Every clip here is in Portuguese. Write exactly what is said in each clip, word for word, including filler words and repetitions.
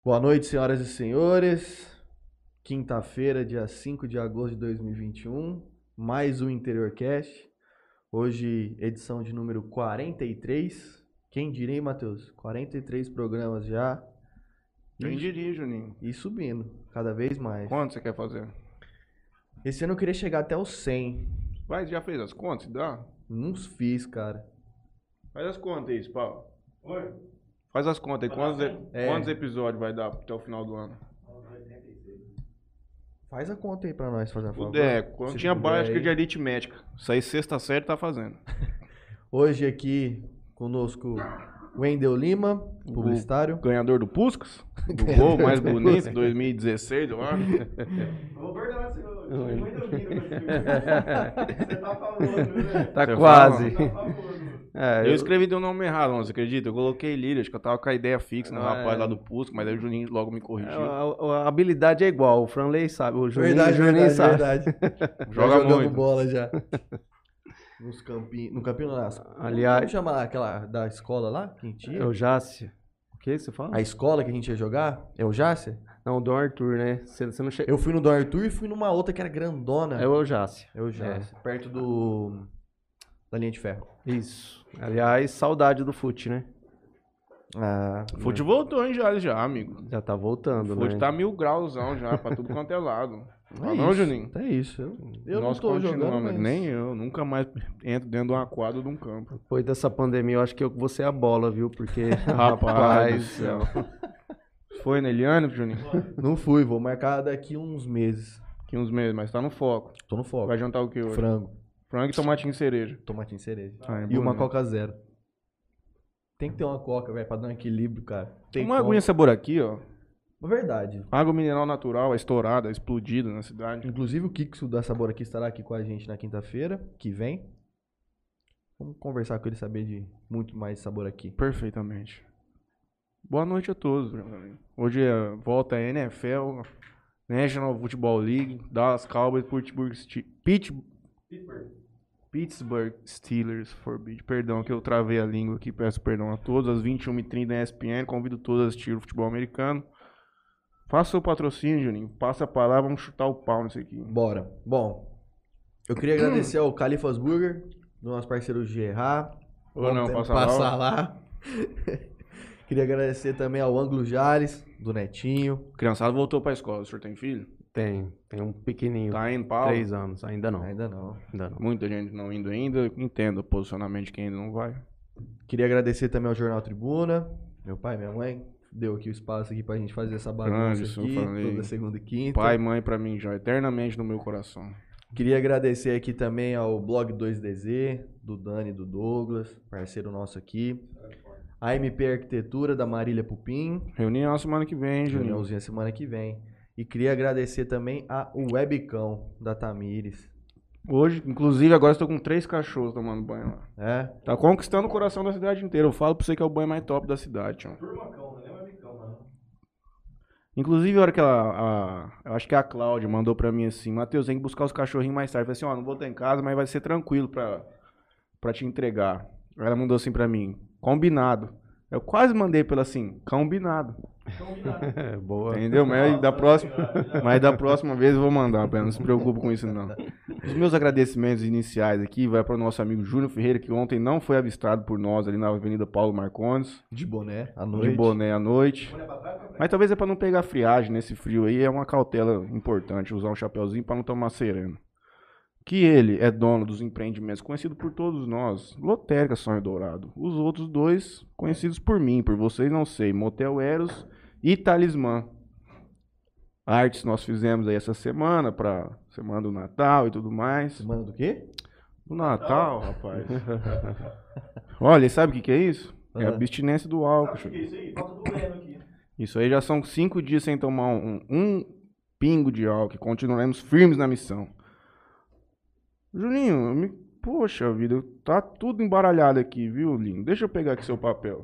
Boa noite, senhoras e senhores. Quinta-feira, dia cinco de agosto de dois mil e vinte e um. Mais um InteriorCast. Hoje, edição de número quarenta e três. Quem diria, hein, Matheus? quarenta e três programas já. Quem diria, Juninho? E subindo, cada vez mais. Quanto você quer fazer? Esse ano eu queria chegar até os cem. Mas já fez as contas? Dá? Não fiz, cara. Faz as contas aí, Paulo. Oi? Faz as contas aí. Quantos, É. quantos episódios vai dar até o final do ano? Faz a conta aí pra nós, fazer a favor. Puder. Quando Se tinha puder básica aí. de aritmética. Isso aí sexta série tá fazendo. Hoje aqui conosco Wendel Lima, publicitário. O ganhador do Puskas. Do Ganhador gol mais do bonito, Puskas. dois mil e dezesseis, eu acho. Vou guardar esse gol. Você tá famoso, né? Tá Você quase. Tá famoso. É, Eu eu- escrevi teu nome errado, você acredita? Eu coloquei Lírio, acho que eu tava com a ideia fixa no Ah, rapaz é. lá do Puskas, mas aí o Juninho logo me corrigiu. a, a- a habilidade é igual, o Franley sabe, o Juninho, Verdade, o Juninho verdade, sabe. verdade. Joga Já jogamos muito. bola já. Nos campinhos. No campinho não, nas... Aliás- Como chama lá, aquela da escola lá? Que a gente ia? É o Jácia. O que você fala? A escola que a gente ia jogar? É o Jácia? Não, o Dom Arthur, né? Você, você não chega. Eu fui no do Arthur e fui numa outra que era grandona. É o Jácia. É o Jácia. Perto do... Da linha de ferro. Isso. Aliás, saudade do fute, né? Ah, O Fute voltou, hein, já, já, amigo. Já tá voltando, O Fute né? tá mil grauzão já, pra tudo quanto é lado. é Ah, não, isso. Juninho? É isso. Eu, eu Nós não tô jogando, continuamos, mas... nem eu, nunca mais entro dentro de uma quadra de um campo. Depois dessa pandemia, eu acho que eu vou ser a bola, viu? Porque, Rapaz do rapaz, céu. Foi na Eliane, Juninho? Não fui, vou marcar daqui uns meses. Aqui uns meses, mas tá no foco. Tô no foco. Vai jantar o que hoje? Frango, Frango e tomatinho cereja. tomatinho cereja. Ah, é E uma bonito. Coca Zero. Tem que ter uma Coca, velho, pra dar um equilíbrio, cara. Tem Uma como. aguinha sabor aqui, ó. Verdade. Água mineral natural, estourada, explodida na cidade. Inclusive o Kiksu da Sabor aqui estará aqui com a gente na quinta-feira, que vem. Vamos conversar com ele, saber de muito mais sabor aqui. Perfeitamente. Boa noite a todos. meu amigo. Hoje é volta a N F L, National Football League, Dallas Cowboys, Pittsburgh, Ste- Pitts- Pittsburgh Steelers, forbid. Perdão que eu travei a língua aqui, peço perdão a todos. Às vinte e uma e trinta na E S P N, convido todos a assistir o futebol americano. Faça seu patrocínio, Juninho. Passa a palavra, vamos chutar o pau nisso aqui. Bora. Bom, eu queria agradecer ao Califas Burger, do nosso parceiro Gerard. Ou não, Vamos passa passar lá. lá. Queria agradecer também ao Ângulo Jales, do Netinho. Criançado voltou pra escola. O senhor tem filho? tem, tem um pequenininho, Tá indo, Paulo? três anos, ainda não. Ainda não. Ainda não. Muita gente não indo ainda. Entendo o posicionamento de quem ainda não vai. Queria agradecer também ao Jornal Tribuna, meu pai e minha mãe. Deu aqui o espaço aqui pra gente fazer essa bagunça Anderson, aqui, falei. toda segunda e quinta. Pai e mãe pra mim já, eternamente no meu coração. Queria agradecer aqui também ao Blog dois D Z, do Dani e do Douglas, parceiro nosso aqui. A M P Arquitetura, da Marília Pupim, Reunião semana que vem, hein, Juninho? reuniãozinha semana que vem. E queria agradecer também a Webcão, da Tamires. Hoje, inclusive, agora estou com três cachorros tomando banho lá. É? Tá conquistando o coração da cidade inteira. Eu falo pra você que é o banho mais top da cidade, tio. Turmacão, não é webcam, mano. Inclusive, a hora que ela, a, eu acho que a Cláudia mandou pra mim assim, Matheus, tem que buscar os cachorrinhos mais tarde. Eu falei assim, ó, não vou estar em casa, mas vai ser tranquilo pra, pra te entregar. Ela mandou assim pra mim, combinado. Eu quase mandei pela assim, combinado. É, boa. Entendeu? Mas da próxima, mas da próxima vez eu vou mandar, Pé, não se preocupe com isso não. Os meus agradecimentos iniciais aqui vai para o nosso amigo Júnior Ferreira, que ontem não foi avistado por nós ali na Avenida Paulo Marcondes, De boné, à noite. de boné à noite. Mas talvez é para não pegar friagem nesse frio aí, é uma cautela importante usar um chapeuzinho para não tomar sereno. Que ele é dono dos empreendimentos conhecido por todos nós, Lotérica Sonho Dourado. Os outros dois conhecidos por mim, por vocês não sei, Motel Eros e Talismã. Artes nós fizemos aí essa semana, pra semana do Natal e tudo mais. Semana do quê? Do Natal, rapaz. Olha, e sabe o que, que é isso? É a Ah. abstinência do álcool. O que é isso aí? Falta do Leno aqui. Isso aí já são cinco dias sem tomar um, um pingo de álcool. E continuaremos firmes na missão. Juninho, me... poxa vida, tá tudo embaralhado aqui, viu, Linho? Deixa eu pegar aqui seu papel.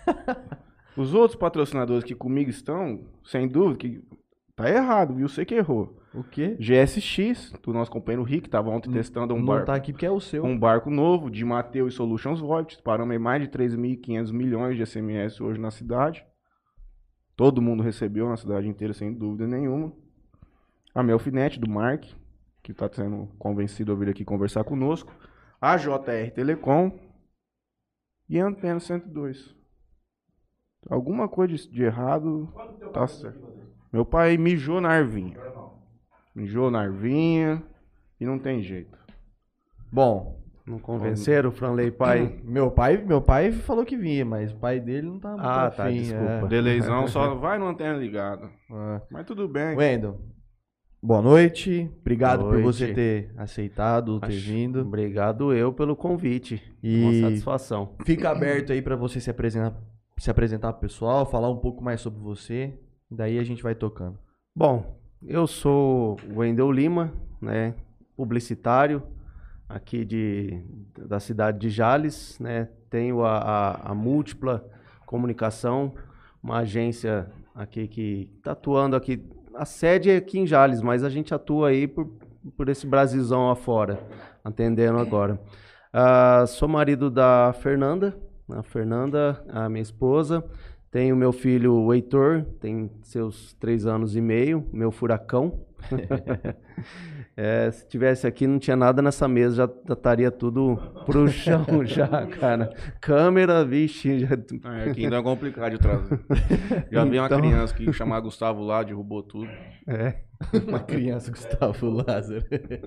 Os outros patrocinadores que comigo estão, sem dúvida, que tá errado, viu? Você que errou. O quê? G S X, do nosso companheiro Rick, tava ontem testando um Não barco, tá aqui porque é o seu. um barco novo de Mateus e Solutions Voice. Paramos em mais de três mil e quinhentos milhões de S M S hoje na cidade. todo mundo recebeu na cidade inteira, sem dúvida nenhuma. A Melfinet, do Mark, que está sendo convencido a vir aqui conversar conosco. A J R Telecom e a Antena cento e dois. Alguma coisa de, de errado tá certo. Meu pai mijou na arvinha. Mijou na arvinha e não tem jeito. Bom, Não convenceram o Franley pai? meu pai, meu pai falou que vinha, mas o pai dele não tá muito Ah, afim, tá, desculpa. Deleizão só vai no Antena ligada. É. Mas tudo bem. Wendel, boa noite. Obrigado Boa por noite. você ter aceitado, ter Acho- vindo. Obrigado eu pelo convite. E- Uma satisfação. Fica aberto aí pra você se apresentar, se apresentar pro pessoal, falar um pouco mais sobre você. Daí a gente vai tocando. Bom, eu sou o Wendel Lima, né, publicitário aqui de, da cidade de Jales, né, tenho a, a, a Múltipla Comunicação, uma agência aqui que está atuando aqui, a sede é aqui em Jales, mas a gente atua aí por, por esse Brasilzão afora, atendendo agora. Ah, sou marido da Fernanda, a Fernanda, a minha esposa. Tenho meu filho, o Heitor, tem seus três anos e meio, meu furacão. É, se tivesse aqui, não tinha nada nessa mesa, já já estaria tudo pro chão já, cara. Câmera, vixe. Já... É, aqui ainda é complicado de trazer. Já vi uma Então- criança que chamava Gustavo lá, derrubou tudo. É. Uma criança, Gustavo Lázaro.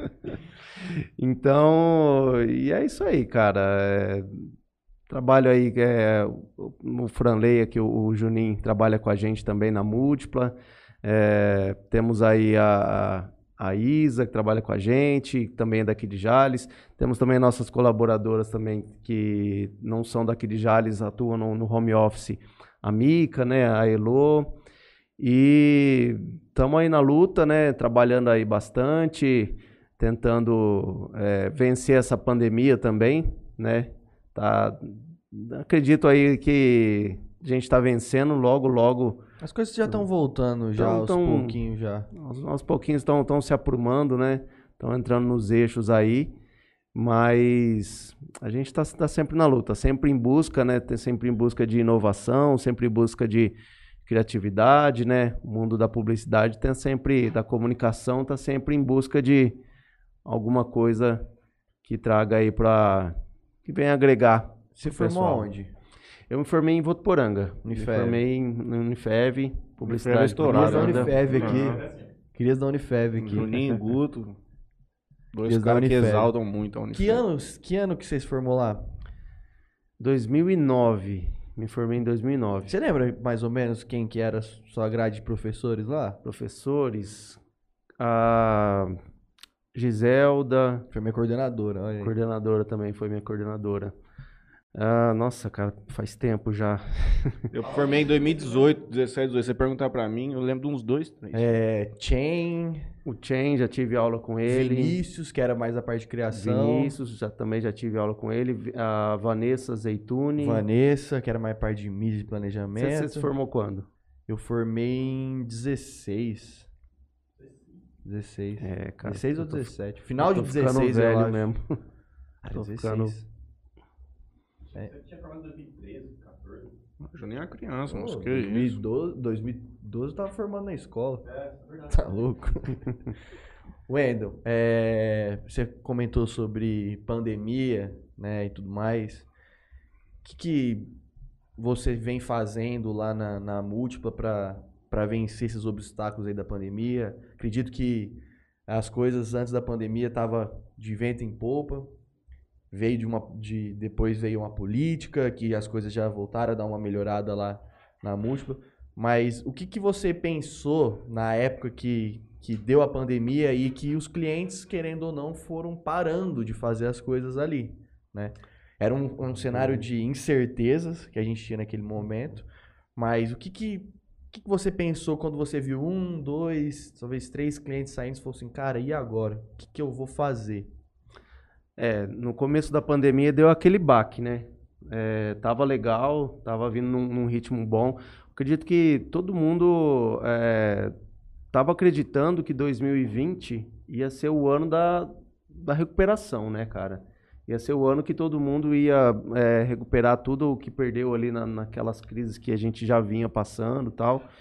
Então, e é isso aí, cara. É, trabalho aí, é, o Franley aqui, o, o Juninho trabalha com a gente também na Múltipla. É, temos aí a, a Isa, que trabalha com a gente, também é daqui de Jales. Temos também nossas colaboradoras também, que não são daqui de Jales, atuam no, no home office. A Mica, né, a Elô. E estamos aí na luta, né, trabalhando aí bastante, tentando é, vencer essa pandemia também, né. Tá, acredito aí que a gente está vencendo logo, logo. As coisas já estão voltando já, Tão- aos tão- pouquinhos já. Aos, aos pouquinhos estão se aprumando, né? Estão entrando nos eixos aí, mas a gente está tá sempre na luta, sempre em busca, né? Tem sempre em busca de inovação, sempre em busca de criatividade, né? O mundo da publicidade tem sempre, da comunicação, está sempre em busca de alguma coisa que traga aí para que venha agregar. Você pro formou pessoal. aonde? Eu me formei em Votuporanga. Unifev. Me formei em no Unifev, publicidade. Unifev é estourado, Querias da né? Unifev aqui. Aham. Querias da Unifev aqui. Juninho, Guto. Dois Querias da caras que Unifev. exaltam muito a Unifev. Que anos, que ano que você se formou lá? dois mil e nove. Me formei em dois mil e nove. Você lembra mais ou menos quem que era sua grade de professores lá? Professores, a Giselda, Foi minha coordenadora, olha aí. coordenadora também, foi minha coordenadora. Ah, nossa, cara, faz tempo já. Eu formei em dois mil e dezoito, dezessete, dezoito. Você perguntar pra mim, eu lembro de uns dois, três. É, Chain, O Chen, já tive aula com ele. Vinícius, que era mais a parte de criação. Vinícius, já, também já tive aula com ele. A Vanessa Zeituni. Vanessa, que era mais parte de mídia e Você, planejamento. você se formou quando? Eu formei em dezesseis. dezesseis. É, cara. dezesseis ou eu tô- dezessete? Final de eu tô ficando dezesseis, eu velho acho. mesmo. Ah, Tô dezesseis. ficando- Você tinha formado em dois mil e treze, quatorze. O Juninho é criança, Pô, não sei o que dois é mil e isso. doze, dois mil e doze eu tava formando na escola. É, é verdade. Tá louco? Wendel, é, você comentou sobre pandemia, né, e tudo mais. O que, que você vem fazendo lá na, na Múltipla para vencer esses obstáculos aí da pandemia? Acredito que as coisas antes da pandemia estavam de vento em popa. Veio de uma, de, depois veio uma política, que as coisas já voltaram a dar uma melhorada lá na Múltipla. Mas o que, que você pensou na época que, que deu a pandemia e que os clientes, querendo ou não, foram parando de fazer as coisas ali, né? Era um, um cenário de incertezas que a gente tinha naquele momento, mas o que, que, o que, que você pensou quando você viu um, dois, talvez três clientes saindo e falou assim, cara, e agora? O que, que eu vou fazer? É, no começo da pandemia deu aquele baque, né? É, tava legal, tava vindo num, num ritmo bom. Acredito que todo mundo é, tava acreditando que dois mil e vinte ia ser o ano da, da recuperação, né, cara? Ia ser o ano que todo mundo ia é, recuperar tudo o que perdeu ali na, naquelas crises que a gente já vinha passando e tal.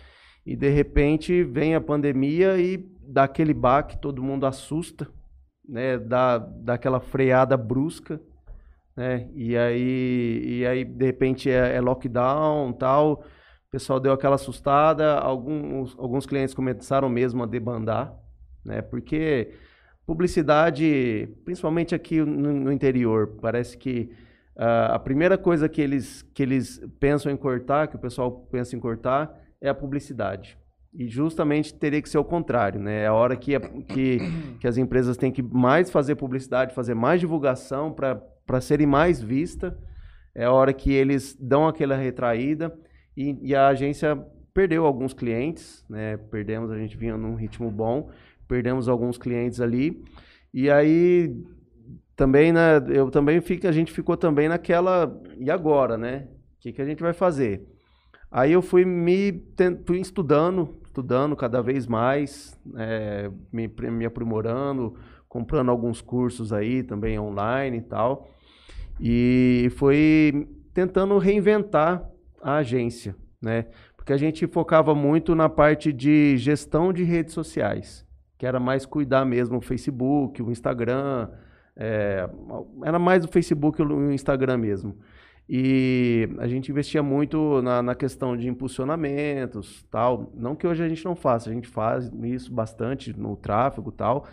e de repente vem a pandemia e dá aquele baque, todo mundo assusta, né? Dá, dá aquela freada brusca, né? E aí, e aí de repente é, é lockdown, tal. O pessoal deu aquela assustada, alguns, alguns clientes começaram mesmo a debandar, né? Porque publicidade, principalmente aqui no, no interior, parece que uh, a primeira coisa que eles, que eles pensam em cortar, que o pessoal pensa em cortar, é a publicidade. E justamente teria que ser o contrário, né? É a hora que, que, que as empresas têm que mais fazer publicidade, fazer mais divulgação para serem mais vistas. É a hora que eles dão aquela retraída e, e a agência perdeu alguns clientes, né? Perdemos, a gente vinha num ritmo bom, perdemos alguns clientes ali. E aí também, né? Eu também fico, a gente ficou também naquela, e agora, né? O que, que a gente vai fazer? Aí eu fui me fui estudando, estudando cada vez mais, é, me, me aprimorando, comprando alguns cursos aí também online e tal. E foi tentando reinventar a agência, né? Porque a gente focava muito na parte de gestão de redes sociais, que era mais cuidar mesmo o Facebook, o Instagram, é, era mais o Facebook e o Instagram mesmo. E a gente investia muito na, na questão de impulsionamentos, tal. Não que hoje a gente não faça, a gente faz isso bastante no tráfego e tal,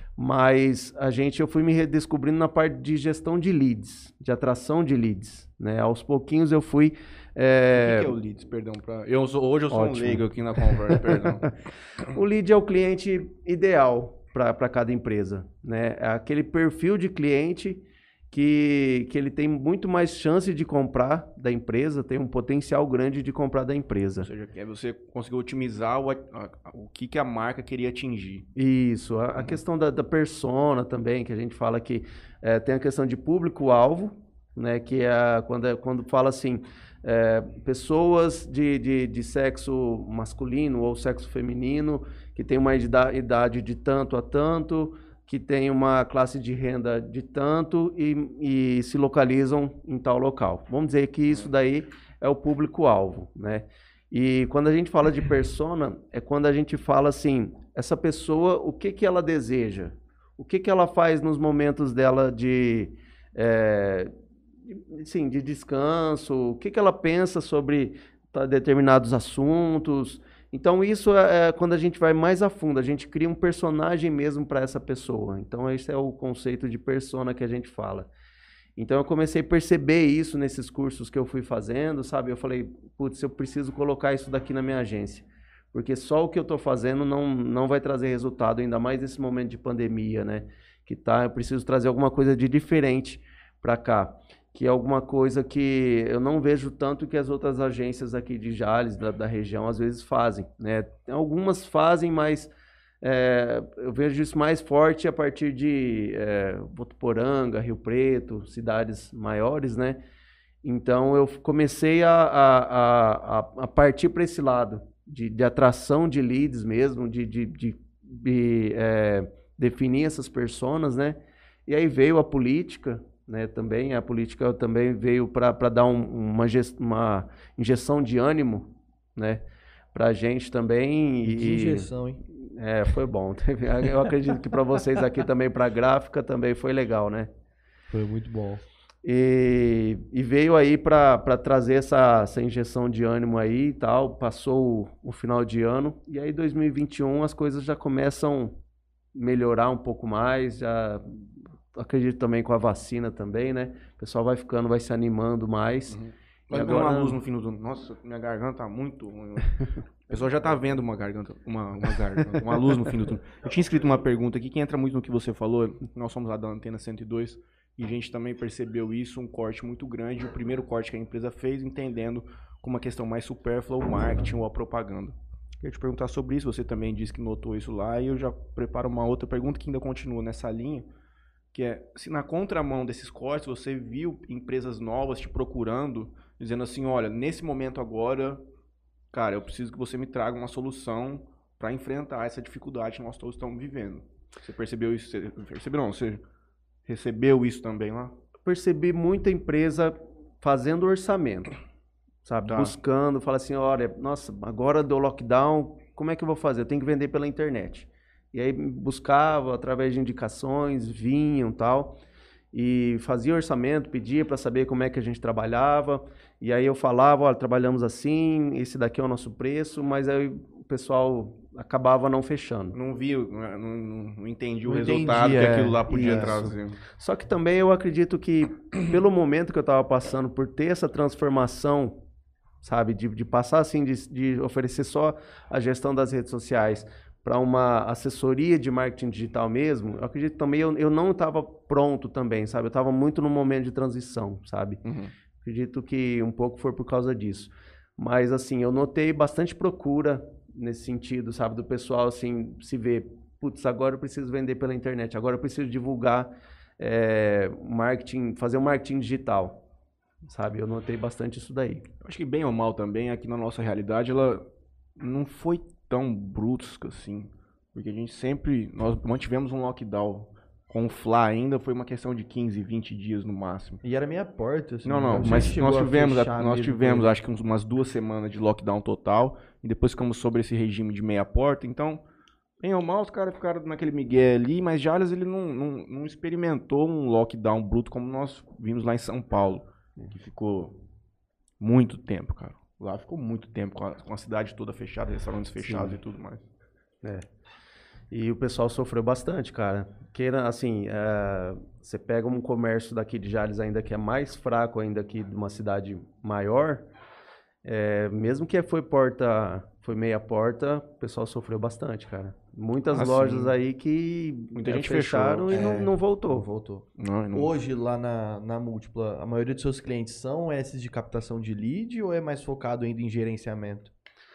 mas a gente, eu fui me redescobrindo na parte de gestão de leads, de atração de leads, né? Aos pouquinhos eu fui... É... O que, que é o leads, perdão? Pra... Eu sou, hoje eu sou Ótimo. um leigo aqui na conversa, perdão. O lead é o cliente ideal para cada empresa, né? É aquele perfil de cliente que, que ele tem muito mais chance de comprar da empresa, tem um potencial grande de comprar da empresa. Ou seja, que você conseguiu otimizar o, a, o que, que a marca queria atingir. Isso, a, a Uhum. questão da, da persona também, que a gente fala que é, tem a questão de público-alvo, né, que é quando, é, quando fala assim, é, pessoas de, de, de sexo masculino ou sexo feminino, que tem uma idade de tanto a tanto, que tem uma classe de renda de tanto e, e se localizam em tal local. Vamos dizer que isso daí é o público-alvo, né? E quando a gente fala de persona, é quando a gente fala assim, essa pessoa, o que, que ela deseja? O que, que ela faz nos momentos dela de, é, de, sim, de descanso? O que, que ela pensa sobre determinados assuntos? Então, isso é, é quando a gente vai mais a fundo, a gente cria um personagem mesmo para essa pessoa. Então, esse é o conceito de persona que a gente fala. Então, eu comecei a perceber isso nesses cursos que eu fui fazendo, sabe? Eu falei, putz, eu preciso colocar isso daqui na minha agência. Porque só o que eu estou fazendo não, não vai trazer resultado, ainda mais nesse momento de pandemia, né? Que tá, eu preciso trazer alguma coisa de diferente para cá. Que é alguma coisa que eu não vejo tanto que as outras agências aqui de Jales, da, da região, às vezes fazem, né? Algumas fazem, mas é, eu vejo isso mais forte a partir de é, Votuporanga, Rio Preto, cidades maiores, né? Então, eu comecei a, a, a, a partir para esse lado, de, de atração de leads mesmo, de, de, de, de é, definir essas personas, né? E aí veio a política, né, também a política também veio para dar um, uma, gest, uma injeção de ânimo, né, para a gente também. E, que injeção, hein? É, foi bom. Eu acredito que para vocês aqui também, para a gráfica, também foi legal, né? Foi muito bom. E, e veio aí para trazer essa, essa injeção de ânimo aí e tal. Passou o, o final de ano e aí dois mil e vinte e um as coisas já começam a melhorar um pouco mais, já... Acredito também com a vacina também, né? O pessoal vai ficando, vai se animando mais. Uhum. Vai Vai agora... uma luz no fim do... Nossa, minha garganta tá muito ruim. O pessoal já tá vendo uma garganta, uma, uma garganta, uma luz no fim do túnel. Eu tinha escrito uma pergunta aqui que entra muito no que você falou. Nós somos lá da Antena cento e dois e a gente também percebeu isso, um corte muito grande. O primeiro corte que a empresa fez, entendendo como uma questão mais supérflua o marketing ou a propaganda. Queria te perguntar sobre isso. Você também disse que notou isso lá e eu já preparo uma outra pergunta que ainda continua nessa linha. Que é, se na contramão desses cortes você viu empresas novas te procurando, dizendo assim, olha, nesse momento agora, cara, eu preciso que você me traga uma solução para enfrentar essa dificuldade que nós todos estamos vivendo. Você percebeu isso? Você percebeu não? Você recebeu isso também lá? Percebi muita empresa fazendo orçamento, sabe? Tá. Buscando, fala assim, olha, nossa, agora deu lockdown, como é que eu vou fazer? Eu tenho que vender pela internet. E aí buscava, através de indicações, vinham e tal, e fazia orçamento, pedia para saber como é que a gente trabalhava, e aí eu falava, olha, trabalhamos assim, esse daqui é o nosso preço, mas aí o pessoal acabava não fechando. Não vi, não, não, não entendi o Não resultado entendi, que é, aquilo lá podia isso. trazer. Só que também eu acredito que, pelo momento que eu estava passando, por ter essa transformação, sabe, de, de passar assim, de, de oferecer só a gestão das redes sociais para uma assessoria de marketing digital mesmo, eu acredito também, eu, eu não estava pronto também, sabe? Eu estava muito no momento de transição, sabe? Uhum. Acredito que um pouco foi por causa disso. Mas, assim, eu notei bastante procura nesse sentido, sabe? Do pessoal, assim, se ver, putz, agora eu preciso vender pela internet, agora eu preciso divulgar é, marketing, fazer um marketing digital, sabe? Eu notei bastante isso daí. Acho que bem ou mal também, aqui na nossa realidade, ela não foi tão brusca assim, porque a gente sempre, nós mantivemos um lockdown com o Fla ainda, foi uma questão de quinze, vinte dias no máximo. E era meia porta, assim. Não, não, já mas chegou nós a tivemos, fechar nós mesmo tivemos com- acho que uns- umas duas semanas de lockdown total, e depois ficamos sobre esse regime de meia porta, então, bem ou mal, os caras ficaram naquele migué ali, mas Jales, ele não, não, não experimentou um lockdown bruto como nós vimos lá em São Paulo, que ficou muito tempo, cara. Lá ficou muito tempo, com a, com a cidade toda fechada, restaurantes fechados e tudo mais. É. E o pessoal sofreu bastante, cara. Porque, assim, é, você pega um comércio daqui de Jales ainda que é mais fraco ainda que de uma cidade maior, é, mesmo que foi porta, foi meia porta, o pessoal sofreu bastante, cara. Muitas Ah, lojas sim. aí que Muita é, gente fecharam fechou. e não, É, não voltou. Não voltou. Não, não- Hoje, lá na, na Múltipla, a maioria dos seus clientes são esses de captação de lead ou é mais focado ainda em gerenciamento?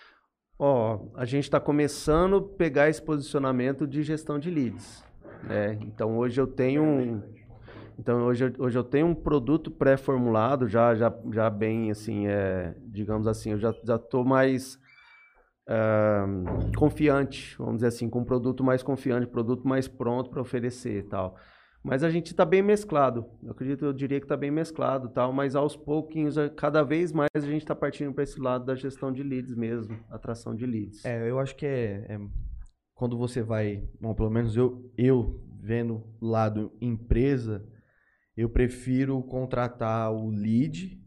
Ó, a gente está começando a pegar esse posicionamento de gestão de leads, né? Então hoje eu tenho um, então hoje, eu- hoje eu tenho um produto pré-formulado já, já, já bem assim, é, digamos assim, eu já já estou mais ah, confiante, vamos dizer assim, com um produto mais confiante, produto mais pronto para oferecer e tal. Mas a gente está bem mesclado. Eu acredito, eu diria que está bem mesclado, tal. Mas aos pouquinhos, a- cada vez mais a gente está partindo para esse lado da gestão de leads mesmo, atração de leads. É, eu acho que é, é quando você vai, bom, pelo menos eu, eu vendo lado empresa, eu prefiro contratar o lead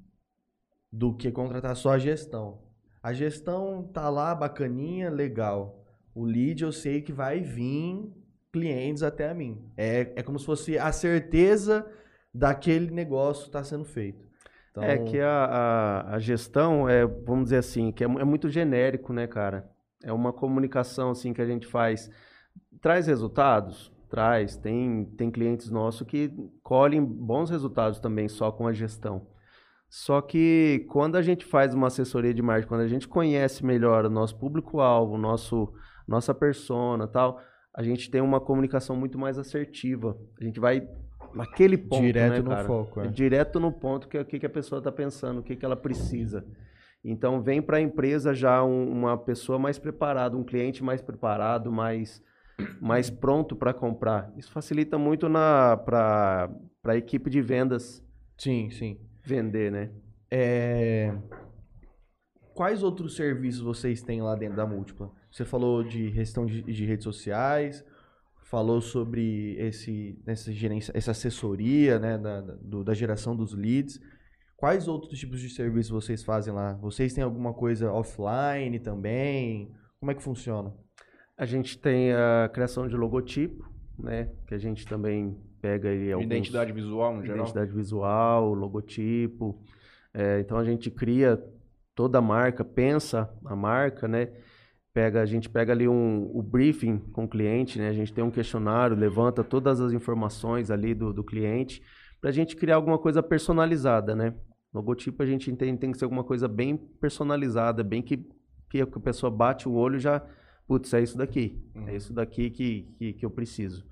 do que contratar só a gestão. A gestão tá lá bacaninha, legal. O lead eu sei que vai vir clientes até a mim. É, é como se fosse a certeza daquele negócio tá sendo feito. Então, É que a, a, a gestão é, vamos dizer assim, que é, mu- é muito genérico, né, cara? É uma comunicação assim que a gente faz. Traz resultados? Traz. Tem, tem clientes nossos que colhem bons resultados também só com a gestão. Só que quando a gente faz uma assessoria de marketing, quando a gente conhece melhor o nosso público-alvo, nosso, nossa persona, tal, a gente tem uma comunicação muito mais assertiva. A gente vai naquele ponto, direto né, no cara? foco. É. Direto no ponto que o que, que a pessoa está pensando, o que, que ela precisa. Então vem para a empresa já um- uma pessoa mais preparada, um cliente mais preparado, mais, mais pronto para comprar. Isso facilita muito para a equipe de vendas Sim, sim. vender, né? É, quais outros serviços vocês têm lá dentro da Múltipla? Você falou de gestão de, de redes sociais, falou sobre esse, essa, gerência, essa assessoria, né, da, da- do- da geração dos leads. Quais outros tipos de serviço vocês fazem lá? Vocês têm alguma coisa offline também? Como é que funciona? A gente tem a criação de logotipo, né? Que a gente também pega aí alguns... Identidade visual, no geral. Identidade visual, logotipo. É, então a gente cria toda a marca, pensa a marca, né? Pega, a gente pega ali um, o briefing com o cliente, né? A gente tem um questionário, levanta todas as informações ali do, do cliente para a gente criar alguma coisa personalizada, né? Logotipo a gente entende tem que ser alguma coisa bem personalizada, bem que, que a pessoa bate o olho e já, putz, é isso daqui, Uhum. é isso daqui que, que, que eu preciso.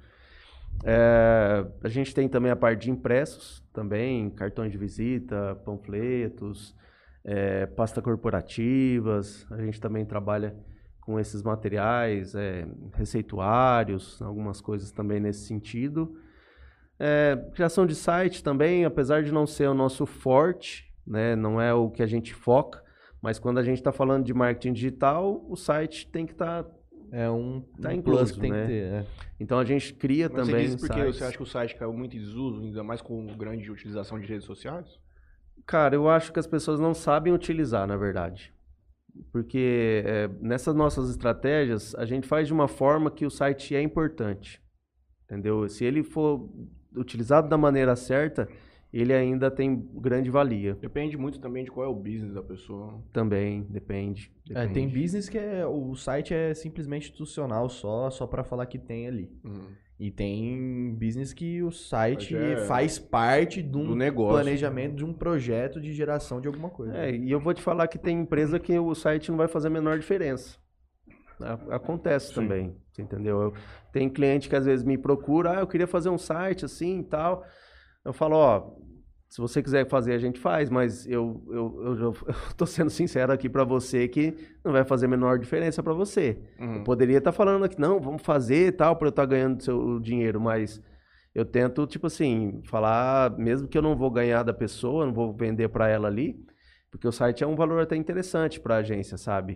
É, a gente tem também a parte de impressos, também, cartões de visita, panfletos, é, pasta corporativas, a gente também trabalha com esses materiais, é, receituários, algumas coisas também nesse sentido. É, criação de site também, apesar de não ser o nosso forte, né, não é o que a gente foca, Mas quando a gente está falando de marketing digital, o site tem que estar... Tá, é um, tá um incluso, plus que tem né? que ter. É. Então a gente cria Mas também você diz porque sites. você acha que o site caiu muito em desuso, ainda mais com grande utilização de redes sociais? Cara, eu acho que as pessoas não sabem utilizar, na verdade. Porque é, nessas nossas estratégias, a gente faz de uma forma que o site é importante. Entendeu? Se ele for utilizado da maneira certa, ele ainda tem grande valia. Depende muito também de qual é o business da pessoa. Também, depende. É, depende. tem business que é, o site é simplesmente institucional só, só para falar que tem ali. Uhum. E tem business que o site Mas é faz parte de um do negócio. planejamento, de um projeto de geração de alguma coisa. É, e eu vou te falar que tem empresa que o site não vai fazer a menor diferença. A- Acontece Sim. também, você entendeu? Eu, tem cliente que às vezes me procura, ah, eu queria fazer um site assim e tal. Eu falo, ó, se você quiser fazer, a gente faz, mas eu, eu, eu, eu, eu tô sendo sincero aqui pra você que não vai fazer a menor diferença pra você. Uhum. Eu poderia estar falando aqui, não, vamos fazer e tal, pra eu estar ganhando seu dinheiro, mas eu tento, tipo assim, falar, mesmo que eu não vou ganhar da pessoa, não vou vender pra ela ali, porque o site é um valor até interessante pra agência, sabe?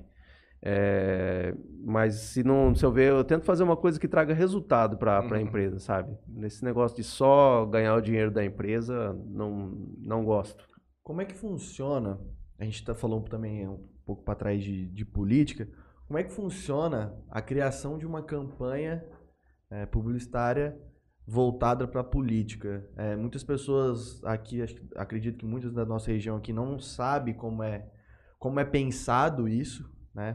É, mas se não, se eu ver, eu tento fazer uma coisa que traga resultado para a Uhum. empresa, sabe? Nesse negócio de só ganhar o dinheiro da empresa, não, não gosto. Como é que funciona? A gente tá falando também um pouco para trás de, de política. Como é que funciona a criação de uma campanha é, publicitária voltada para a política? É, muitas pessoas aqui, acho que- acredito que muitas da nossa região aqui não sabem como é, como é pensado isso, né?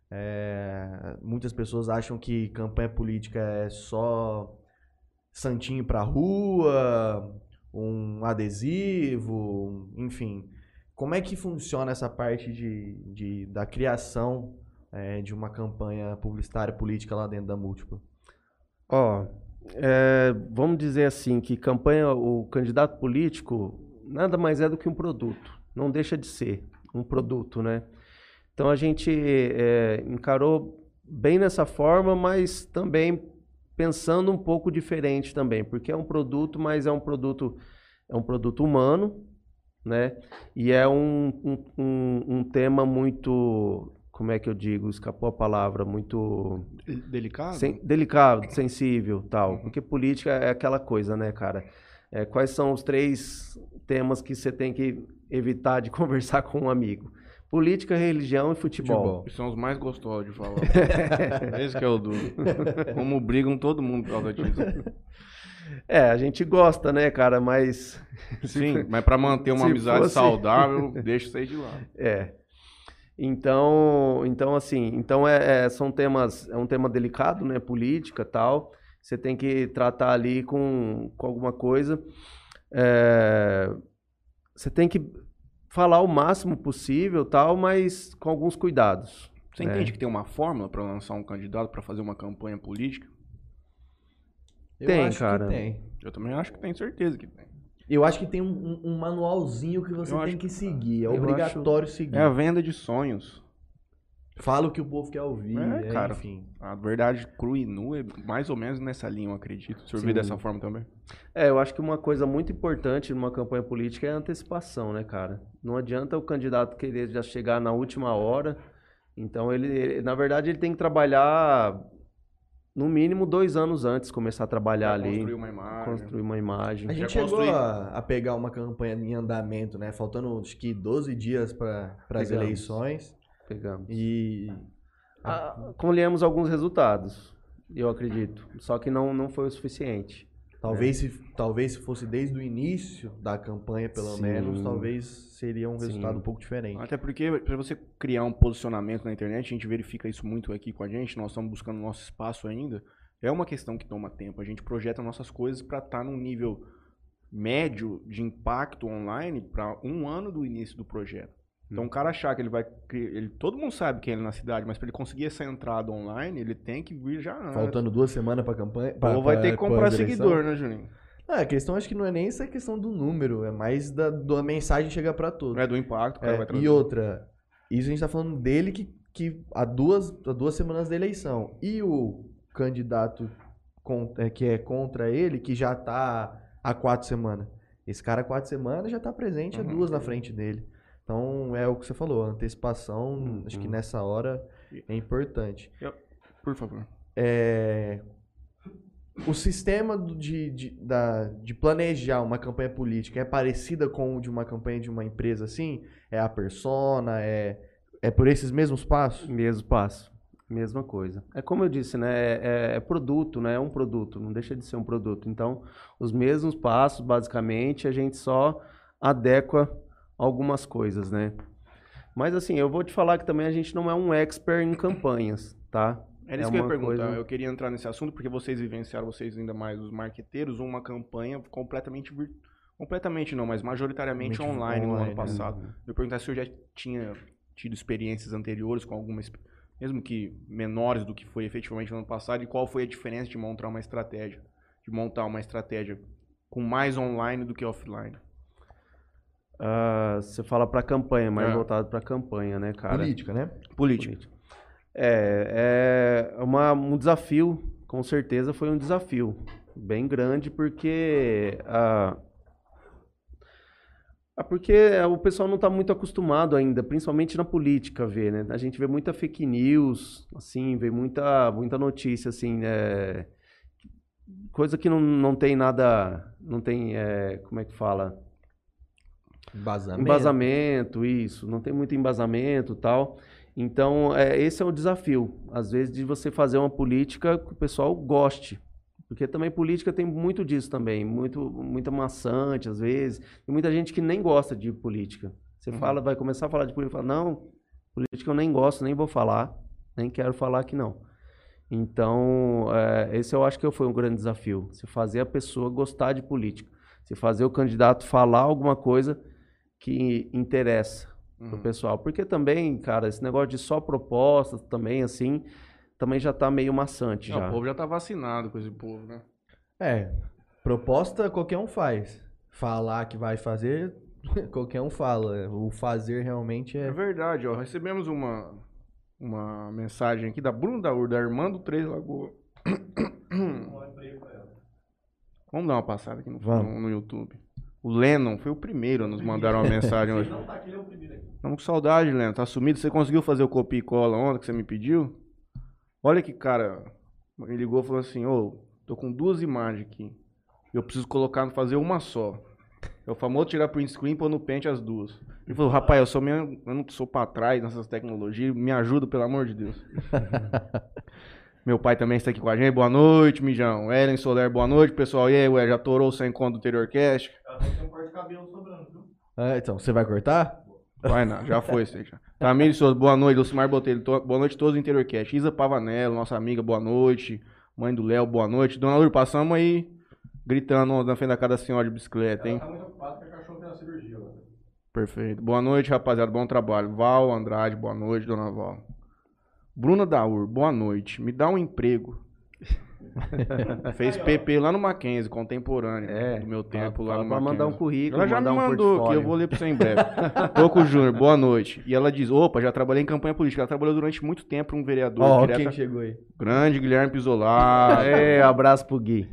É, muitas pessoas acham que campanha política é só santinho pra rua, um adesivo, enfim. Como é que funciona essa parte de, de- da criação é, de uma campanha publicitária política lá dentro da Múltipla? Ó, é, vamos dizer assim, que campanha, o candidato político nada mais é do que um produto. Não deixa de ser um produto, né? Então a gente é, encarou bem nessa forma, mas também pensando um pouco diferente também, porque é um produto, mas é um produto, é um produto humano, né? E é um, um, um, um tema muito, como é que eu digo, escapou a palavra, muito Delicado? sen- delicado, sensível, tal. Porque política é aquela coisa, né, cara? É, quais são os três temas que você tem que evitar de conversar com um amigo? Política, religião e futebol. Futebol. Que são os mais gostosos de falar. Esse que é o duro. Como brigam todo mundo por causa disso. É, a gente gosta, né, cara, mas... Sim, mas pra manter uma se amizade fosse- saudável, deixa isso aí de lado. É. Então, então assim, então é, é- são temas, é um tema delicado, né, política, tal. Você tem que tratar ali com, com alguma coisa. É, você tem que falar o máximo possível, tal, mas com alguns cuidados. Você É. entende que tem uma fórmula pra lançar um candidato pra fazer uma campanha política? Eu Tem, acho cara. que tem. Eu também acho que tem certeza que tem. Eu acho que tem um, um- um manualzinho que você Eu tem acho que seguir. É eu obrigatório seguir. É a venda de sonhos. Fala o que o povo quer ouvir, É, é, cara. enfim. A verdade crua e nua é mais ou menos nessa linha, eu acredito. O senhor vê Sim. dessa forma também? É, eu acho que uma coisa muito importante numa campanha política é a antecipação, né, cara? Não adianta o candidato querer já chegar na última hora. Então, ele, ele- na verdade, ele tem que trabalhar no mínimo dois anos antes, começar a trabalhar Pra ali. construir uma imagem. Construir uma imagem. A Já gente chegou construí- a, a pegar uma campanha em andamento, né? Faltando acho que doze dias para as Pegamos. eleições. Pegamos. E Ah, colhemos alguns resultados, eu acredito. Só que não, não foi o suficiente. talvez, se, talvez se fosse desde o início da campanha, pelo Sim. menos, talvez seria um Sim. resultado um pouco diferente. Até porque, para você criar um posicionamento na internet, a gente verifica isso muito aqui com a gente, nós estamos buscando nosso espaço ainda. É uma questão que toma tempo. A gente projeta nossas coisas para estar num nível médio de impacto online para um ano do início do projeto. Então, o cara achar que ele vai... cri- Ele, todo mundo sabe quem é ele na cidade, mas para ele conseguir essa entrada online, ele tem que vir já antes. Faltando duas semanas para a campanha. pra- Ou vai pra- ter que pra comprar as eleições. seguidor, né, Juninho? Ah, a questão acho que não é nem essa questão do número, é mais da, da mensagem chegar para todos. É do impacto, o cara É, vai trazer. e outra, isso a gente tá falando dele que, que há, duas, há duas semanas da eleição. E o candidato con- é, que é contra ele, que já tá há quatro semanas. Esse cara há quatro semanas já tá presente há Uhum. duas na frente dele. Então, é o que você falou, a antecipação, Uhum. acho que nessa hora é importante. Eu- por favor. É, o sistema do- de, de, da, de planejar uma campanha política é parecida com o de uma campanha de uma empresa assim? É a persona? É, é por esses mesmos passos? Mesmo passo. Mesma coisa. É como eu disse, né? É, é produto, né? É um produto, não deixa de ser um produto. Então, os mesmos passos, basicamente, a gente só adequa algumas coisas, né? Mas assim, eu vou te falar que também a gente não é um expert em campanhas, tá? Era É isso que eu ia uma perguntar. coisa- Eu queria entrar nesse assunto porque vocês vivenciaram, vocês ainda mais os marqueteiros, uma campanha completamente vir... completamente não, mas majoritariamente Muito online, no ano online, passado. né? Eu ia perguntar se eu já tinha tido experiências anteriores com alguma, exp- mesmo que menores do que foi efetivamente no ano passado, e qual foi a diferença de montar uma estratégia, de montar uma estratégia com mais online do que offline. Ah, você fala para campanha, mais É. voltado para campanha, né, cara? Política, né? Política. É, é uma, um desafio, com certeza foi um desafio bem grande, porque ah, ah, porque o pessoal não está muito acostumado ainda, principalmente na política, a ver, né? A gente vê muita fake news, assim, vê muita, muita notícia, assim, né? Coisa que não, não tem nada, não tem, é, como é que fala? Embasamento. Embasamento, isso. Não tem muito embasamento e tal. Então, é, esse é o desafio. Às vezes, de você fazer uma política que o pessoal goste. Porque também política tem muito disso também. Muito, muita maçante, às vezes. Tem muita gente que nem gosta de política. Você Uhum. fala, vai começar a falar de política, fala, não, política eu nem gosto, nem vou falar, nem quero falar que não. Então, é, esse eu acho que foi um grande desafio. Você fazer a pessoa gostar de política. Você fazer o candidato falar alguma coisa que interessa pro Uhum. pessoal. Porque também, cara, esse negócio de só propostas também, assim, também já tá meio maçante Não, já. o povo já tá vacinado com esse povo, né? É, proposta qualquer um faz. Falar que vai fazer, qualquer um fala. O fazer realmente É é... verdade, ó. Recebemos uma, uma mensagem aqui da Bruna da Ur, da irmã do Três Lagoas. Vamos dar uma passada aqui no, Vamos. no, no YouTube. O Lennon foi o primeiro a nos mandar uma mensagem hoje. Não tá aqui, ele é o primeiro aqui. Estamos com saudade, Lennon. Tá sumido? Você conseguiu fazer o copia e cola ontem que você me pediu? Olha que cara. Ele ligou e falou assim: Ô, tô com duas imagens aqui. Eu preciso colocar, fazer uma só. É o famoso tirar print screen e pôr no pente as duas. Ele falou: rapaz, eu, sou meio, eu não sou pra trás nessas tecnologias. Me ajuda, pelo amor de Deus. Meu pai também está aqui com a gente. Boa noite, Mijão. Ellen Soler, boa noite, pessoal. E aí, ué, já torou o sem conto do anterior cast? Ela falou que tem um corte de cabelo sobrando, viu? Ah, então, você vai cortar? Vai não, já foi, você já. Tamir Souza, boa noite. Lucimar Botelho, to- boa noite a todos do Interior Cast. Isa Pavanello, nossa amiga, boa noite. Mãe do Léo, boa noite. Dona Lur, passamos aí gritando na frente da casa da senhora de bicicleta, Ela hein? tá muito ocupada porque a cachorra fez uma cirurgia, ó. Perfeito. Boa noite, rapaziada. Bom trabalho. Val Andrade, boa noite, dona Val. Bruna Daur, boa noite. Me dá um emprego. Fez P P lá no Mackenzie, contemporâneo. É, do meu tempo lá Fala no pra Mackenzie. mandar um currículo, Ela já me mandar um mandou, que portfólio. eu vou ler pra você em breve. Toco Júnior, boa noite. E ela diz, opa, já trabalhei em campanha política. Ela trabalhou durante muito tempo para um vereador. Ó, direta- quem chegou aí. Grande Guilherme Pisolar. É, abraço pro Gui.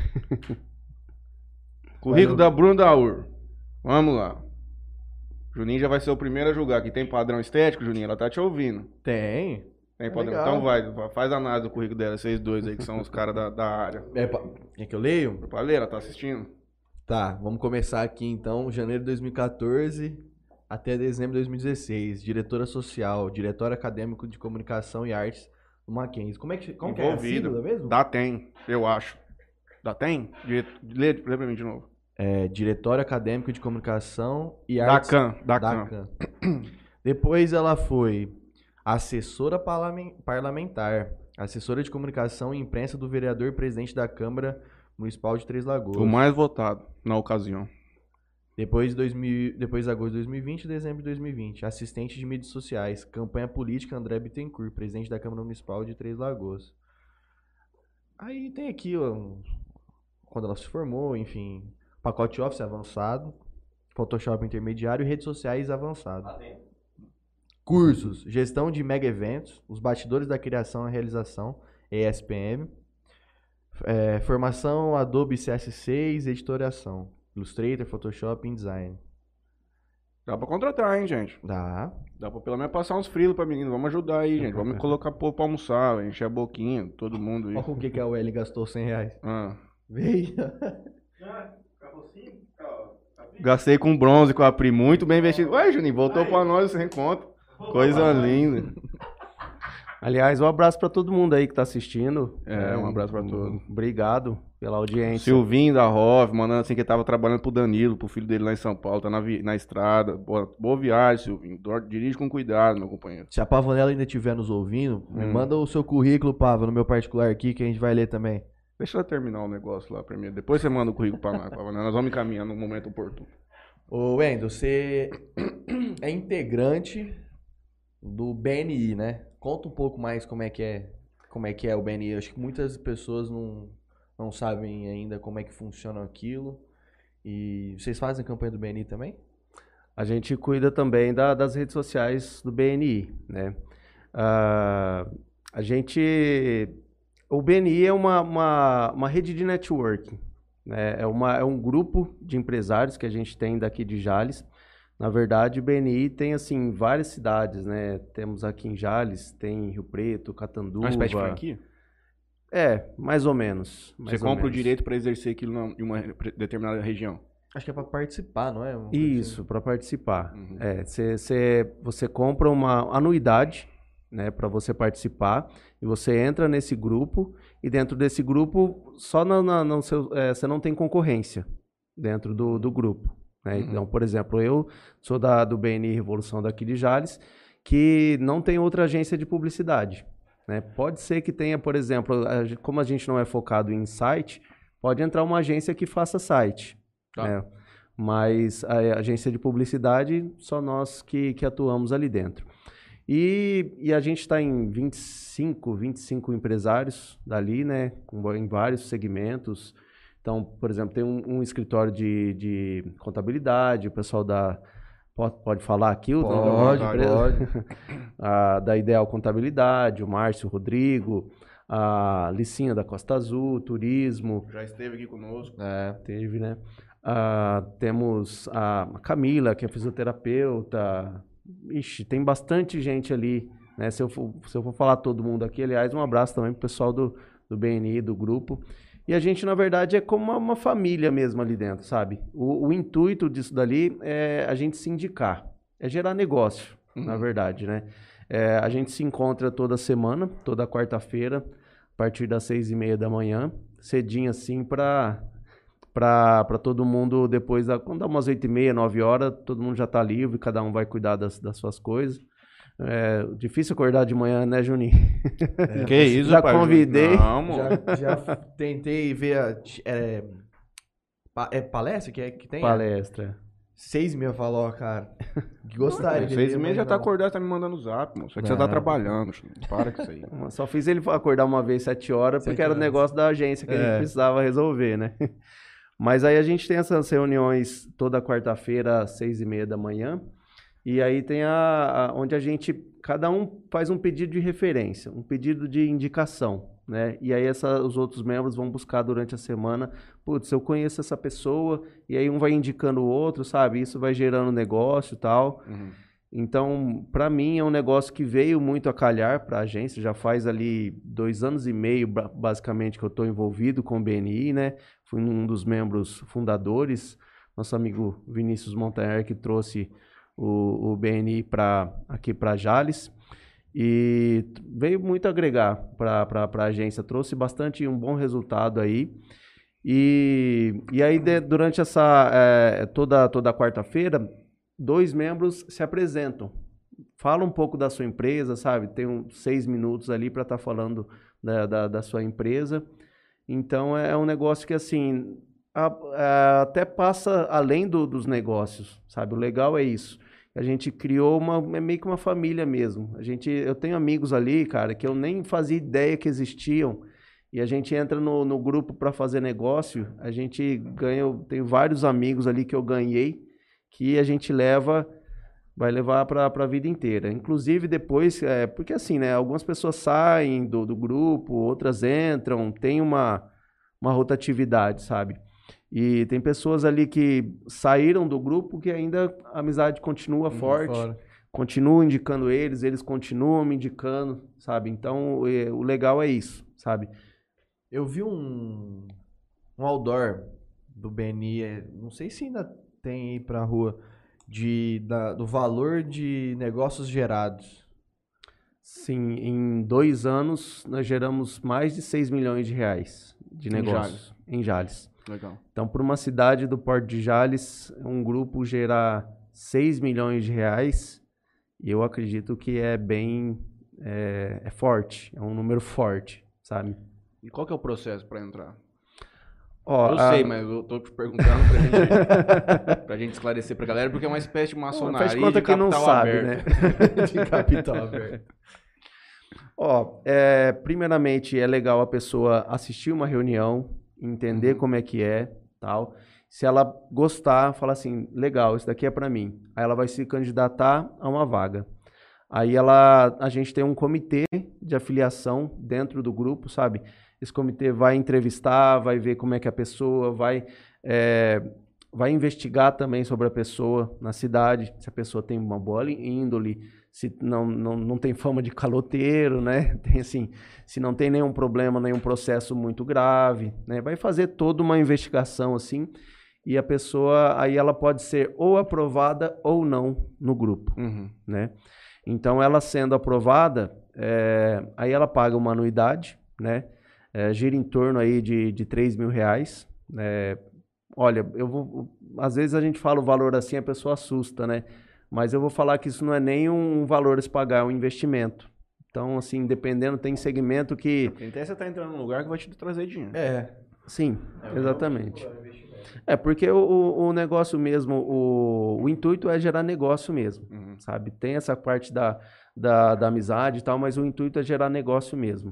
Currículo da Bruna Daur. Vamos lá. Juninho já vai ser o primeiro a julgar. Aqui tem padrão estético, Juninho? Ela tá te ouvindo. Tem. Tem É padrão. legal. Então vai, faz a análise do currículo dela, vocês dois aí, que são os caras da, da área. É, pa- quer que eu leio? Paleira, tá assistindo? Tá, vamos começar aqui então. Janeiro de dois mil e quatorze até dezembro de dois mil e dezesseis. Diretora social, diretor acadêmico de comunicação e artes do Mackenzie. Como é que, como que é a Envolvido. sigla mesmo? Dá tem, eu acho. Dá tem? Dire- Lê, lê pra mim de novo. É, Diretório Acadêmico de Comunicação e Da Artes. Can, da Can. Can. Depois ela foi assessora parlamen- parlamentar, assessora de comunicação e imprensa do vereador presidente da Câmara Municipal de Três Lagoas. O mais votado na ocasião. Depois de, dois mil, depois de agosto de dois mil e vinte e dezembro de dois mil e vinte, assistente de mídias sociais, campanha política André Bittencourt, presidente da Câmara Municipal de Três Lagoas. Aí tem aqui, ó, quando ela se formou, enfim, pacote Office avançado, Photoshop intermediário e redes sociais avançado. Cursos, gestão de mega eventos, os bastidores da criação e realização, E S P M, é, formação Adobe C S seis, editoração, Illustrator, Photoshop e InDesign. Dá pra contratar, hein, gente? Dá. Dá pra pelo menos passar uns frilos pra menino. Vamos ajudar aí, gente. Vamos colocar povo pra almoçar, encher a boquinha, todo mundo aí. Olha com o que, que a U L gastou cem reais. Ah. Veio. Ah, carrocinho, ó, abri. Gastei com bronze com a Pri, muito bem investido. Ué, Juninho, voltou Aí. pra nós esse reencontro. Voltou Coisa pra nós. linda. Aliás, um abraço para todo mundo aí que tá assistindo. É, um abraço pra todos. Obrigado pela audiência. Silvinho da Rov, mandando assim que ele tava trabalhando pro Danilo, pro filho dele lá em São Paulo, tá na, vi- na estrada. Boa, boa viagem, Silvinho. Dor- Dirige com cuidado, meu companheiro. Se a Pavanella ainda estiver nos ouvindo, me Hum. manda o seu currículo, Pava, no meu particular aqui, que a gente vai ler também. Deixa ela terminar o negócio lá primeiro. Depois você manda o currículo pra nós, Pavana. Nós vamos encaminhar no momento oportuno. Ô, Wendel, você é integrante do B N I, né? Conta um pouco mais como é que é, como é que é o B N I. Eu acho que muitas pessoas não, não sabem ainda como é que funciona aquilo. E vocês fazem campanha do B N I também? A gente cuida também da- das redes sociais do B N I, né? Ah, a gente... O B N I é uma, uma, uma rede de networking, né? É, uma, é um grupo de empresários que a gente tem daqui de Jales. Na verdade, o B N I tem, assim, várias cidades, né? Temos aqui em Jales, tem Rio Preto, Catanduva... Uma espécie de franquia? É, mais ou menos. Você mais ou compra o menos. direito pra exercer aquilo na- em uma re- determinada região. Acho que é pra participar, não é? Uma coisa Isso, para participar. Uhum. É, cê, cê- você compra uma anuidade, né, para você participar, e você entra nesse grupo, e dentro desse grupo, só na, na- no seu, é, você não tem concorrência dentro do, do grupo. Né? Uhum. Então, por exemplo, eu sou da, do B N I Revolução daqui de Jales, que não tem outra agência de publicidade. Né? Pode ser que tenha, por exemplo, a gen- como a gente não é focado em site, pode entrar uma agência que faça site. Tá. Né? Mas a agência de publicidade, só nós que, que atuamos ali dentro. E, e a gente está em vinte e cinco, vinte e cinco empresários dali, né? Com- Em vários segmentos. Então, por exemplo, tem um, um escritório de, de contabilidade, o pessoal da... Pode, pode falar aqui? o nome da Pode, empresa? pode. A, da Ideal Contabilidade, o Márcio Rodrigo, a Licinha da Costa Azul, Turismo, Já esteve aqui conosco. É. teve, né? Ah, temos a Camila, que é fisioterapeuta. Ixi, tem bastante gente ali, né? Se eu for, se eu for falar todo mundo aqui, aliás, um abraço também pro pessoal do, do B N I, do grupo. E a gente, na verdade, é como uma, uma família mesmo ali dentro, sabe? O, o intuito disso dali é a gente se indicar, é gerar negócio, Uhum. na verdade, né? É, a gente se encontra toda semana, toda quarta-feira, a partir das seis e meia da manhã, cedinho assim, para para todo mundo depois, da, quando dá umas oito e meia, nove horas, todo mundo já tá livre, cada um vai cuidar das, das suas coisas. É difícil acordar de manhã, né, Juninho? Que isso, já pai? convidei. Não, amor. Já, já tentei ver a. É, pa- é palestra que, é, que tem? Palestra. Seis e meia falou, cara. Que gostaria. de Seis ver, e meia mas já tá não. acordado, tá me mandando zap, moço. É que você Não. tá trabalhando, filho. Para com isso aí. Só fiz ele acordar uma vez sete horas, porque Sete era o horas. negócio da agência que a É. gente precisava resolver, né? Mas aí a gente tem essas reuniões toda quarta-feira, às seis e meia da manhã. E aí tem a, a- onde a gente, cada um faz um pedido de referência, um pedido de indicação, né? E aí essa, os outros membros vão buscar durante a semana, putz, eu conheço essa pessoa, e aí um vai indicando o outro, sabe? Isso vai gerando negócio e tal. Uhum. Então, para mim, é um negócio que veio muito a calhar para a agência. Já faz ali dois anos e meio, ba- basicamente, que eu estou envolvido com o B N I, né? Fui um dos membros fundadores. Nosso amigo Vinícius Montanher que trouxe o, o B N I pra, aqui para Jales. E t- veio muito agregar para a agência. Trouxe bastante um bom resultado aí. E, e aí, de- durante essa eh, toda, toda quarta-feira, dois membros se apresentam. Fala um pouco da sua empresa, sabe? Tem uns seis minutos ali para estar falando da, da, da sua empresa. Então, é um negócio que, assim, a- a- até passa além do- dos negócios, sabe? O legal é isso. A gente criou uma, é meio que uma família mesmo. A gente, eu tenho amigos ali, cara, que eu nem fazia ideia que existiam. E a gente entra no, no grupo para fazer negócio, a gente ganha, eu tenho vários amigos ali que eu ganhei, que a gente leva, vai levar para a vida inteira. Inclusive depois, é, porque assim, né, algumas pessoas saem do, do grupo, outras entram, tem uma, uma rotatividade, sabe? E tem pessoas ali que saíram do grupo que ainda a amizade continua forte, fora. continuo indicando eles, eles continuam me indicando, sabe? Então, o legal é isso, sabe? Eu vi um, um outdoor do B N I, não sei se ainda tem aí pra rua, de, da, do valor de negócios gerados. Sim, em dois anos nós geramos mais de seis milhões de reais de negócios em Jales. Legal. Então, para uma cidade do Porto de Jales, um grupo gerar seis milhões de reais, eu acredito que é bem, é, é forte, é um número forte, sabe? E qual que é o processo para entrar? Ó, eu a... sei, mas eu tô te perguntando pra gente, pra gente esclarecer pra galera, porque é uma espécie de maçonaria faz conta de que capital não sabe, aberto. né? De capital aberto. Ó, é, primeiramente é legal a pessoa assistir uma reunião, entender Uhum. como é que é, tal. Se ela gostar, falar assim, legal, isso daqui é para mim. Aí ela vai se candidatar a uma vaga. Aí ela, a gente tem um comitê de afiliação dentro do grupo, sabe? Esse comitê vai entrevistar, vai ver como é que a pessoa vai, é, vai investigar também sobre a pessoa na cidade, se a pessoa tem uma boa índole, se não, não, não tem fama de caloteiro, né? Tem assim, se não tem nenhum problema, nenhum processo muito grave, né? Vai fazer toda uma investigação assim, e a pessoa, aí ela pode ser ou aprovada ou não no grupo, Uhum. né? Então, ela sendo aprovada, é, aí ela paga uma anuidade, né? É, gira em torno aí de, de três mil reais. É, olha, eu vou, às vezes a gente fala o valor assim, a pessoa assusta, né? Mas eu vou falar que isso não é nem um valor a se pagar, é um investimento. Então, assim, dependendo, tem segmento que... A tendência tá entrando num lugar que vai te trazer dinheiro. É. Sim, é, exatamente. É, porque o, o negócio mesmo, o, o intuito é gerar negócio mesmo, Uhum. sabe? Tem essa parte da, da, da amizade e tal, mas o intuito é gerar negócio mesmo.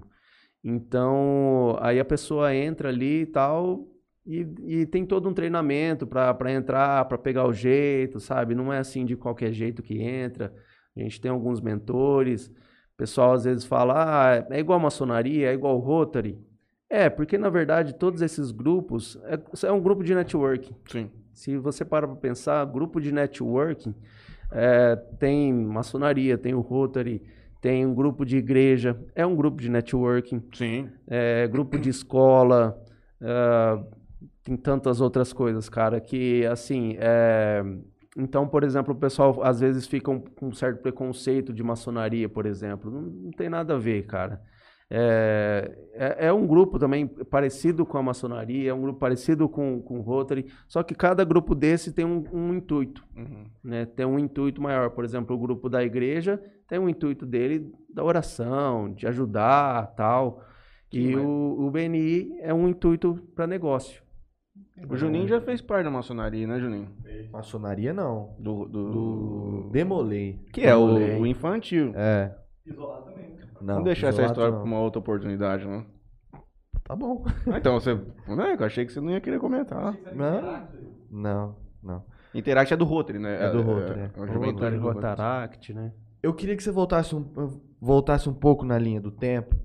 Então, aí a pessoa entra ali e tal, e, e tem todo um treinamento para entrar, para pegar o jeito, sabe? Não é assim de qualquer jeito que entra. A gente tem alguns mentores. O pessoal às vezes fala, ah, é igual maçonaria, é igual Rotary. É, porque na verdade todos esses grupos, é, é um grupo de networking. Sim. Se você para para pensar, grupo de networking, é, tem maçonaria, tem o Rotary, tem um grupo de igreja, é um grupo de networking. Sim. É, grupo de escola, é, tem tantas outras coisas, cara, que assim, é, então, por exemplo, o pessoal às vezes fica com um certo preconceito de maçonaria, por exemplo, não, não tem nada a ver, cara. É, é, é um grupo também parecido com a maçonaria, é um grupo parecido com, com o Rotary, só que cada grupo desse tem um, um intuito, Uhum. né? Tem um intuito maior. Por exemplo, o grupo da igreja tem um intuito dele da oração, de ajudar, tal. E Mas... o, o B N I é um intuito para negócio. O Juninho já fez parte da maçonaria, né, Juninho? Maçonaria não. Do, do... Do Demolei. Que é o, Demolei. o infantil. É. Isolar também. Não, Vamos deixar essa isolado história não. pra uma outra oportunidade, né? Tá bom. Ah, então você... Não, eu achei que você não ia querer comentar. Não, não, não. Interact é do Rotary, né? É do Rotary, é. é a O juventude Rotary do Rotary. Rotaract, né? Eu queria que você voltasse um, voltasse um pouco na linha do tempo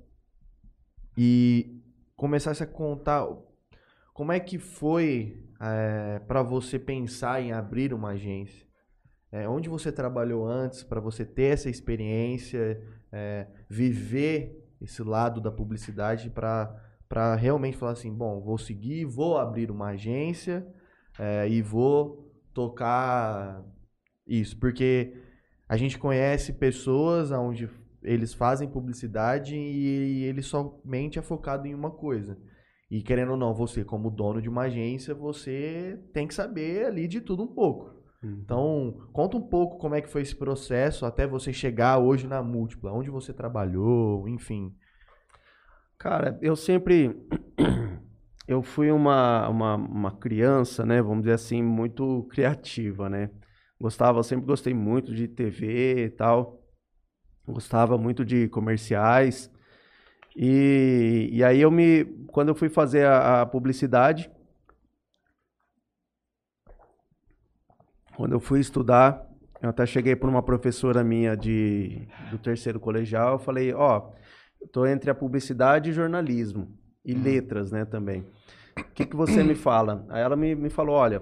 e começasse a contar como é que foi é, para você pensar em abrir uma agência. É, onde você trabalhou antes para você ter essa experiência, é, viver esse lado da publicidade para realmente falar assim, bom, vou seguir, vou abrir uma agência é, e vou tocar isso. Porque a gente conhece pessoas onde eles fazem publicidade e ele somente é focado em uma coisa. E querendo ou não, você como dono de uma agência, você tem que saber ali de tudo um pouco. Então, conta um pouco como é que foi esse processo até você chegar hoje na Múltipla, onde você trabalhou, enfim. Cara, eu sempre... eu fui uma, uma, uma criança, né, vamos dizer assim, muito criativa, né? Gostava, sempre gostei muito de T V e tal. Gostava muito de comerciais. E, e aí eu me... Quando eu fui fazer a, a publicidade... Quando eu fui estudar, eu até cheguei para uma professora minha de, do terceiro colegial, eu falei, ó, eu tô entre a publicidade e jornalismo, e letras, né, também. o que, que você me fala? Aí ela me, me falou, olha,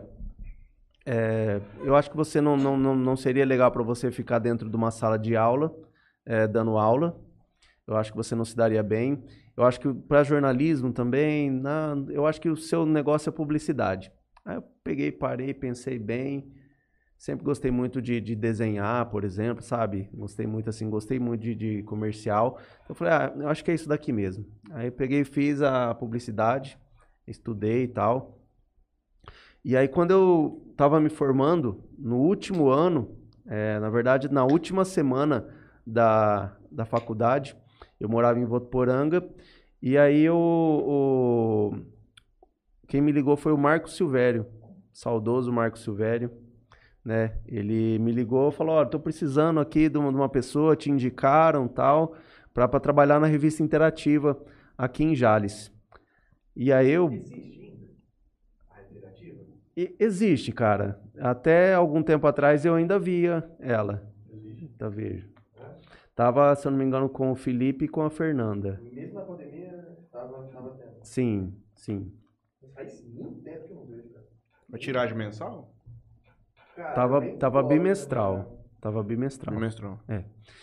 é, eu acho que você não, não, não, não seria legal para você ficar dentro de uma sala de aula, é, dando aula. Eu acho que você não se daria bem. Eu acho que para jornalismo também, não, eu acho que o seu negócio é publicidade. Aí eu peguei, parei, pensei bem. Sempre gostei muito de, de desenhar, por exemplo, sabe? Gostei muito assim, gostei muito de, de comercial. Então eu falei, ah, eu acho que é isso daqui mesmo. Aí eu peguei e fiz a publicidade, estudei e tal. E aí quando eu estava me formando, no último ano, é, na verdade na última semana da, da faculdade, eu morava em Votuporanga, e aí o, o, quem me ligou foi o Marco Silvério, saudoso Marco Silvério. Né? Ele me ligou e falou, ó, oh, tô precisando aqui de uma, de uma pessoa, te indicaram tal, para trabalhar na revista Interativa aqui em Jales. E aí eu... Existe ainda a Interativa? E, existe, cara. Até algum tempo atrás eu ainda via ela. Existe. Ainda vejo. É? Tava, se eu não me engano, com o Felipe e com a Fernanda. E mesmo na pandemia, tava, tava tendo? Sim, sim. Mas faz muito tempo que eu não vejo, cara. Uma tiragem mensal? Cara, Tava, tava forte, bimestral. Né, tava bimestral. Bimestral. É.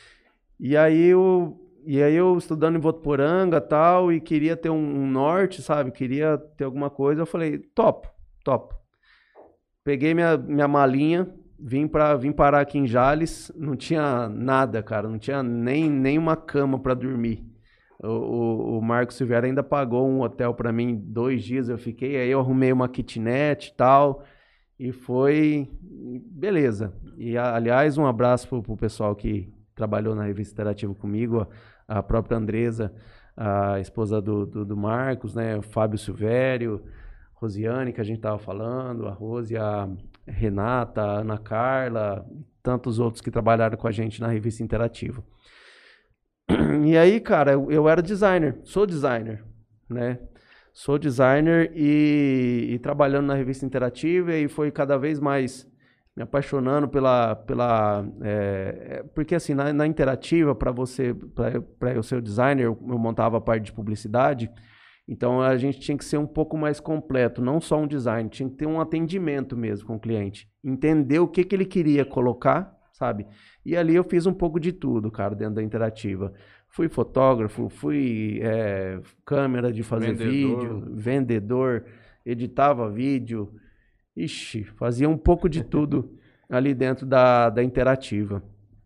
E aí eu, e aí eu estudando em Votuporanga e tal, e queria ter um, um norte, sabe? Queria ter alguma coisa. Eu falei, top, top. Peguei minha, minha malinha, vim, pra, vim parar aqui em Jales. Não tinha nada, cara. Não tinha nem, nem uma cama para dormir. O, o, o Marco Silveira ainda pagou um hotel para mim dois dias. Eu fiquei, aí eu arrumei uma kitnet e tal. E foi... Beleza. E, aliás, um abraço pro, pro pessoal que trabalhou na revista Interativa comigo, a, a própria Andresa, a esposa do, do, do Marcos, né? O Fábio Silvério, Rosiane, que a gente tava falando, a Rose, a Renata, a Ana Carla, tantos outros que trabalharam com a gente na revista Interativa. E aí, cara, eu, eu era designer, sou designer, né? Sou designer e, e trabalhando na revista Interativa, e foi cada vez mais me apaixonando pela... pela é, porque assim, na, na Interativa, para você, para eu ser o designer, eu, eu montava a parte de publicidade, então a gente tinha que ser um pouco mais completo, não só um design, tinha que ter um atendimento mesmo com o cliente, entender o que, que ele queria colocar, sabe? E ali eu fiz um pouco de tudo, cara, dentro da Interativa. Fui fotógrafo, fui é, câmera de fazer vendedor. vídeo, vendedor, editava vídeo. Ixi, fazia um pouco de tudo ali dentro da, da Interativa.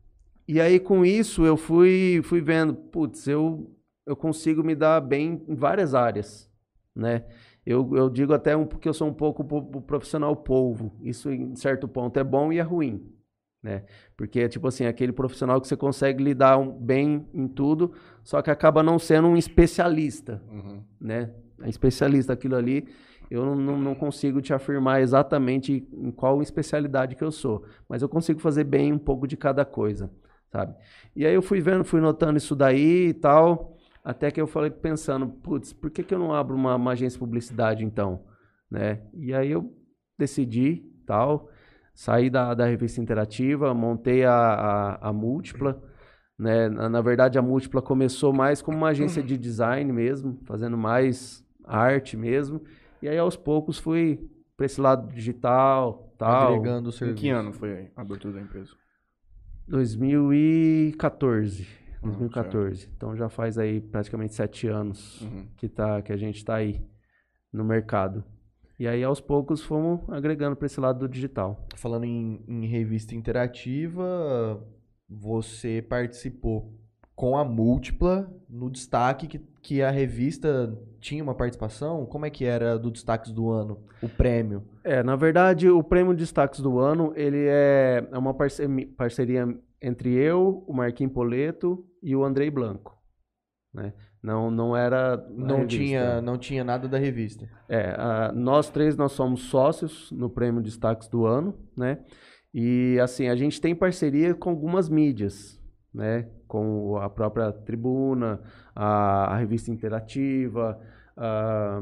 E aí com isso eu fui, fui vendo, putz, eu, eu consigo me dar bem em várias áreas, né? Eu, eu digo até um, porque eu sou um pouco o profissional polvo. Isso em certo ponto é bom e é ruim. Né? Porque é tipo assim, aquele profissional que você consegue lidar um, bem em tudo, só que acaba não sendo um especialista, uhum. né? É especialista aquilo ali, eu não, não, não consigo te afirmar exatamente em qual especialidade que eu sou, mas eu consigo fazer bem um pouco de cada coisa, sabe? E aí eu fui vendo, fui notando isso daí e tal, até que eu falei pensando, putz, por que que eu não abro uma, uma agência de publicidade então? Né? E aí eu decidi, tal... Saí da, da revista Interativa, montei a, a, a Múltipla, né? Na, na verdade, a Múltipla começou mais como uma agência de design mesmo, fazendo mais arte mesmo. E aí, aos poucos, fui para esse lado digital, tal. Agregando o serviço. Em que ano foi a abertura da empresa? dois mil e quatorze. dois mil e quatorze. Certo. Então, já faz aí praticamente sete anos uhum. que, tá, que a gente está aí no mercado. E aí, aos poucos, fomos agregando para esse lado do digital. Falando em, em revista interativa, você participou com a Múltipla no destaque que, que a revista tinha uma participação? Como é que era do Destaques do Ano, o prêmio? É, na verdade, o prêmio Destaques do Ano, ele é uma parceria entre eu, o Marquinhos Poleto e o Andrei Blanco, né? Não, não era não tinha, não tinha nada da revista. É, a, nós três nós somos sócios no Prêmio Destaques do Ano, né? E assim, a gente tem parceria com algumas mídias, né? Com a própria Tribuna, a, a Revista Interativa, a,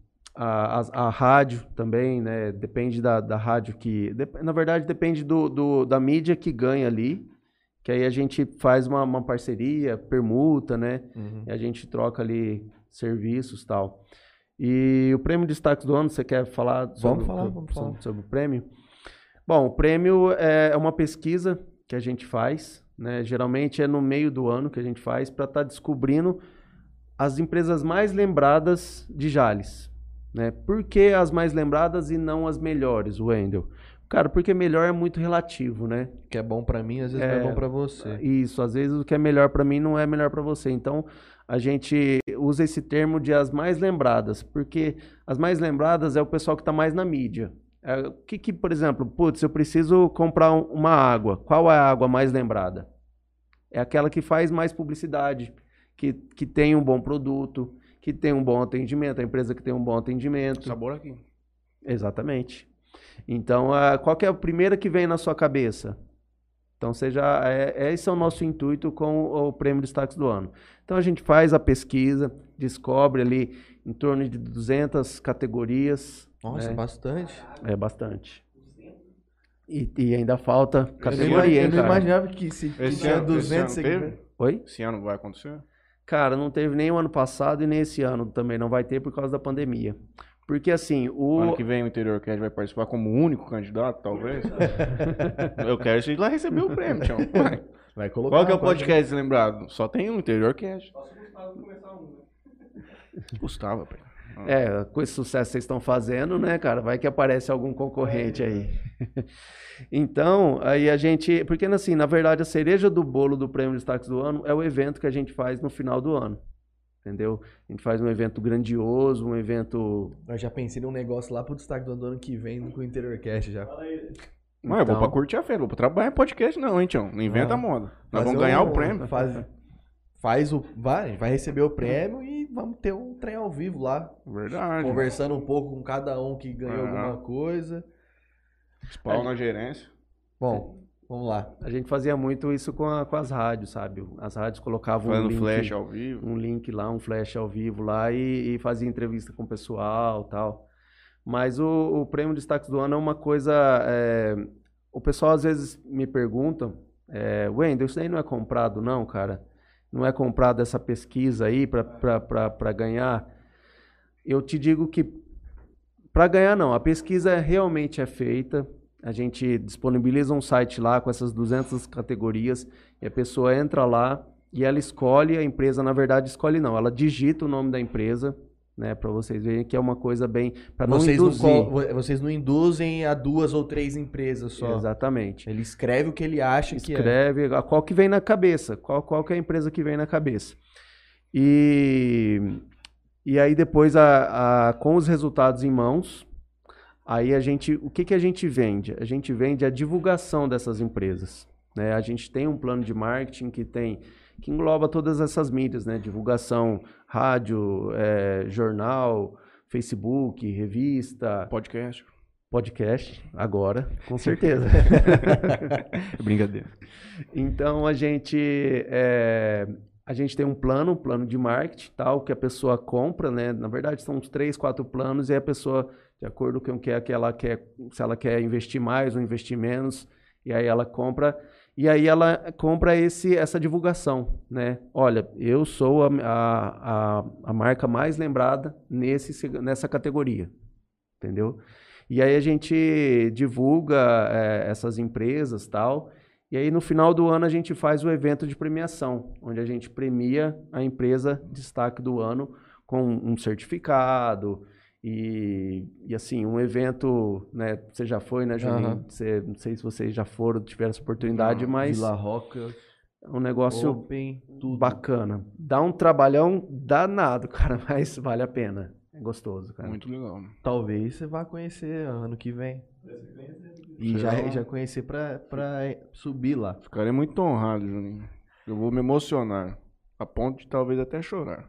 a, a, a rádio também, né? Depende da, da rádio que... De, na verdade, depende do, do, da mídia que ganha ali, que aí a gente faz uma, uma parceria, permuta, né? Uhum. E a gente troca ali serviços e tal. E o prêmio de destaques do ano, você quer falar sobre, Vamos falar, sobre, vamos falar. sobre, sobre o prêmio? Bom, o prêmio é uma pesquisa que a gente faz, né? Geralmente é no meio do ano que a gente faz para estar descobrindo as empresas mais lembradas de Jales, né? Por que as mais lembradas e não as melhores, Wendel? Cara, porque melhor é muito relativo, né? O que é bom pra mim, às vezes não é bom pra você. Isso, às vezes o que é melhor para mim não é melhor para você. Então, a gente usa esse termo de as mais lembradas, porque as mais lembradas é o pessoal que está mais na mídia. É, o que, que, por exemplo, putz, eu preciso comprar um- uma água. Qual é a água mais lembrada? É aquela que faz mais publicidade, que, que tem um bom produto, que tem um bom atendimento, a empresa que tem um bom atendimento. Sabor aqui. Exatamente. Então, a, qual que é a primeira que vem na sua cabeça? Então, seja, é, esse é o nosso intuito com o, o Prêmio Destaques do Ano. Então, a gente faz a pesquisa, descobre ali em torno de duzentas categorias. Nossa, né? bastante. É bastante. E, e ainda falta Eu não, categoria, imag- hein, eu não cara? imaginava que se que Esse tinha ano- esse duzentos ano teve? segmentos. Oi? Esse ano vai acontecer? Cara, não teve nem o ano passado e nem esse ano também. Não vai ter por causa da pandemia. Porque, assim, o... Ano que vem o Interior Cast vai participar como único candidato, talvez. Eu quero ir lá receber o prêmio, tchau. Vai. Vai colocar. Qual que é o pode- podcast lembrado? Só tem um Interior Cast. Só se o Gustavo começar um, né? Gustavo, pai. É, com esse sucesso que vocês estão fazendo, né, cara? Vai que aparece algum concorrente aí. Então, aí a gente... Porque, assim, na verdade, a cereja do bolo do Prêmio Destaques do Ano é o evento que a gente faz no final do ano. Entendeu? A gente faz um evento grandioso, um evento... Eu já pensei num negócio lá pro destaque do ano que vem com o Interior Cast já. Fala aí. Não, eu vou Então- pra curtir a feira, vou pra trabalhar em podcast não, hein, tchau. Não inventa Ah. moda. Nós Fazer vamos ganhar um- o prêmio. Faz, faz o. Vai, vai receber o prêmio e vamos ter um trem ao vivo lá. Verdade. Conversando um pouco com cada um que ganhou Aham. alguma coisa. Pau na gerência. Bom, vamos lá. A gente fazia muito isso com, a- com as rádios, sabe? As rádios colocavam um Fazendo link, flash ao vivo. um link lá, um flash ao vivo lá e, e fazia entrevista com o pessoal e tal. Mas o, o Prêmio Destaques do Ano é uma coisa... é, o pessoal às vezes me pergunta, é, Wendel, isso aí não é comprado não, cara? Não é comprado essa pesquisa aí para ganhar? Eu te digo que para ganhar não, a pesquisa realmente é feita, a gente disponibiliza um site lá com essas duzentas categorias e a pessoa entra lá e ela escolhe, a empresa na verdade escolhe não, ela digita o nome da empresa, né, para vocês verem que é uma coisa bem para não Vocês não, induzir. col- vocês não induzem a duas ou três empresas só. Exatamente. Ele escreve o que ele acha que é. Escreve a qual que vem na cabeça, qual, qual que é a empresa que vem na cabeça. E, e aí depois, a, a, com os resultados em mãos, aí a gente, o que, que a gente vende? A gente vende a divulgação dessas empresas. Né? A gente tem um plano de marketing que tem que engloba todas essas mídias, né? Divulgação, rádio, é, jornal, Facebook, revista, Podcast. podcast, agora, com certeza. Brincadeira. Então a gente é, a gente tem um plano, um plano de marketing, tal, que a pessoa compra, né? Na verdade são uns três, quatro planos e a pessoa, de acordo com o que, é que ela quer, se ela quer investir mais ou investir menos, e aí ela compra e aí ela compra esse essa divulgação, né? Olha, eu sou a, a, a, a marca mais lembrada nesse nessa categoria, entendeu? E aí a gente divulga é, essas empresas, tal. E aí, no final do ano, a gente faz o evento de premiação, onde a gente premia a empresa destaque do ano com um certificado e, e assim, um evento, né? Você já foi, né, Juninho? Aham. Você, não sei se vocês já foram, tiveram essa oportunidade, mas Vila Roca, é um negócio Open, tudo. bacana. Dá um trabalhão danado, cara, mas vale a pena. É gostoso, cara. Muito legal. Talvez você vá conhecer ano que vem. E Será? já, já conhecer pra, pra subir lá. Ficarei muito honrado, Juninho. Eu vou me emocionar. A ponto de talvez até chorar.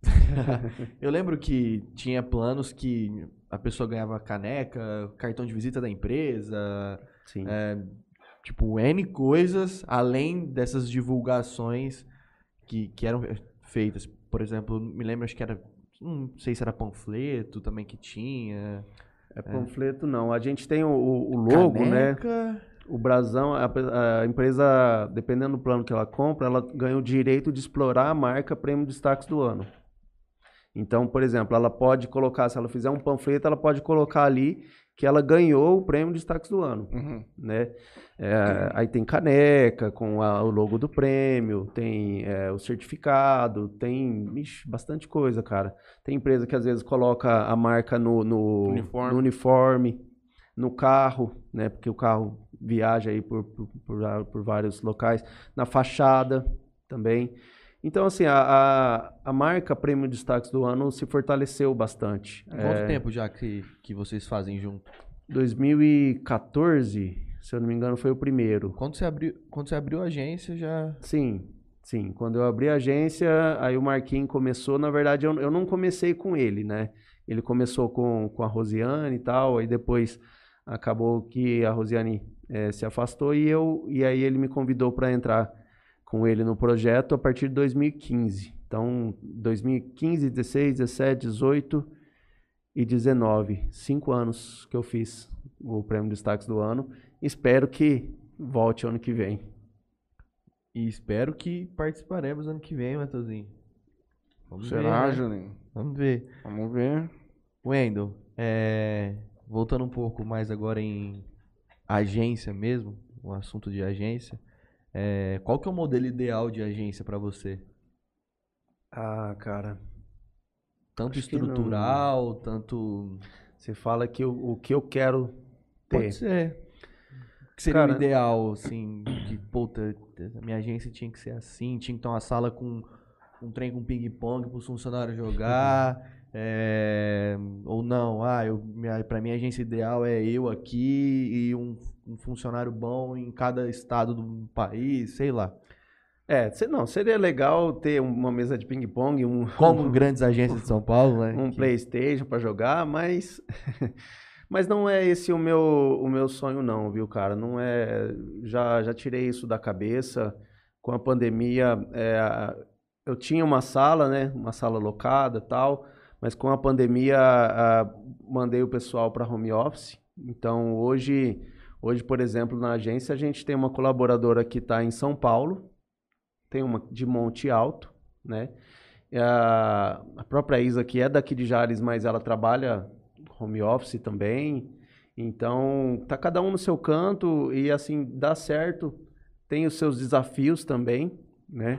Eu lembro que tinha planos que a pessoa ganhava caneca, cartão de visita da empresa, Sim. é, tipo, N coisas, além dessas divulgações que, que eram feitas. Por exemplo, me lembro, acho que era, não sei se era panfleto também que tinha. É panfleto, não. A gente tem o, o logo, né? Caneca. O brasão, a, a empresa, dependendo do plano que ela compra, ela ganha o direito de explorar a marca Prêmio Destaques do Ano. Então, por exemplo, ela pode colocar, se ela fizer um panfleto, ela pode colocar ali que ela ganhou o prêmio de destaques do ano, Uhum. né? É, aí tem caneca com a- o logo do prêmio, tem é, o certificado, tem ixi, bastante coisa, cara. Tem empresa que às vezes coloca a marca no, no, Uniforme. no uniforme, no carro, né? Porque o carro viaja aí por, por, por, por vários locais, na fachada também. Então, assim, a, a, a marca Prêmio Destaques do Ano se fortaleceu bastante. Quanto tempo já que, que vocês fazem junto? dois mil e quatorze, se eu não me engano, foi o primeiro. Quando você abriu, quando você abriu a agência, já... Sim, sim. Quando eu abri a agência, aí o Marquinhos começou. Na verdade, eu, eu não comecei com ele, né? Ele começou com, com a Rosiane e tal, aí depois acabou que a Rosiane eh, se afastou e, eu, e aí ele me convidou para entrar com ele no projeto a partir de dois mil e quinze. Então, dois mil e quinze, dezesseis, dezessete, dezoito e dezenove. Cinco anos que eu fiz o Prêmio Destaques do Ano. Espero que volte ano que vem. E espero que participaremos ano que vem, Matheusinho. Vamos Será, ver, né? Juninho? Vamos ver. Vamos ver. Wendel, é, voltando um pouco mais agora em agência mesmo, o assunto de agência, é, qual que é o modelo ideal de agência para você? Ah, cara. Tanto Acho que não. estrutural, tanto... Você fala que o, o que eu quero ter. Pode ser. O que seria Cara, o ideal, assim, de, puta, a minha agência tinha que ser assim, tinha que ter uma sala com um trem com ping-pong para os funcionários jogar, é, ou não, ah, eu, minha, pra mim a agência ideal é eu aqui e um, um funcionário bom em cada estado do país, sei lá. É, se- não, seria legal ter uma mesa de ping-pong, um, Como grandes agências de São Paulo, né? um que- PlayStation para jogar, mas mas não é esse o meu o meu sonho não, viu, cara? Não é, já já tirei isso da cabeça. Com a pandemia, é, eu tinha uma sala, né, uma sala locada, tal, mas com a pandemia a, mandei o pessoal para home office. Então hoje hoje, por exemplo, na agência a gente tem uma colaboradora que está em São Paulo, tem uma de Monte Alto, né? E A, a própria Isa, que é daqui de Jales, mas ela trabalha home office também. Então, tá cada um no seu canto e assim, dá certo. Tem os seus desafios também, né?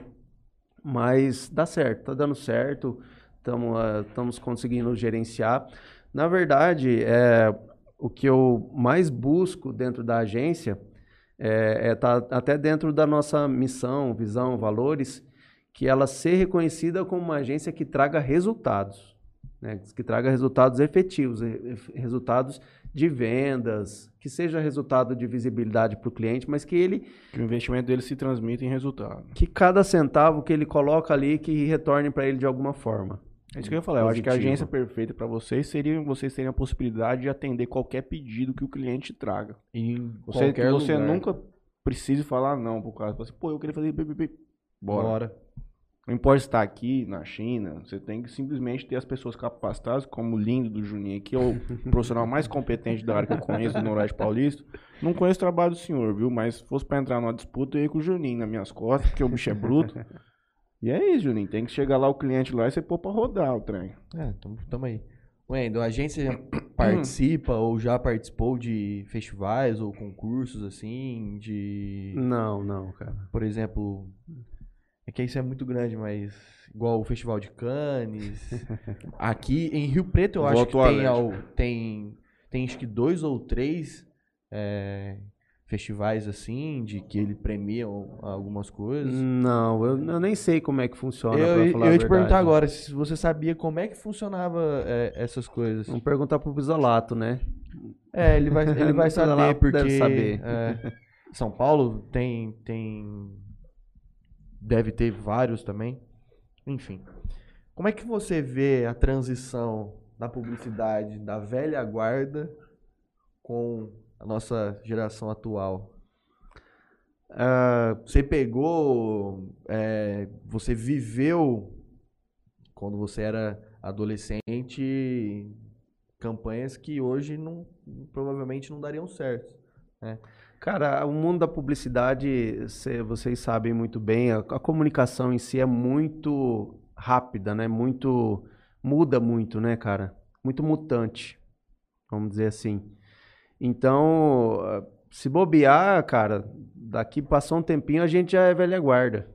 Mas dá certo, tá dando certo. Estamos conseguindo gerenciar. Na verdade, é, o que eu mais busco dentro da agência é, é tá até dentro da nossa missão, visão, valores, que ela ser reconhecida como uma agência que traga resultados, né? Que traga resultados efetivos, re- resultados de vendas, que seja resultado de visibilidade para o cliente, mas que ele, Que o investimento dele se transmita em resultado. que cada centavo que ele coloca ali, que retorne para ele de alguma forma. É isso que eu ia falar. Eu acho que a Positivo. agência perfeita para vocês seria vocês terem a possibilidade de atender qualquer pedido que o cliente traga. Em Você, qualquer que você lugar. nunca precise falar não pro cara. Você, pô, eu queria fazer... bi, bi, bi. Bora. Bora. Não importa estar aqui, na China, você tem que simplesmente ter as pessoas capacitadas, como o lindo do Juninho, que é o profissional mais competente da área que eu conheço do Noroeste Paulista. Não conheço o trabalho do senhor, viu? Mas se fosse para entrar numa disputa, eu ia com o Juninho nas minhas costas, porque o bicho é bruto. E é isso, Juninho. Tem que chegar lá o cliente lá e você pôr pra rodar o trem. É, tamo, tamo aí. Wendel, a agência participa ou já participou de festivais ou concursos, assim, de... Não, não, cara. Por exemplo, é que isso é muito grande, mas igual o Festival de Cannes. Aqui em Rio Preto eu acho Volto que ao tem, Alérgico. al- tem, tem acho que dois ou três é, festivais assim, de que ele premia algumas coisas. Não, eu, eu nem sei como é que funciona, eu pra eu falar ia a te verdade. perguntar agora se você sabia como é que funcionava é, essas coisas. Vamos perguntar pro Bisolato, né? É, ele vai, ele vai Sei lá, saber, porque deve saber. é, São Paulo tem, tem. Deve ter vários também. Enfim. Como é que você vê a transição da publicidade da velha guarda com a nossa geração atual? Ah, Você pegou. é, você viveu quando você era adolescente campanhas que hoje não, provavelmente não dariam certo. Né? cara, o mundo da publicidade, cê- vocês sabem muito bem, a, a comunicação em si é muito rápida, né? Muito, muda muito, né, cara? Muito mutante, vamos dizer assim. Então, se bobear, cara, daqui passou um tempinho a gente já é velha guarda.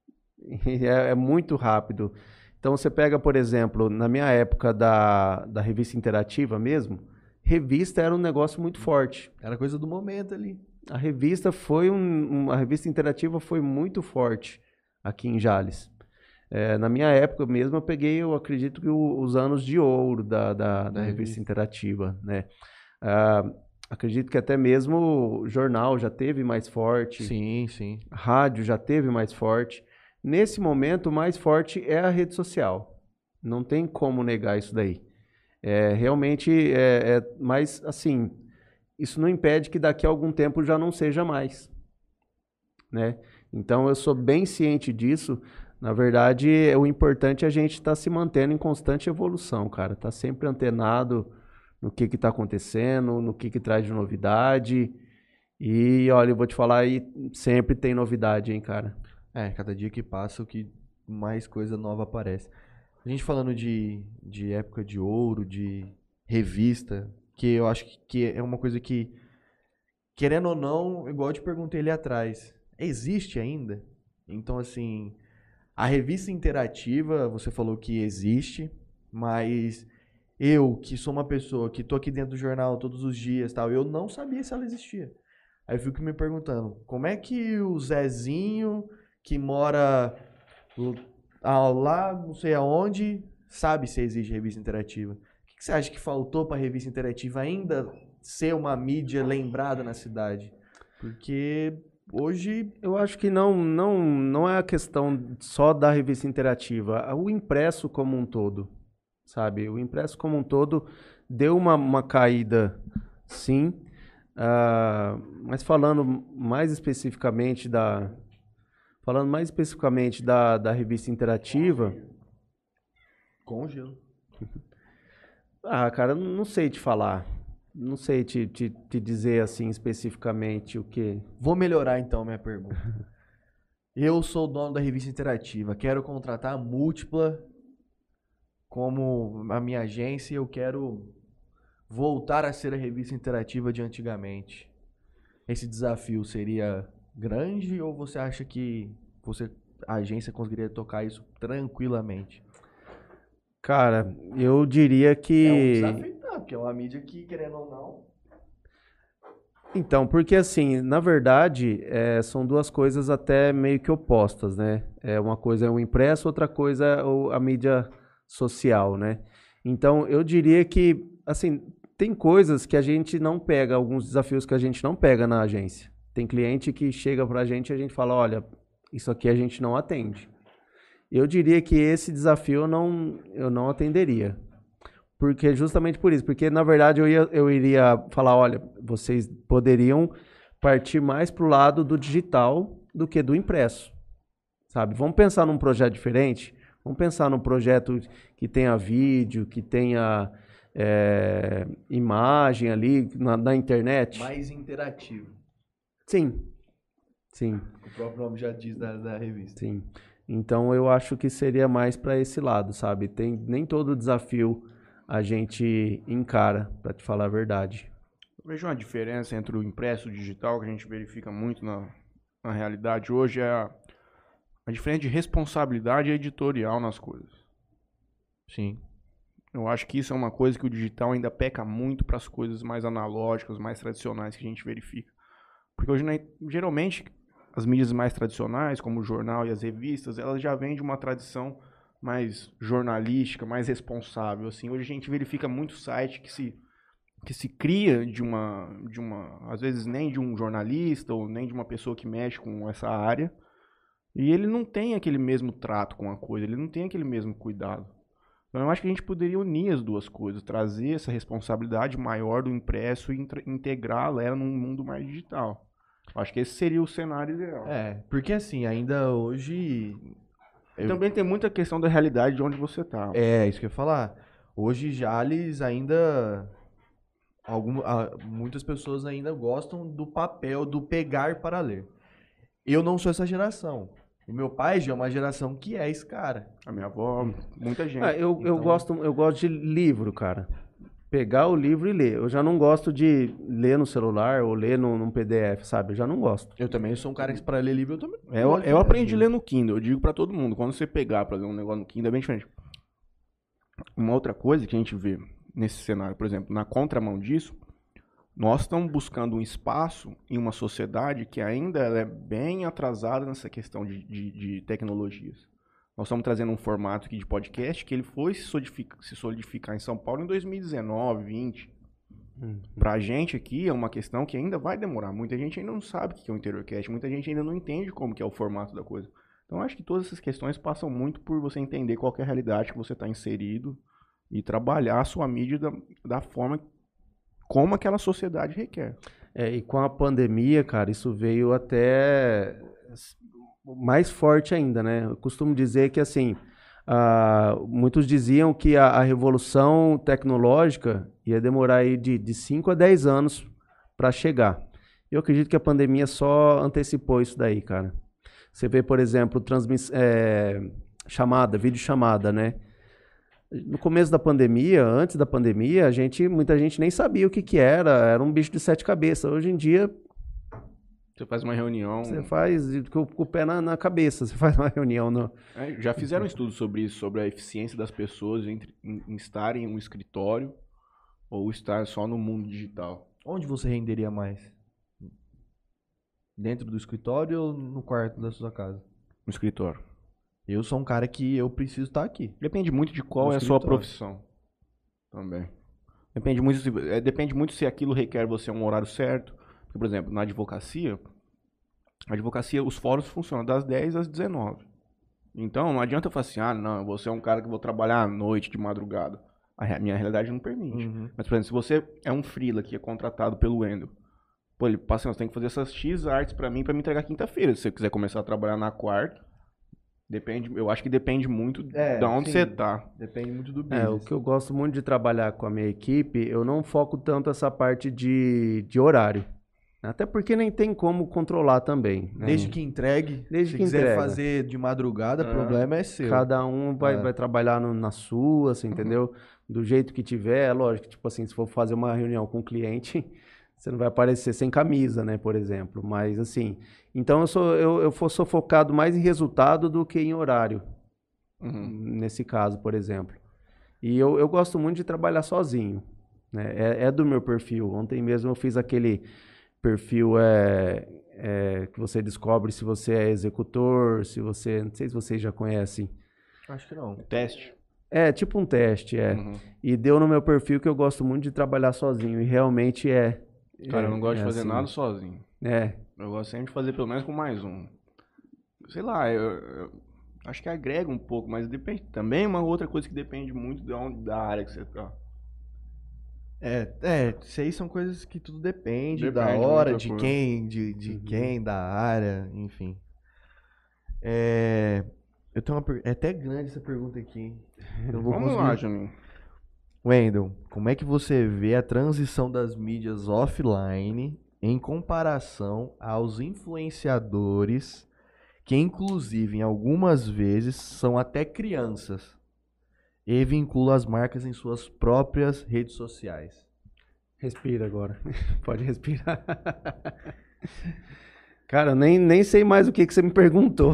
É, é muito rápido. Então você pega, por exemplo, na minha época da, da revista interativa mesmo, revista era um negócio muito forte. Era coisa do momento ali. A revista foi um, um- a revista interativa foi muito forte aqui em Jales. É, na minha época mesmo, eu peguei, eu acredito que o- os anos de ouro da, da, da Da revista revista. interativa, né? Ah, acredito que até mesmo o jornal já teve mais forte, Sim, sim. rádio já teve mais forte. Nesse momento, o mais forte é a rede social. Não tem como negar isso daí. É, realmente, é, é, mas assim, isso não impede que daqui a algum tempo já não seja mais, né? Então, eu sou bem ciente disso. Na verdade, é- o importante é a gente estar se mantendo em constante evolução, cara. Tá sempre antenado no que está acontecendo, no que, que traz de novidade. E, olha, eu vou te falar aí, sempre tem novidade, hein, cara. É, cada dia que passa, o que mais coisa nova aparece. A gente falando de, de época de ouro, de revista, que eu acho que, que é uma coisa que, querendo ou não, igual eu te perguntei ali atrás, existe ainda? Então, assim, a revista interativa, você falou que existe, mas eu, que sou uma pessoa que tô aqui dentro do jornal todos os dias, tal, eu não sabia se ela existia. Aí eu fico me perguntando, como é que o Zezinho, que mora l- ah, lá, não sei aonde, sabe se existe revista interativa? O que que você acha que faltou para a revista interativa ainda ser uma mídia lembrada na cidade? Porque hoje, Eu acho que não, não, não é a questão só da revista interativa, o impresso como um todo, sabe? O impresso como um todo deu uma, uma caída, sim, ah, mas falando mais especificamente da, falando mais especificamente da, da revista interativa, com gelo. ah, cara, não não sei te falar, não sei te, te, te dizer assim especificamente o que. Vou melhorar então minha pergunta. Eu sou o dono da revista interativa, quero contratar a Múltipla como a minha agência e eu quero voltar a ser a revista interativa de antigamente. Esse desafio seria grande ou você acha que você, a agência conseguiria tocar isso tranquilamente? Cara, eu diria É um que. desafio, não, porque é uma mídia que, querendo ou não. Então, porque assim, na verdade, é, são duas coisas até meio que opostas, né? É, uma coisa é o impresso, outra coisa é o- a mídia social, né? Então, eu diria que, assim, tem coisas que a gente não pega, alguns desafios que a gente não pega na agência. Tem cliente que chega pra gente e a gente fala, olha, isso aqui a gente não atende. Eu diria que esse desafio eu não, eu não atenderia. Porque justamente por isso, porque na verdade eu, ia, eu iria falar, olha, vocês poderiam partir mais para o lado do digital do que do impresso, sabe? Vamos pensar num projeto diferente? Vamos pensar num projeto que tenha vídeo, que tenha é, imagem ali na, na internet? Mais interativo. Sim, sim, O próprio nome já diz da, da revista. sim. Então eu acho que seria mais para esse lado, sabe? Tem, nem todo desafio a gente encara, para te falar a verdade. Eu vejo uma diferença entre o impresso e o digital que a gente verifica muito na, na realidade hoje é a, a diferença de responsabilidade editorial nas coisas. Sim. Eu acho que isso é uma coisa que o digital ainda peca muito para as coisas mais analógicas, mais tradicionais que a gente verifica. Porque hoje, né, geralmente, as mídias mais tradicionais, como o jornal e as revistas, elas já vêm de uma tradição mais jornalística, mais responsável. Assim, hoje a gente verifica muito site que se que se cria de uma, de uma, às vezes nem de um jornalista ou nem de uma pessoa que mexe com essa área, e ele não tem aquele mesmo trato com a coisa, ele não tem aquele mesmo cuidado. Então eu acho que a gente poderia unir as duas coisas, trazer essa responsabilidade maior do impresso e integrá-la num mundo mais digital. Eu acho que esse seria o cenário ideal. É, porque assim, ainda hoje. E também tem muita questão da realidade de onde você está. É, isso que eu ia falar. Hoje, Jales ainda. Algum, ah, muitas pessoas ainda gostam do papel, do pegar para ler. Eu não sou essa geração. E meu pai já é uma geração que é esse cara. A minha avó, muita gente. Ah, eu, eu, Então- gosto, eu gosto de livro, cara. Pegar o livro e ler. Eu já não gosto de ler no celular ou ler num, num P D F, sabe? Eu já não gosto. Eu também sou um cara que, pra ler livro, eu também. É, eu, eu aprendi a ler no Kindle, eu digo pra todo mundo, quando você pegar pra ler um negócio no Kindle é bem diferente. Uma outra coisa que a gente vê nesse cenário, por exemplo, na contramão disso, nós estamos buscando um espaço em uma sociedade que ainda ela é bem atrasada nessa questão de, de, de tecnologias. Nós estamos trazendo um formato aqui de podcast que ele foi se solidificar, se solidificar em São Paulo em dois mil e dezenove, vinte. Hum. Pra gente aqui é uma questão que ainda vai demorar. Muita gente ainda não sabe o que é o interiorcast, muita gente ainda não entende como que é o formato da coisa. Então acho que todas essas questões passam muito por você entender qual que é a realidade que você está inserido e trabalhar a sua mídia da, da forma como aquela sociedade requer. É, e com a pandemia, cara, isso veio até mais forte ainda, né? Eu costumo dizer que, assim, uh, muitos diziam que a, a revolução tecnológica ia demorar aí de cinco a dez anos para chegar. Eu acredito que a pandemia só antecipou isso daí, cara. Você vê, por exemplo, transmiss... é, chamada, videochamada, né? No começo da pandemia, antes da pandemia, a gente, muita gente nem sabia o que que era, era um bicho de sete cabeças. Hoje em dia, Você faz uma reunião... você faz com, com o pé na, na cabeça, você faz uma reunião. No... É, já fizeram um estudo sobre isso, sobre a eficiência das pessoas entre, em, em estar em um escritório ou estar só no mundo digital. Onde você renderia mais? Dentro do escritório ou no quarto da sua casa? No escritório. Eu sou um cara que eu preciso estar aqui. Depende muito de qual No é a sua escritório. profissão. Também. Depende muito, se, é, depende muito se aquilo requer você um horário certo. Porque, por exemplo, na advocacia, a advocacia, os fóruns funcionam das dez às dezenove. Então, não adianta eu falar assim, ah, não, você é um cara que vou trabalhar à noite, de madrugada. A rea- minha realidade não permite. Uhum. Mas, por exemplo, se você é um freela que é contratado pelo Wendel, pô, ele passa assim, você tem que fazer essas X artes pra mim, pra me entregar quinta-feira. Se você quiser começar a trabalhar na quarta, depende, eu acho que depende muito É, de onde sim. você tá. Depende muito do É, o business. que eu gosto muito de trabalhar com a minha equipe, eu não foco tanto essa parte de, de horário. Até porque nem tem como controlar também. Né? Desde que entregue. Desde se que quiser entrega. fazer de madrugada, o problema é seu. Cada um vai, É. vai trabalhar no- na sua, assim, entendeu? Do jeito que tiver, é lógico, tipo assim, se for fazer uma reunião com um cliente, você não vai aparecer sem camisa, né, por exemplo. Mas assim, então eu sou, eu, eu for- sou focado mais em resultado do que em horário, Uhum. nesse caso, por exemplo. E eu, eu gosto muito de trabalhar sozinho, né? É, é do meu perfil. Ontem mesmo eu fiz aquele perfil é, é, que você descobre se você é executor, se você, não sei se vocês já conhecem. Acho que não. Teste. É, tipo um teste, é. Uhum. E deu no meu perfil que eu gosto muito de trabalhar sozinho. E realmente é. Cara, é, eu não gosto é de fazer assim. nada sozinho. É. Eu gosto sempre de fazer pelo menos com mais um. Sei lá, eu, eu acho que agrega um pouco, mas depende. Também é uma outra coisa que depende muito da, onde- da área que você tá. É, é, isso aí são coisas que tudo depende, da Depende, hora, muita de coisa. quem, de, de Uhum. quem, da área, enfim. É, eu tenho uma per... É até grande essa pergunta aqui, hein? Eu não vou Vamos conseguir. lá, Juninho. Wendel, como é que você vê a transição das mídias offline em comparação aos influenciadores, que inclusive em algumas vezes são até crianças, e vinculam as marcas em suas próprias redes sociais? Respira agora. Pode respirar. Cara, eu nem, nem sei mais o que, que você me perguntou.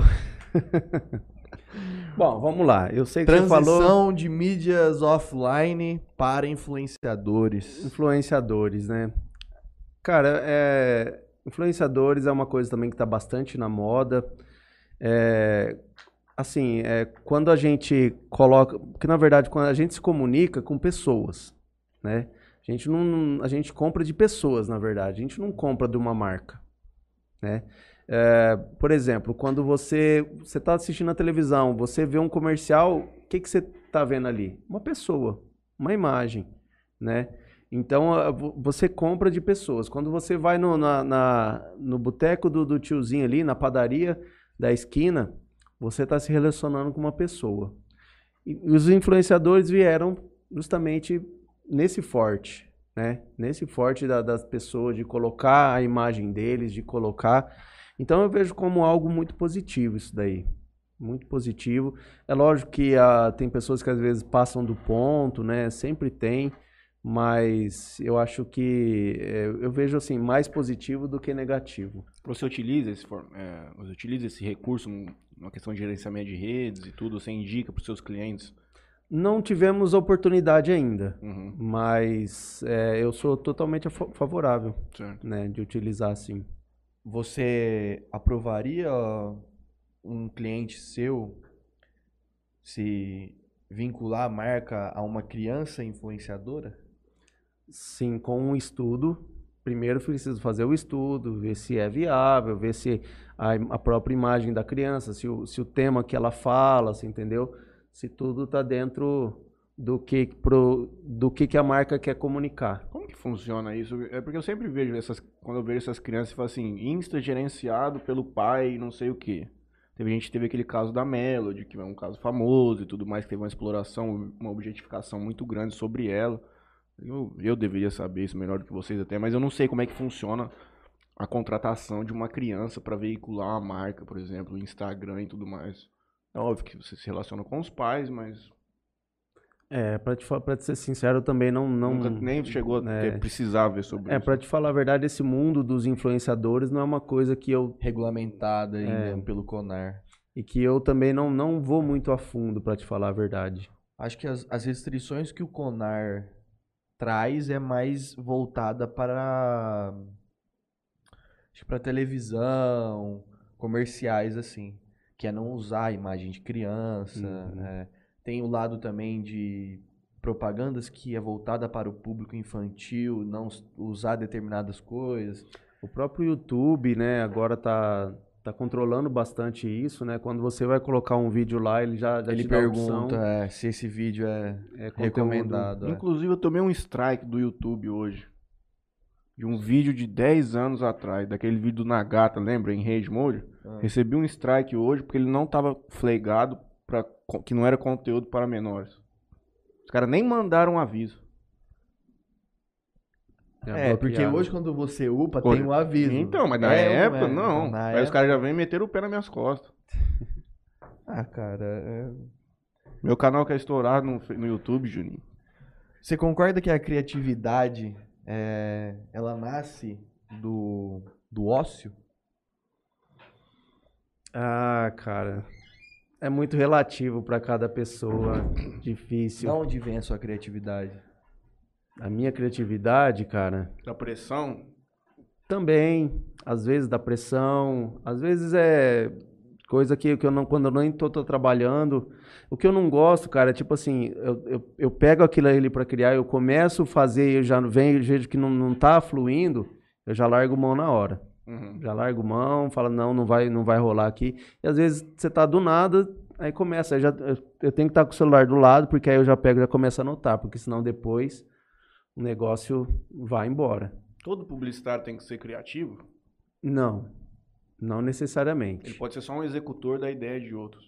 Bom, vamos lá. Eu sei que você Transição falou de mídias offline para influenciadores. influenciadores, né? Cara, é, influenciadores é uma coisa também que está bastante na moda. É, assim, é, quando a gente coloca... Porque, na verdade, quando a gente se comunica com pessoas, né? A gente, não, a gente compra de pessoas, na verdade. A gente não compra de uma marca, né? É, por exemplo, quando você você está assistindo a televisão, você vê um comercial, o que, que você está vendo ali? Uma pessoa, uma imagem, né? Então, a- vo- você compra de pessoas. Quando você vai no, na, na- no boteco do, do tiozinho ali, na padaria da esquina, você está se relacionando com uma pessoa. E os influenciadores vieram justamente nesse forte, né? Nesse forte da- das pessoas, de colocar a imagem deles, de colocar... Então eu vejo como algo muito positivo isso daí. Muito positivo. É lógico que ah, tem pessoas que às vezes passam do ponto, né? Sempre tem, mas eu acho que é, eu vejo assim mais positivo do que negativo. Você utiliza esse, é, você utiliza esse recurso numa questão de gerenciamento de redes e tudo, você indica para os seus clientes? Não tivemos oportunidade ainda, Uhum. mas é, eu sou totalmente favorável, certo. né, de utilizar assim. Você aprovaria um cliente seu se vincular a marca a uma criança influenciadora? Sim, com um estudo. Primeiro preciso fazer o estudo, ver se é viável, ver se a, a própria imagem da criança, se o, se o tema que ela fala, se entendeu? Se tudo está dentro do que, pro, do que, que a marca quer comunicar. Como que funciona isso? É porque eu sempre vejo essas, quando eu vejo essas crianças, eu falo assim, Insta gerenciado pelo pai, não sei o quê. Teve gente teve aquele caso da Melody, que é um caso famoso e tudo mais, que teve uma exploração, uma objetificação muito grande sobre ela. Eu, eu deveria saber isso melhor do que vocês até, mas eu não sei como é que funciona a contratação de uma criança para veicular uma marca, por exemplo, Instagram e tudo mais. É óbvio que você se relaciona com os pais, mas... É, pra te, pra te ser sincero, eu também não... não Nunca nem chegou a é, ter, precisar ver sobre é, isso. pra te falar a verdade, esse mundo dos influenciadores não é uma coisa que eu... Regulamentada ainda É. pelo CONAR. E que eu também não, não vou muito a fundo, pra te falar a verdade. Acho que as, as restrições que o CONAR traz é mais voltada para... Acho que para televisão, comerciais assim. Que é não usar a imagem de criança. Uhum. é. Tem o lado também de propagandas que é voltada para o público infantil, não usar determinadas coisas. O próprio YouTube, né, agora tá, tá controlando bastante isso, né? Quando você vai colocar um vídeo lá, ele já, já Ele te dá a pergunta opção, é, se esse vídeo é, é, conteúdo. recomendado. é. Inclusive, eu tomei um strike do YouTube hoje. De um vídeo de dez anos atrás, daquele vídeo do Nagata, lembra? Em Rage Mode. Ah. Recebi um strike hoje porque ele não estava flaggado pra, que não era conteúdo para menores. Os caras nem mandaram um aviso. É, porque bloqueado. hoje quando você upa, Hoje- tem um aviso. Então, mas na É ou época, é? não. Então, na Aí os época- caras já vêm meter o pé nas minhas costas. Ah, cara, é... Meu canal quer estourar no, no YouTube, Juninho. Você concorda que a criatividade, é, ela nasce do, do ócio? Ah, cara, é muito relativo pra cada pessoa, difícil. De onde vem a sua criatividade? A minha criatividade, cara, Da pressão. também, às vezes da pressão, às vezes é coisa que, que eu não, quando eu nem tô, tô trabalhando, o que eu não gosto, cara, é tipo assim, eu, eu, eu pego aquilo ali pra criar, eu começo a fazer, eu já venho, vejo que não, não tá fluindo, eu já largo mão na hora. Uhum. Já largo mão, fala, não, não vai, não vai rolar aqui. E às vezes você tá do nada, aí começa, aí já, eu, eu tenho que estar com o celular do lado, porque aí eu já pego e já começo a anotar, porque senão depois o negócio vai embora. Todo publicitário tem que ser criativo? Não, não necessariamente. Ele pode ser só um executor da ideia de outros.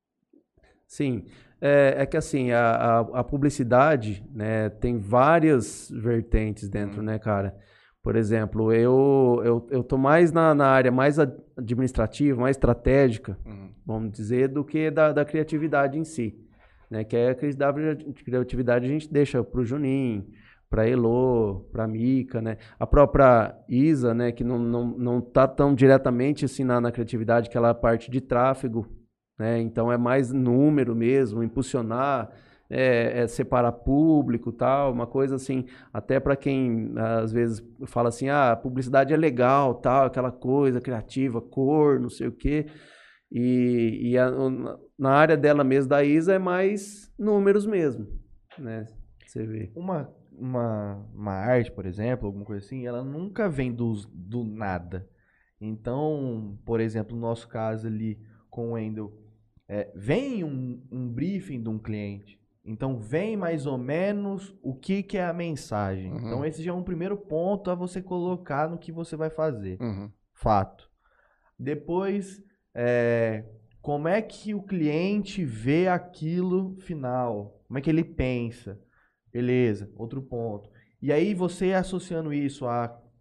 Sim, é, é que assim, a, a, a publicidade, né, tem várias vertentes dentro, Uhum. né, cara? Por exemplo, eu, eu, eu tô mais na, na área mais administrativa, mais estratégica, Uhum. vamos dizer, do que da, da criatividade em si. Né? Que a criatividade a gente deixa pro Juninho, pra Elô, pra Mica, né? A própria Isa, né, que não, não, não tá tão diretamente assim na, na criatividade, que ela é a parte de tráfego, né? Então é mais número mesmo, impulsionar, é, é separar público, tal, uma coisa assim, até para quem às vezes fala assim, ah, a publicidade é legal, tal, aquela coisa criativa, cor, não sei o quê. E, e a, na área dela mesmo, da Isa, é mais números mesmo, né? Você vê. Uma, uma, uma arte, por exemplo, alguma coisa assim, ela nunca vem do, do nada. Então, por exemplo, no nosso caso ali com o Wendel, é, vem um, um briefing de um cliente. Então, vem mais ou menos o que, que é a mensagem. Uhum. Então, esse já é um primeiro ponto a você colocar no que você vai fazer. Uhum. Fato. Depois, é, como é que o cliente vê aquilo final? Como é que ele pensa? Beleza, outro ponto. E aí, você associando isso a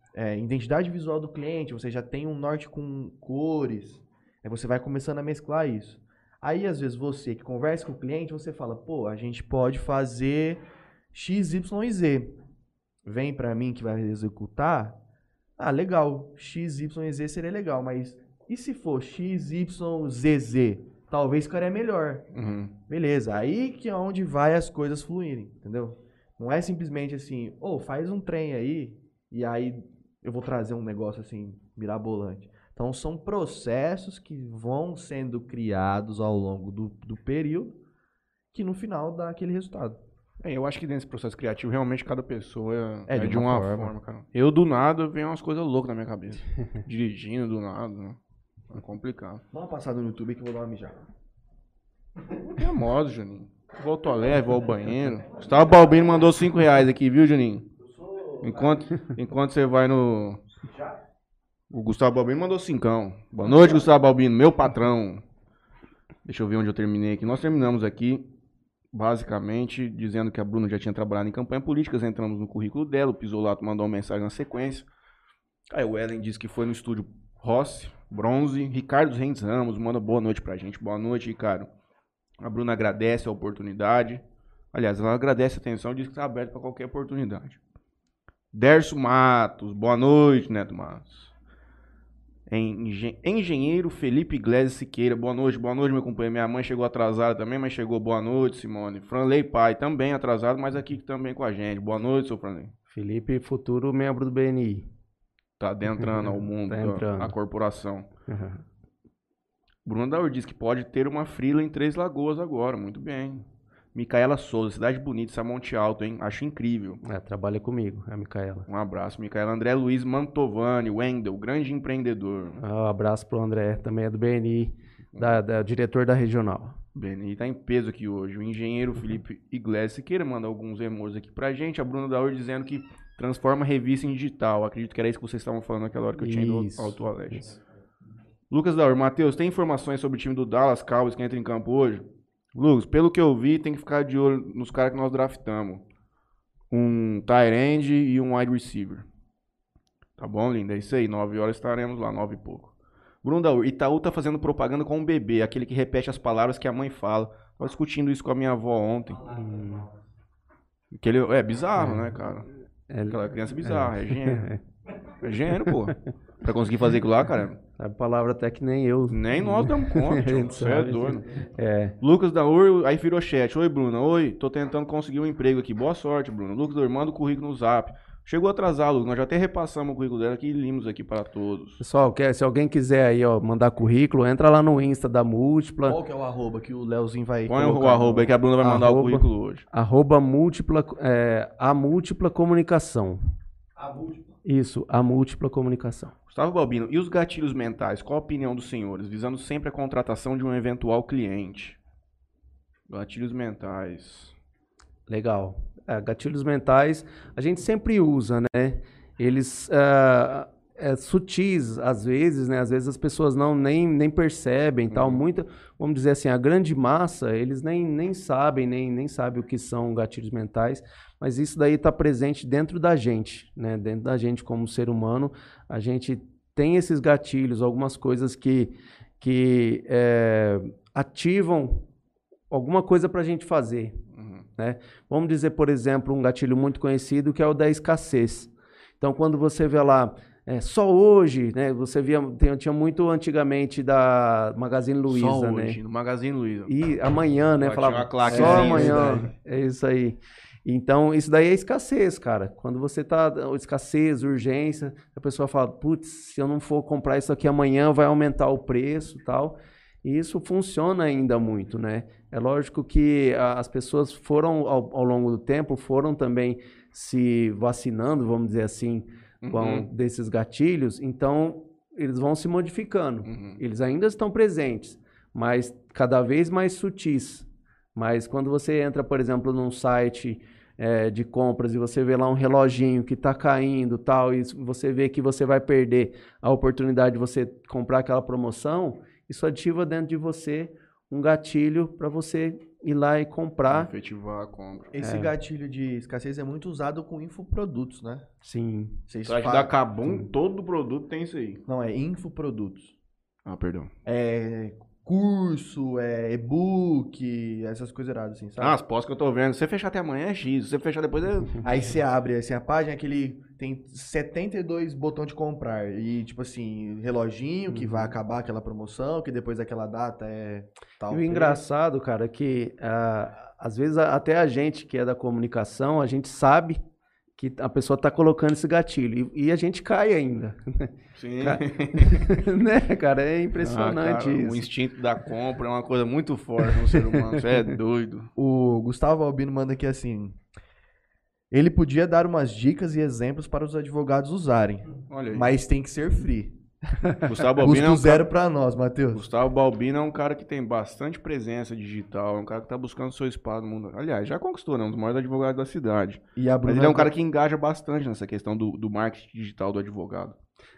é, identidade visual do cliente, você já tem um norte com cores, aí você vai começando a mesclar isso. Aí, às vezes, você que conversa com o cliente, você fala, pô, a gente pode fazer X, Y e Z. Vem pra mim que vai executar, ah, legal, X, Y e Z seria legal, mas e se for X, Y, Z, Z? Talvez o cara é melhor. Uhum. Beleza, aí que é onde vai as coisas fluírem, entendeu? Não é simplesmente assim, ô, oh, faz um trem aí, e aí eu vou trazer um negócio assim, mirabolante. Então, são processos que vão sendo criados ao longo do, do período, que no final dá aquele resultado. É, eu acho que nesse processo criativo, realmente, cada pessoa é, É, é de de uma uma, forma. forma, cara. Eu, do nada, vem umas coisas loucas na minha cabeça. Dirigindo, do nada, né? É complicado. Dá uma passada no YouTube que eu vou dar uma mijada. Não tem modo, Juninho. Vou ao toalete, vou ao banheiro. Gustavo Balbino mandou cinco reais aqui, viu, Juninho? Enquanto, enquanto você vai no... O Gustavo Balbino mandou cincão. Boa noite, Gustavo Balbino, meu patrão. Deixa eu ver onde eu terminei aqui. Nós terminamos aqui, basicamente, dizendo que a Bruna já tinha trabalhado em campanha política. Entramos no currículo dela. O Pisolato mandou uma mensagem na sequência. Aí o Ellen disse que foi no estúdio Rossi, Bronze. Ricardo Reis Ramos manda boa noite pra gente. Boa noite, Ricardo. A Bruna agradece a oportunidade. Aliás, ela agradece a atenção e diz que está aberto para qualquer oportunidade. Derso Matos. Boa noite, Neto Matos. Engen- Engenheiro Felipe Iglesias Siqueira, boa noite, boa noite, meu companheiro. Minha mãe chegou atrasada também, mas chegou, boa noite, Simone. Franley Pai, também atrasado, mas aqui também com a gente. Boa noite, seu Franley. Felipe, futuro membro do B N I. Tá adentrando ao mundo, Tá entrando. da, a corporação. Bruno Daur diz que pode ter uma frila em Três Lagoas agora, muito bem. Micaela Souza, cidade bonita, isso é Monte Alto, hein? Acho incrível. É, trabalha comigo, é a Micaela. Um abraço, Micaela. André Luiz Mantovani, Wendel, grande empreendedor. Um abraço pro André, também é do B N I, da, da, diretor da regional. Beni tá em peso aqui hoje. O engenheiro Felipe Iglesias Siqueira manda alguns emojis aqui pra gente. A Bruna Daur dizendo que transforma a revista em digital. Acredito que era isso que vocês estavam falando naquela hora que eu tinha ido Isso, ao toalete. isso. Lucas Daur, Matheus, tem informações sobre o time do Dallas Cowboys que entra em campo hoje? Lucas, pelo que eu vi, tem que ficar de olho nos caras que nós draftamos. Um tight end e um wide receiver. Tá bom, linda? É isso aí. Nove horas estaremos lá, nove e pouco. Bruno Daur, Itaú tá fazendo propaganda com um bebê, aquele que repete as palavras que a mãe fala. Tava discutindo isso com a minha avó ontem. Hum, Aquele, é bizarro, né, cara? é, Aquela criança bizarra, é gênio. É gênio, pô. Pra conseguir fazer aquilo lá, cara, sabe palavra até que nem eu. nem nós damos conta, A tio. gente Você é sabe. doido. É, Lucas Daur, aí virou chat. Oi, Bruna. Oi, tô tentando conseguir um emprego aqui. Boa sorte, Bruna. Lucas Daur, manda o currículo no zap. Chegou atrasado, Lucas. Nós já até repassamos o currículo dela aqui e limos aqui para todos. pessoal, quer, se alguém quiser aí, ó, mandar currículo, entra lá no Insta da Múltipla, Qual que é o arroba que o Leozinho vai Põe o colocar arroba aí que a Bruna vai mandar Arroba. o currículo hoje. arroba múltipla, é, a múltipla comunicação. A múltipla. Isso, a múltipla comunicação. Gustavo Balbino, e os gatilhos mentais? Qual a opinião dos senhores? Visando sempre a contratação de um eventual cliente. Gatilhos mentais. Legal. É, gatilhos mentais, a gente sempre usa, né? Eles ah, é, sutis, às vezes, né? Às vezes as pessoas não nem, nem percebem, tal. Uhum. Muita, vamos dizer assim, a grande massa, eles nem, nem sabem, nem, nem sabem o que são gatilhos mentais, mas isso daí está presente dentro da gente, né? Dentro da gente como ser humano, a gente tem esses gatilhos, algumas coisas que, que é, ativam alguma coisa para a gente fazer. Uhum. Né? Vamos dizer, por exemplo, um gatilho muito conhecido que é o da escassez. Então, quando você vê lá, é, só hoje, né? Você via, tem- tinha muito antigamente da Magazine Luiza, Só né? hoje, no Magazine Luiza. E amanhã, né? Lá Falava, tinha uma claquezinha, só isso amanhã. daí. É isso aí. Então, isso daí é escassez, cara. Quando você tá, escassez, urgência, a pessoa fala, putz, se eu não for comprar isso aqui amanhã, vai aumentar o preço e tal. E isso funciona ainda muito, né? É lógico que a- as pessoas foram, ao, ao longo do tempo, foram também se vacinando, vamos dizer assim, com Uhum. desses gatilhos, então eles vão se modificando. Uhum. Eles ainda estão presentes, mas cada vez mais sutis. Mas quando você entra, por exemplo, num site eh, de compras e você vê lá um reloginho que está caindo tal, e você vê que você vai perder a oportunidade de você comprar aquela promoção, isso ativa dentro de você um gatilho para você ir lá e comprar. Efetivar a compra. Esse É. gatilho de escassez é muito usado com infoprodutos, né? Sim. Vocês Site fa- da Kabum, todo produto tem isso aí. Não, é infoprodutos. Ah, perdão. É curso, é e-book, essas coisas erradas, assim, sabe? Ah, as pós que eu tô vendo. Se você fechar até amanhã é X. Se você fechar depois é... Aí você abre assim, a página, aquele tem setenta e dois botões de comprar. E, tipo assim, reloginho que vai acabar aquela promoção, que depois daquela data é tal. E o preço. engraçado, cara, é que ah, às vezes a- até a gente que é da comunicação, a gente sabe que a pessoa tá colocando esse gatilho e, e a gente cai ainda. Sim. Ca- né, cara? É impressionante Ah, cara, isso. o instinto da compra é uma coisa muito forte no ser humano. Você é doido. O Gustavo Albino manda aqui assim. Ele podia dar umas dicas e exemplos para os advogados usarem, Olha aí. mas tem que ser free. Gustavo Balbino Custo é um zero cara... pra nós, Matheus. Gustavo Balbino é um cara que tem bastante presença digital, é um cara que tá buscando seu espaço no mundo. Aliás, já conquistou, né? Um dos maiores advogados da cidade. E a Mas Bruna ele é um cara que engaja bastante nessa questão do, do marketing digital do advogado.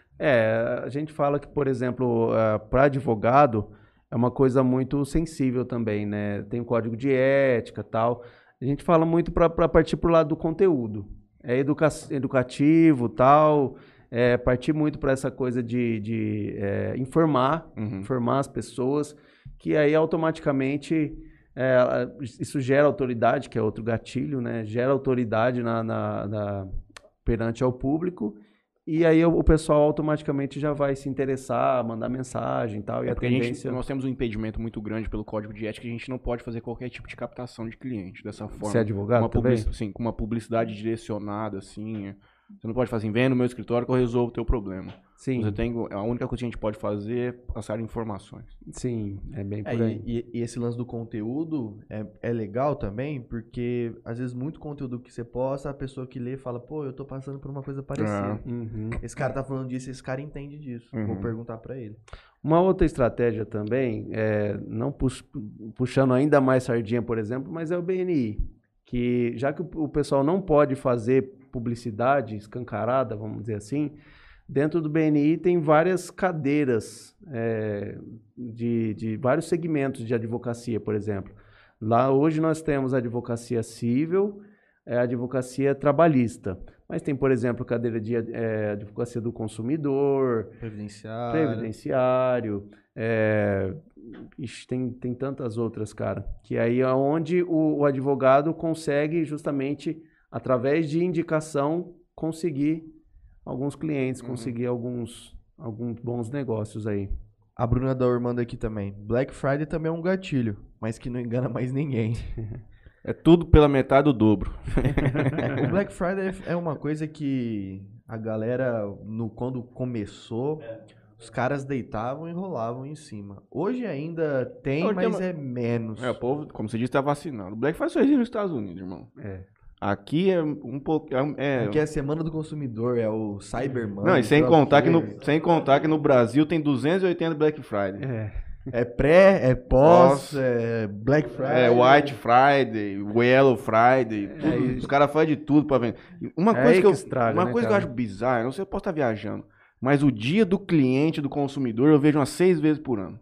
É, a gente fala que, por exemplo, para advogado é uma coisa muito sensível também, né? Tem um código de ética e tal. A gente fala muito para partir para o lado do conteúdo. É educa educativo tal, é partir muito para essa coisa de, de é, informar, Uhum. informar as pessoas, que aí automaticamente é, isso gera autoridade, que é outro gatilho, né? Gera autoridade na, na, na, perante ao público. E aí o pessoal automaticamente já vai se interessar, mandar mensagem e tal. E É a porque a gente, tendência... nós temos um impedimento muito grande pelo código de ética que a gente não pode fazer qualquer tipo de captação de cliente dessa forma. Você é advogado uma também? publici- Sim, com uma publicidade direcionada, assim. Você não pode fazer assim, vem no meu escritório que eu resolvo o teu problema. Sim, Você tem, a única coisa que a gente pode fazer é passar informações. sim, é bem É, por aí. e, e esse lance do conteúdo é, é legal também, porque às vezes muito conteúdo que você posta, a pessoa que lê fala, pô, eu tô passando por uma coisa parecida. Uhum. Esse cara tá falando disso, esse cara entende disso. Uhum. Vou perguntar pra ele. Uma outra estratégia também, é, não pux- puxando ainda mais sardinha, por exemplo, mas é o B N I. Que já que o o pessoal não pode fazer publicidade escancarada, vamos dizer assim, dentro do B N I tem várias cadeiras é, de, de vários segmentos de advocacia, por exemplo. Lá hoje nós temos a advocacia civil, é, a advocacia trabalhista. Mas tem, por exemplo, cadeira de é, advocacia do consumidor, Previdenciário. previdenciário, é, ixi, tem, tem tantas outras, cara, que aí é onde o, o advogado consegue justamente, através de indicação, conseguir alguns clientes, Uhum. conseguir alguns, alguns bons negócios aí. A Bruna da manda aqui também. Black Friday também é um gatilho, mas que não engana mais ninguém. É tudo pela metade do dobro. O Black Friday é uma coisa que a galera, no, quando começou, os caras deitavam e rolavam em cima. Hoje ainda tem, Hoje tem mas uma- é menos. É, o povo, como você disse, tá vacinando. O Black Friday só existe nos Estados Unidos, irmão. É. Aqui é um pouco... É, Aqui é a Semana do Consumidor, é o Cyber Monday. não, e sem sei lá o contar, que quê. no, sem contar que no Brasil tem duzentos e oitenta Black Friday. É. É pré, é pós, Pós. é Black Friday. É, White Friday, Yellow Friday, tudo, e- os caras fazem de tudo pra vender. E Uma É coisa, aí que, que eu, estraga, uma né, coisa que eu cara? acho bizarra, eu não sei, eu posso estar viajando, mas o dia do cliente, do consumidor, eu vejo umas seis vezes por ano.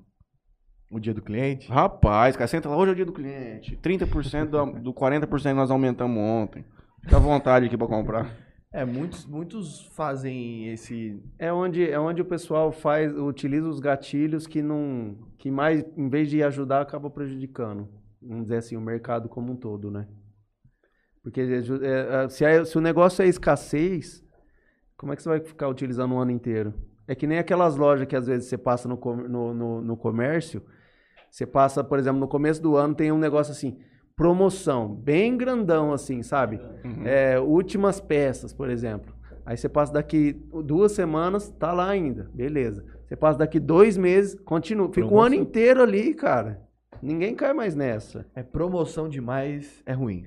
O dia do cliente. Rapaz, cara, você entra lá, hoje é o dia do cliente, trinta por cento do, do quarenta por cento nós aumentamos ontem. Fica à vontade aqui pra comprar. É, muitos, muitos fazem esse... É onde, é onde o pessoal faz, utiliza os gatilhos que não, que mais, em vez de ajudar, acaba prejudicando. Vamos dizer assim, o mercado como um todo, né? Porque é, é, se, é- se o negócio é escassez, como é que você vai ficar utilizando um ano inteiro? É que nem aquelas lojas que às vezes você passa no, com- no, no, no comércio, você passa, por exemplo, no começo do ano tem um negócio assim, promoção, bem grandão assim, sabe? Uhum. É, últimas peças, por exemplo. Aí você passa daqui duas semanas, tá lá ainda, beleza. Você passa daqui dois meses, continua. Fica o Promoção. ano inteiro ali, cara. Ninguém cai mais nessa. É promoção demais, é ruim.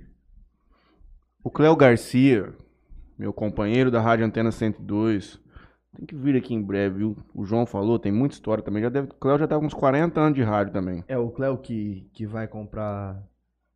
O Cléo Garcia, meu companheiro da Rádio Antena cento e dois, tem que vir aqui em breve, viu? O João falou, tem muita história também. Já deve, o Cléo já tá com uns quarenta anos de rádio também. É o Cléo que, que vai comprar...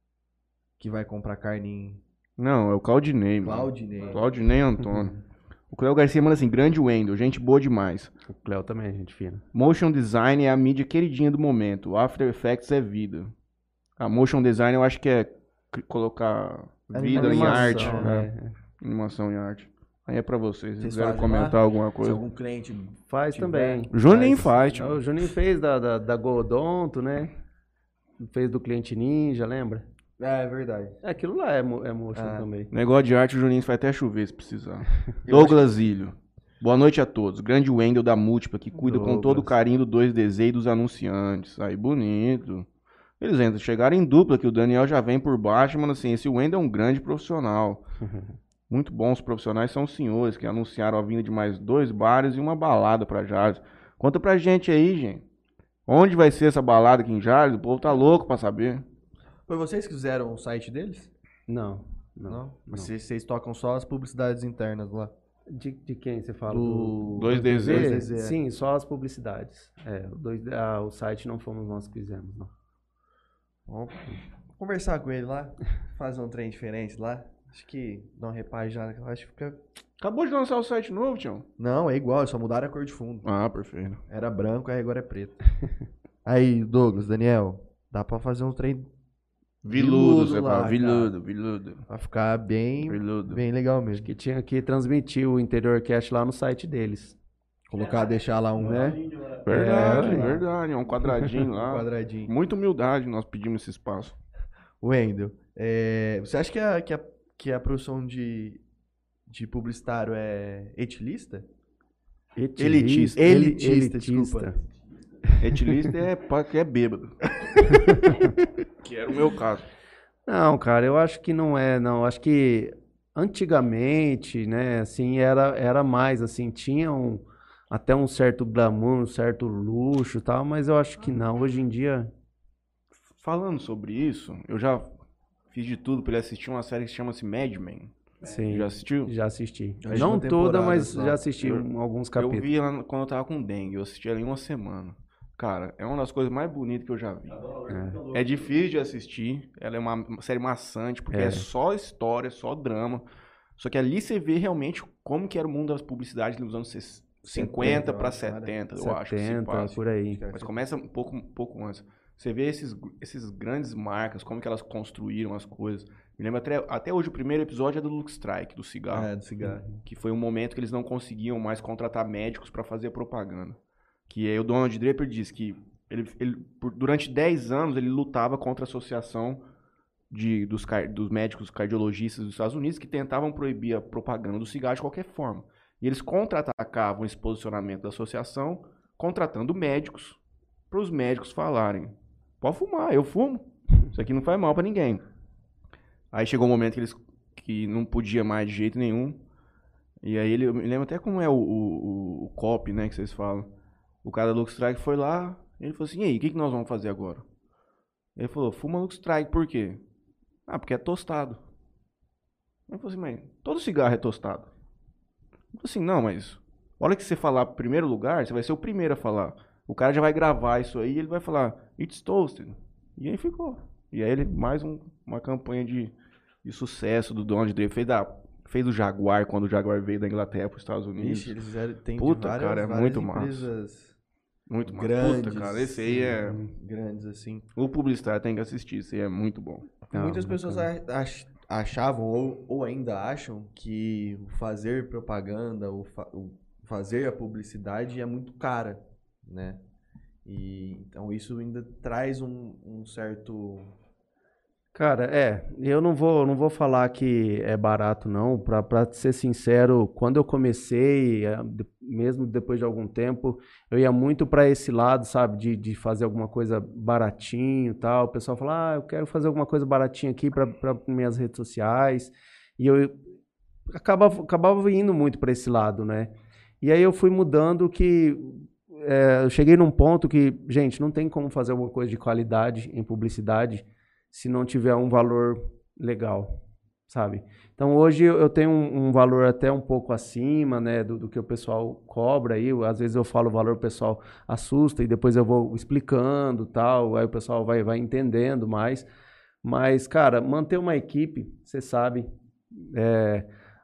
Que vai comprar carne em Não, é o Claudinei, mano. Claudinei. Claudinei Antônio. O Cléo Garcia manda assim, grande Wendel, gente boa demais. O Cléo também é gente fina. Motion Design é a mídia queridinha do momento. After Effects é vida. A Motion Design eu acho que é c- colocar vida em Animação, arte. né? né? Animação em arte. Aí é pra vocês. Se Vocês quiserem fazem comentar lá? alguma Se coisa. algum cliente Faz tiver. também. O Juninho faz, tio. O Juninho fez da, da, da Godonto, né? Fez do Cliente Ninja, lembra? É, é verdade. Aquilo lá é, mo- é motion Ah. também. Negócio de arte, o Juninho vai até chover se precisar. Douglas Ilho. Boa noite a todos. Grande Wendel da Múltipla, que cuida com Douglas. todo o carinho do dois D Z e dos anunciantes. Aí, bonito. Eles entram, chegaram em dupla, que o Daniel já vem por baixo, mano, assim, esse Wendel é um grande profissional. Muito bons profissionais são os senhores, que anunciaram a vinda de mais dois bares e uma balada pra Jales. Conta pra gente aí, gente. Onde vai ser essa balada aqui em Jales? O povo tá louco pra saber. Foi vocês que fizeram o site deles? Não, não. Não? não. Mas vocês, vocês tocam só as publicidades internas lá. De, de quem você fala? Do dois D Z. dois D Z, é. Sim, só as publicidades. É, o, dois, ah, o site não fomos nós que fizemos, não. Vamos conversar com ele lá, fazer um trem diferente lá. Acho que dá uma repaginada, eu acho que fica... Acabou de lançar o site novo, tio. Não, é igual, só mudaram a cor de fundo. Ah, perfeito. Era branco, aí agora é preto. Aí, Douglas, Daniel, dá pra fazer um trem Viludo, você lá, fala. cara. Viludo, viludo. pra ficar bem, Viludo. bem legal mesmo. Que tinha que transmitir o Interior Cast lá no site deles. Colocar, deixar lá um, Né? Verdade, É, verdade. É um quadradinho um lá. quadradinho. Muita humildade nós pedimos esse espaço. Wendel, é, você acha que a, que a, que a profissão de, de publicitário é etilista? Elitista, elitista, desculpa. Etilista é pra que é bêbado. Que era o meu caso. Não, cara, eu acho que não é, não. Acho que antigamente, né, assim, era, era mais, assim, tinha um, até um certo glamour, um certo luxo e tal, mas eu acho que não. Hoje em dia, Falando sobre isso, eu já fiz de tudo pra ele assistir uma série que chama-se Mad Men. sim, Já assistiu? já assisti. A última Não toda, temporada mas só. já assisti Eu- um- alguns Eu capítulos. vi ela quando eu tava com dengue. Eu assisti ela em uma semana. Cara, é uma das coisas mais bonitas que eu já vi. É difícil de assistir. Ela é uma série maçante, porque é, É. só história, só drama. Só que ali você vê realmente como que era o mundo das publicidades nos anos ses- cinquenta para setenta, eu acho que se setenta, passa. por aí. Mas começa um pouco, um pouco antes. Você vê esses, esses grandes marcas, como que elas construíram as coisas. Me lembro até, até hoje, o primeiro episódio é do Luke Strike, do cigarro. É, do cigarro. Que foi um momento que eles não conseguiam mais contratar médicos para fazer propaganda. Que aí o Donald Draper disse que ele, ele, por- durante dez anos ele lutava contra a associação de, dos, car- dos médicos cardiologistas dos Estados Unidos que tentavam proibir a propaganda do cigarro de qualquer forma. E eles contra-atacavam esse posicionamento da associação, contratando médicos para os médicos falarem: pode fumar, eu fumo. Isso aqui não faz mal para ninguém. Aí chegou um momento que eles que não podia mais de jeito nenhum. E aí ele, eu me lembro até como é o, o, o copy, né, que vocês falam. O cara do Luke Strike foi lá, ele falou assim: e aí, o que, que nós vamos fazer agora? Ele falou: fuma Luke Strike, por quê? Ah, porque é tostado. Ele falou assim: mas todo cigarro é tostado. Ele falou assim: não, mas a hora que você falar pro primeiro lugar, você vai ser o primeiro a falar. O cara já vai gravar isso aí e ele vai falar: it's toasted. E aí ficou. E aí ele, mais um, uma campanha de, de sucesso do Donald Draper. Fez, da, fez o Jaguar, quando o Jaguar veio da Inglaterra para os Estados Unidos. Ixi, eles fizeram, tem Puta, de várias, cara, é várias muito massa. empresas Muito massa. grandes. Puta, cara, esse aí é... Grandes, assim. O publicitário tem que assistir, esse aí é muito bom. Ah, Muitas bacana. pessoas a- ach- achavam ou, ou ainda acham que o fazer propaganda, o, fa- o fazer a publicidade é muito cara, né? E então isso ainda traz um, um certo... Cara, é, eu não vou, não vou falar que é barato, não. Pra, pra ser sincero, quando eu comecei, eh, de- mesmo depois de algum tempo, eu ia muito pra esse lado, sabe, de, de fazer alguma coisa baratinho e tal. O pessoal fala: ah, eu quero fazer alguma coisa baratinha aqui pra, pra minhas redes sociais. E eu acabava, acabava indo muito pra esse lado, né? E aí eu fui mudando que eh, eu cheguei num ponto que, gente, não tem como fazer alguma coisa de qualidade em publicidade se não tiver um valor legal, sabe? Então hoje eu eu tenho um, um valor até um pouco acima, né, do, do que o pessoal cobra aí. Eu- Às vezes eu falo o valor, o pessoal assusta e depois eu vou explicando tal, aí o pessoal vai, vai entendendo mais. Mas, cara, manter uma equipe, você sabe, é,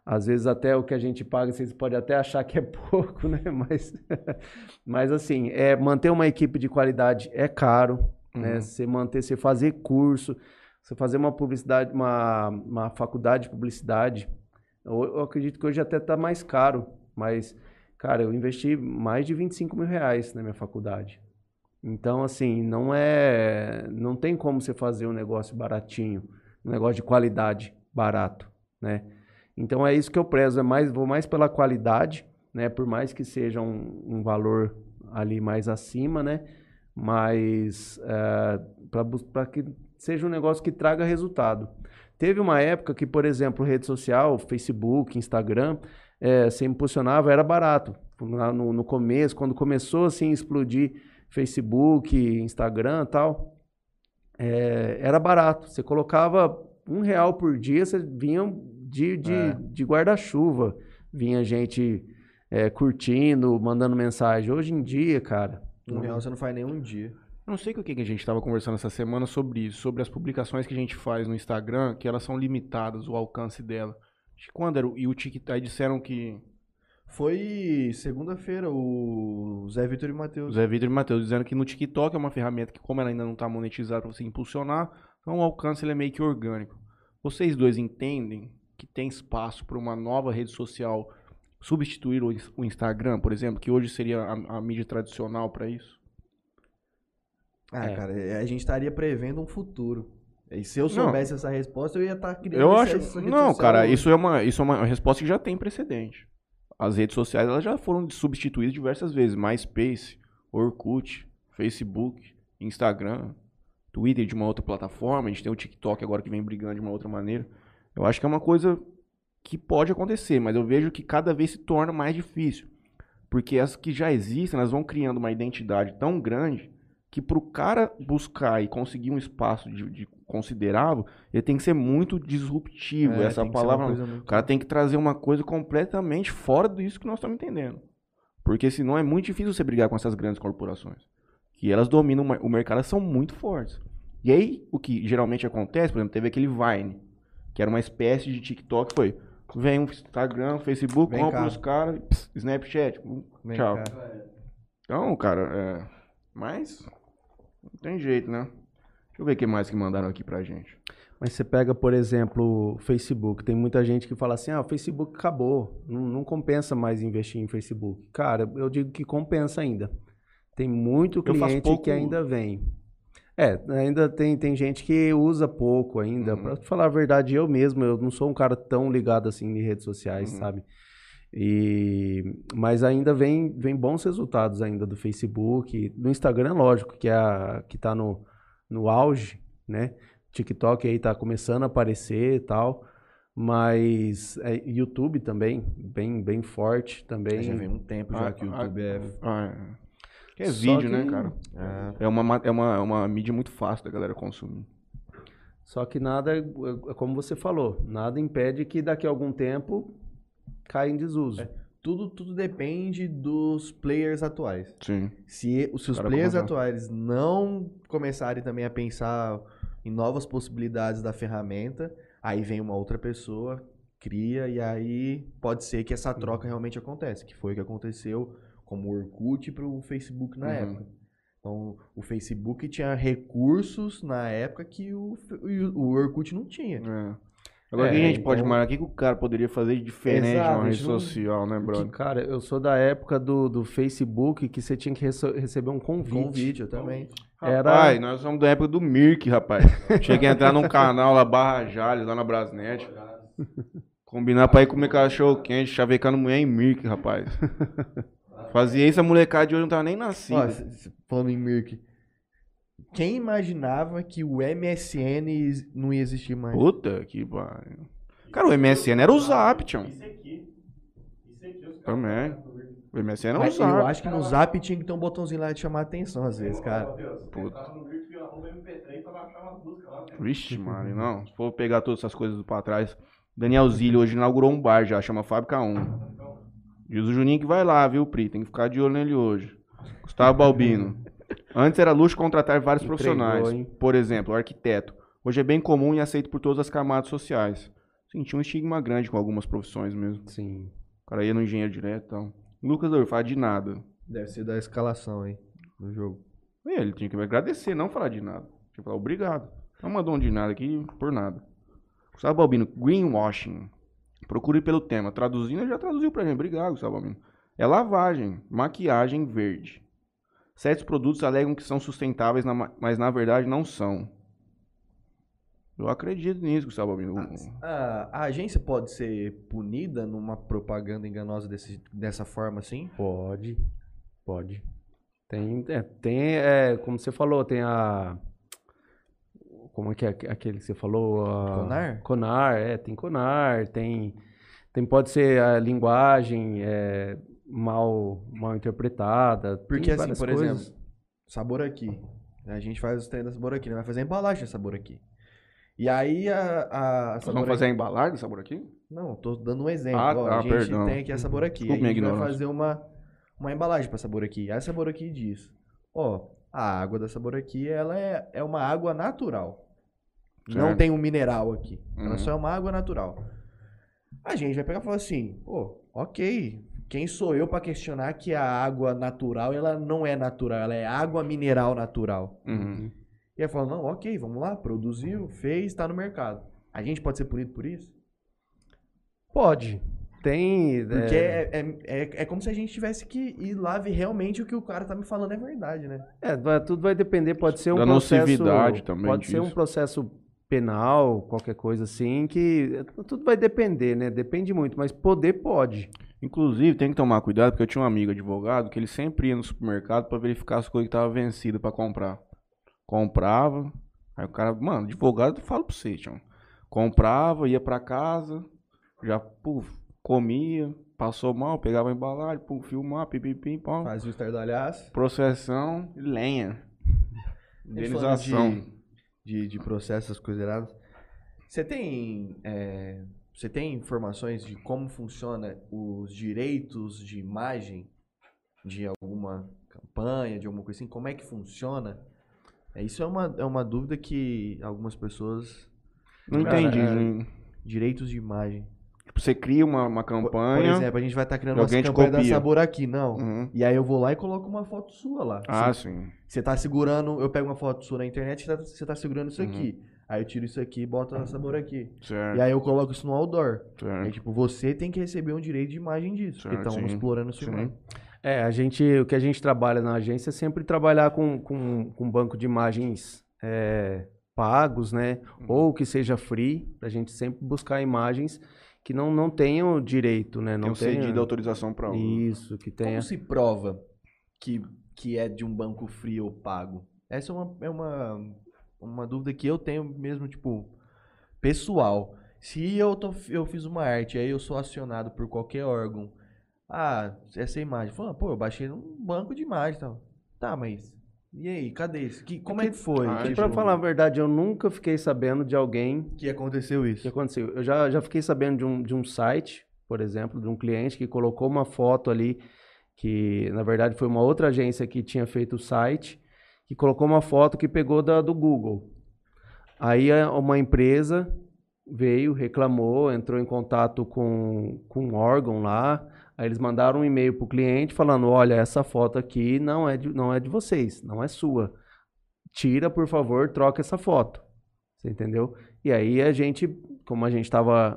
Às vezes até o que a gente paga, vocês podem até achar que é pouco, né? Mas, mas assim, é, manter uma equipe de qualidade é caro, uhum. né? Você manter, você fazer curso, você fazer uma publicidade, uma, uma faculdade de publicidade, eu, eu acredito que hoje até está mais caro, mas, cara, eu investi mais de vinte e cinco mil reais na minha faculdade. Então, assim, não é, não tem como você fazer um negócio baratinho, um negócio de qualidade barato, né? Então é isso que eu prezo, é mais, vou mais pela qualidade, né? Por mais que seja um, um valor ali mais acima, né? Mas é, para que seja um negócio que traga resultado. Teve uma época que, por exemplo, rede social, Facebook, Instagram, é, se impulsionava, era barato. No, no começo, quando começou assim a explodir Facebook, Instagram e tal, é, era barato. Você colocava um real por dia, você vinha de, de, é. de guarda-chuva. Vinha gente é, curtindo, mandando mensagem. Hoje em dia, cara... Um real você não faz nenhum dia. Não sei com o que a gente estava conversando essa semana sobre isso, sobre as publicações que a gente faz no Instagram, que elas são limitadas, o alcance dela. Quando era? E o TikTok disseram que... Foi segunda-feira, o Zé Vitor e Matheus. Zé Vitor e Matheus dizendo que no TikTok é uma ferramenta que, como ela ainda não está monetizada para você impulsionar, então o alcance ele é meio que orgânico. Vocês dois entendem que tem espaço para uma nova rede social substituir o Instagram, por exemplo, que hoje seria a, a mídia tradicional para isso? Ah, é. cara, a gente estaria prevendo um futuro. E se eu soubesse não. essa resposta, eu ia estar tá criando eu essa, acho, essa rede Não, cara, hoje. isso é, uma, isso é uma resposta que já tem precedente. As redes sociais elas já foram substituídas diversas vezes. MySpace, Orkut, Facebook, Instagram, Twitter de uma outra plataforma. A gente tem o TikTok agora que vem brigando de uma outra maneira. Eu acho que é uma coisa que pode acontecer, mas eu vejo que cada vez se torna mais difícil. Porque as que já existem, elas vão criando uma identidade tão grande que para o cara buscar e conseguir um espaço de, de considerável, ele tem que ser muito disruptivo. É, essa palavra, o cara tem que trazer uma coisa completamente fora disso que nós estamos entendendo. Porque senão é muito difícil você brigar com essas grandes corporações. Que elas dominam o mercado, elas são muito fortes. E aí, o que geralmente acontece, por exemplo, teve aquele Vine, que era uma espécie de TikTok, foi, vem um Instagram, Facebook, vem compra os caras, Snapchat, vem tchau. Cá. Então, cara, é... mas... não tem jeito, né? Deixa eu ver o que mais que mandaram aqui pra gente. Mas você pega, por exemplo, o Facebook. Tem muita gente que fala assim, ah, o Facebook acabou. Não, não compensa mais investir em Facebook. Cara, eu digo que compensa ainda. Tem muito cliente pouco... que ainda vem. É, ainda tem, tem gente que usa pouco ainda. Uhum. Pra te falar a verdade, eu mesmo, eu não sou um cara tão ligado assim em redes sociais, uhum. sabe? E, mas ainda vem, vem bons resultados ainda do Facebook. No Instagram, lógico, que, é a, que tá no, no auge, né? TikTok aí tá começando a aparecer e tal. Mas é, YouTube também, bem, bem forte também. Já vem um tempo já ah, que o YouTube ah, é... Ah, é. Que é vídeo, que, né, cara? É, é, uma, é uma, uma mídia muito fácil da galera consumir. Só que nada, é como você falou, nada impede que daqui a algum tempo... cai em desuso. É, tudo, tudo depende dos players atuais. Sim. Se, se os players atuais não começarem também a pensar em novas possibilidades da ferramenta, aí vem uma outra pessoa, cria, e aí pode ser que essa troca realmente aconteça, que foi o que aconteceu como o Orkut para o Facebook na uhum. época. Então, o Facebook tinha recursos na época que o, o, o Orkut não tinha. É. Agora, o é, que a gente então... pode marcar? O que, que o cara poderia fazer de diferente Exato, numa rede não... social, né, brother? Porque, cara, eu sou da época do, do Facebook que você tinha que rece- receber um convite. Convite, eu também. Rapaz, Era... nós somos da época do Mirk, rapaz. Tinha que entrar num canal lá, Barra Jales, lá na Brasnet. Combinar pra ir comer cachorro quente, chavecando mulher em Mirk, rapaz. Fazia isso, a molecada de hoje não tava nem nascida. Falando em Mirk... Quem imaginava que o M S N não ia existir mais? Puta que pariu. Cara, o M S N era o Zap, tchau. Isso aqui. Isso aqui, os caras. Também. O M S N era o Mas Zap. Eu acho que no Zap tinha que ter um botãozinho lá de chamar a atenção às vezes, cara. Puta. Vixe, mano, não. Se for pegar todas essas coisas pra trás. Daniel Zilli hoje inaugurou um bar já, chama Fábrica um. Diz o Juninho que vai lá, viu, Pri? Tem que ficar de olho nele hoje. Gustavo Balbino. Antes era luxo contratar vários Entregou, profissionais. Hein? Por exemplo, o arquiteto. Hoje é bem comum e aceito por todas as camadas sociais. Senti um estigma grande com algumas profissões mesmo. Sim. O cara ia no engenheiro direto e tal. Lucas Dor, fala de nada. Deve ser da escalação aí do jogo. E ele tinha que me agradecer, não falar de nada. Tinha que falar obrigado. Não mandou um de nada aqui por nada. Gustavo Balbino, greenwashing. Procure pelo tema. Traduzindo, já traduziu pra gente. Obrigado, Gustavo Balbino. É lavagem, maquiagem verde. Certos produtos alegam que são sustentáveis, mas na verdade não são. Eu acredito nisso, Gustavo Balbino. A, a agência pode ser punida numa propaganda enganosa desse, dessa forma assim? Pode, pode. Tem, é, tem é, como você falou, tem a... Como é que é aquele que você falou? A, Conar? Conar, é, tem Conar, tem, tem pode ser a linguagem é, mal, mal interpretada. Porque tem assim, várias por coisas. exemplo, Sabor Aqui. A gente faz os treinos da Sabor Aqui, né? Vai fazer a embalagem da Sabor Aqui. E aí a, a Vocês vão fazer a embalagem do Sabor Aqui? Não, tô dando um exemplo. Ah, Ó, tá, a gente perdão. tem aqui a Sabor Aqui. Desculpa Aí minha a gente vai ignorância. fazer uma, uma embalagem pra Sabor Aqui. Aí a Sabor Aqui diz, ó, a água da Sabor Aqui, ela é, é uma água natural. Não Certo. tem um mineral aqui. Ela Uhum. só é uma água natural. A gente vai pegar e falar assim, pô, ok, quem sou eu pra questionar que a água natural, ela não é natural, ela é água mineral natural. Uhum. E aí fala, não, ok, vamos lá, produziu, fez, tá no mercado. A gente pode ser punido por isso? Pode. Tem... Porque é, é, é, é, é como se a gente tivesse que ir lá ver realmente o que o cara tá me falando é verdade, né? é, vai- tudo vai depender, pode ser um Da processo... nocividade também Pode ser um disso. processo penal, qualquer coisa assim, que tudo vai depender, né? Depende muito, mas poder pode. Inclusive, tem que tomar cuidado, porque eu tinha um amigo advogado que ele sempre ia no supermercado pra verificar as coisas que estavam vencidas pra comprar. Comprava, aí o cara, mano, advogado, eu falo pra você, tchau. Comprava, ia pra casa, já, puf, comia, passou mal, pegava a embalagem, pum, filmar, pipipim, pão. Faz o estardalhaço. Processão e lenha. A gente falando Indenização. De, de, de processos, coisas erradas. Você tem, é, você tem informações de como funciona os direitos de imagem de alguma campanha, de alguma coisa assim? Como é que funciona? É, isso é uma, é uma dúvida que algumas pessoas... Não Cara, entendi. é, não- Direitos de imagem. Tipo, você cria uma, uma Por, campanha. por exemplo, a gente vai estar criando e nossa alguém te campanha da copia. Sabor Aqui, não. Uhum. E aí eu vou lá e coloco uma foto sua lá. Ah, Você- sim. Você tá segurando, eu pego uma foto sua na internet, você tá, você tá segurando isso Uhum. aqui. Aí eu tiro isso aqui e boto a Sabor Aqui. Certo. E aí eu coloco isso no outdoor. Aí, certo. tipo, você tem que receber um direito de imagem disso, porque Certo, estão sim. explorando a sua Sim. imagem. É, a gente, o que a gente trabalha na agência é sempre trabalhar com, com, com banco de imagens é, pagos, né? Uhum. Ou que seja free, pra gente sempre buscar imagens que não, não tenham direito, né? Não Não tenha... cedido autorização pra um. Isso, que tenha... Como se prova que, que é de um banco free ou pago? Essa é uma, é uma, uma dúvida que eu tenho mesmo, tipo, pessoal. Se eu, tô, eu fiz uma arte, aí eu sou acionado por qualquer órgão. Ah, essa imagem. Fala, pô, eu baixei num banco de imagem e tal. Tá, mas e aí, cadê isso? Que, como é que foi? Ah, Que, Tipo, pra falar a verdade, eu nunca fiquei sabendo de alguém que aconteceu que isso? aconteceu. Eu já, já fiquei sabendo de um, de um site, por exemplo, de um cliente que colocou uma foto ali, que na verdade foi uma outra agência que tinha feito o site, que colocou uma foto que pegou da, do Google. Aí a- uma empresa veio, reclamou, entrou em contato com, com um órgão lá, aí eles mandaram um e-mail para o cliente falando, olha, essa foto aqui não é, de, não é de vocês, não é sua. Tira, por favor, troca essa foto. Você entendeu? E aí a gente, como a gente estava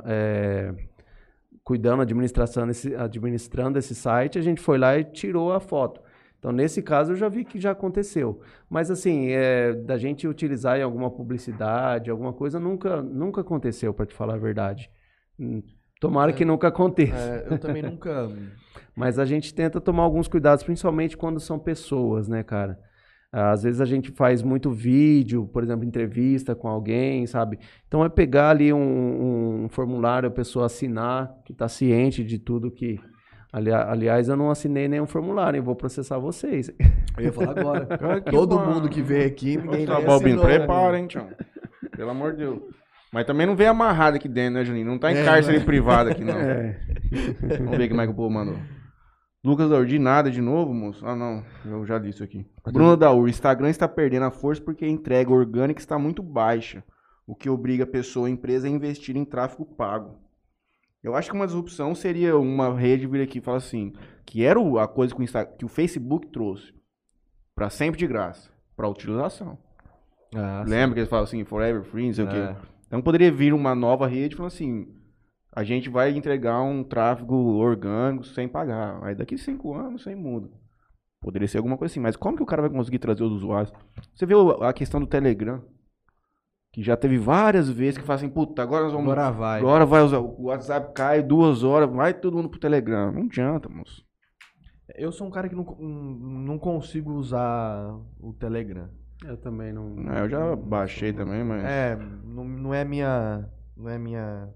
cuidando, administrando esse, administrando esse site, a gente foi lá e tirou a foto. Então, nesse caso, eu já vi que já aconteceu. Mas, assim, é, da gente utilizar em alguma publicidade, alguma coisa, nunca, nunca aconteceu, para te falar a verdade. Hum, Tomara É, que nunca aconteça. É, eu também nunca. Mas a gente tenta tomar alguns cuidados, principalmente quando são pessoas, né, cara? Às vezes a gente faz muito vídeo, por exemplo, entrevista com alguém, sabe? Então é pegar ali um, um formulário, a pessoa assinar, que está ciente de tudo que... Ali, aliás, eu não assinei nenhum formulário, eu vou processar vocês. Eu ia falar agora. Cara, que Todo bom. mundo que veio aqui, ninguém Tá nem bom, Bino, assinou. prepara, hein, tchau. Pelo amor de Deus. Mas também não vem amarrado aqui dentro, né, Juninho? Não tá em É, cárcere não. privado aqui, não. É. Vamos ver como é que o povo mandou. Lucas Daur, de nada de novo, moço? Ah, não. Eu já disse aqui. Bruno Daur, o Instagram está perdendo a força porque a entrega orgânica está muito baixa. o que obriga a pessoa, a empresa, a investir em tráfego pago. Eu acho que uma disrupção seria uma rede vir aqui e falar assim, que era o- a coisa que o, Insta- que o Facebook trouxe, para sempre de graça, para utilização. Ah, Lembra que eles falam assim, forever free, não sei o É. quê. Então poderia vir uma nova rede falando assim, a gente vai entregar um tráfego orgânico sem pagar. Aí daqui cinco anos, sem muda. Poderia ser alguma coisa assim, mas como que o cara vai conseguir trazer os usuários? Você viu a questão do Telegram? Que já teve várias vezes que fala assim, puta, agora nós vamos... Agora vai. Agora vai usar, o WhatsApp cai duas horas, vai todo mundo pro Telegram. Não adianta, moço. Eu sou um cara que não, não consigo usar o Telegram. Eu também não. É, eu já baixei também, mas... É, não, não é minha. Não é minha.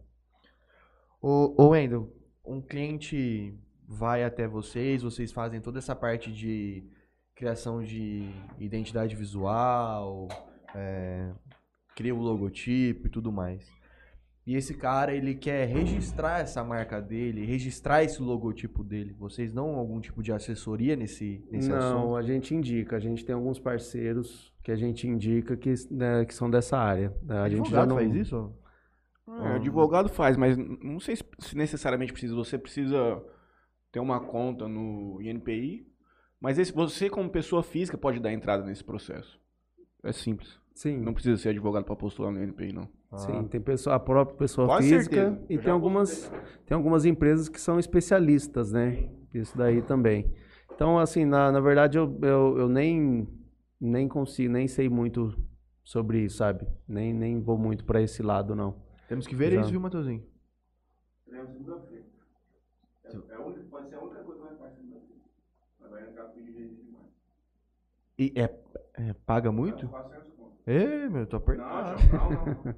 Ô, ô Wendel, um cliente vai até vocês, vocês fazem toda essa parte de criação de identidade visual, é, cria o logotipo e tudo mais. E esse cara, ele quer registrar essa marca dele, registrar esse logotipo dele. Vocês dão algum tipo de assessoria nesse, nesse Não, assunto? a gente indica. A gente tem alguns parceiros que a gente indica que, né, que são dessa área. A gente já Advogado não faz isso? É, advogado faz, mas não sei se se necessariamente precisa. Você precisa ter uma conta no I N P I, mas esse, você, como pessoa física, pode dar entrada nesse processo. É simples. Sim, Não precisa ser advogado para postular no I N P I, não. sim. Tem pessoa, a própria pessoa Quase física certeza. e Eu tem já algumas, tem algumas empresas que são especialistas, né? Isso daí também. Então, assim, na, na verdade, eu, eu, eu nem, nem consigo, nem sei muito sobre isso, sabe? Nem, nem vou muito para esse lado, não. Temos que ver Já. isso, viu, Matheusinho? Teremos segunda-feira. É, é a única, pode ser a única coisa que vai fazer segunda-feira. Mas vai entrar com o vídeo de demais. E é, é, paga muito? quatrocentos conto. Ê, meu, tô Não, apertado. não, não. não.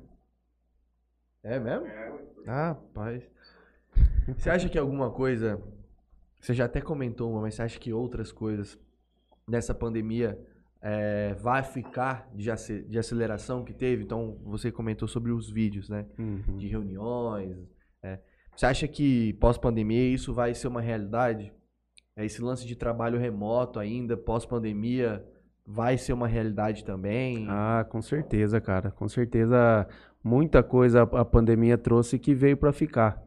É mesmo? É, ué. Ah, rapaz. Você acha que alguma coisa. Você já até comentou uma, mas você acha que outras coisas dessa pandemia é, vai ficar de, ace- de aceleração que teve? Então, você comentou sobre os vídeos, né? Uhum. De reuniões. é. Você acha que pós-pandemia isso vai ser uma realidade? É, Esse lance de trabalho remoto ainda, pós-pandemia, vai ser uma realidade também? Ah, com certeza, cara. Com certeza, muita coisa a a pandemia trouxe que veio para ficar.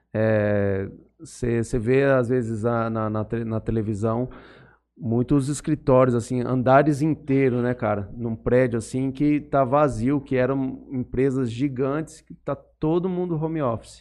Você vê, às vezes, a- na, na, te- na televisão, muitos escritórios, assim, andares inteiros, né, cara? Num prédio, assim, que tá vazio, que eram empresas gigantes, que tá todo mundo home office.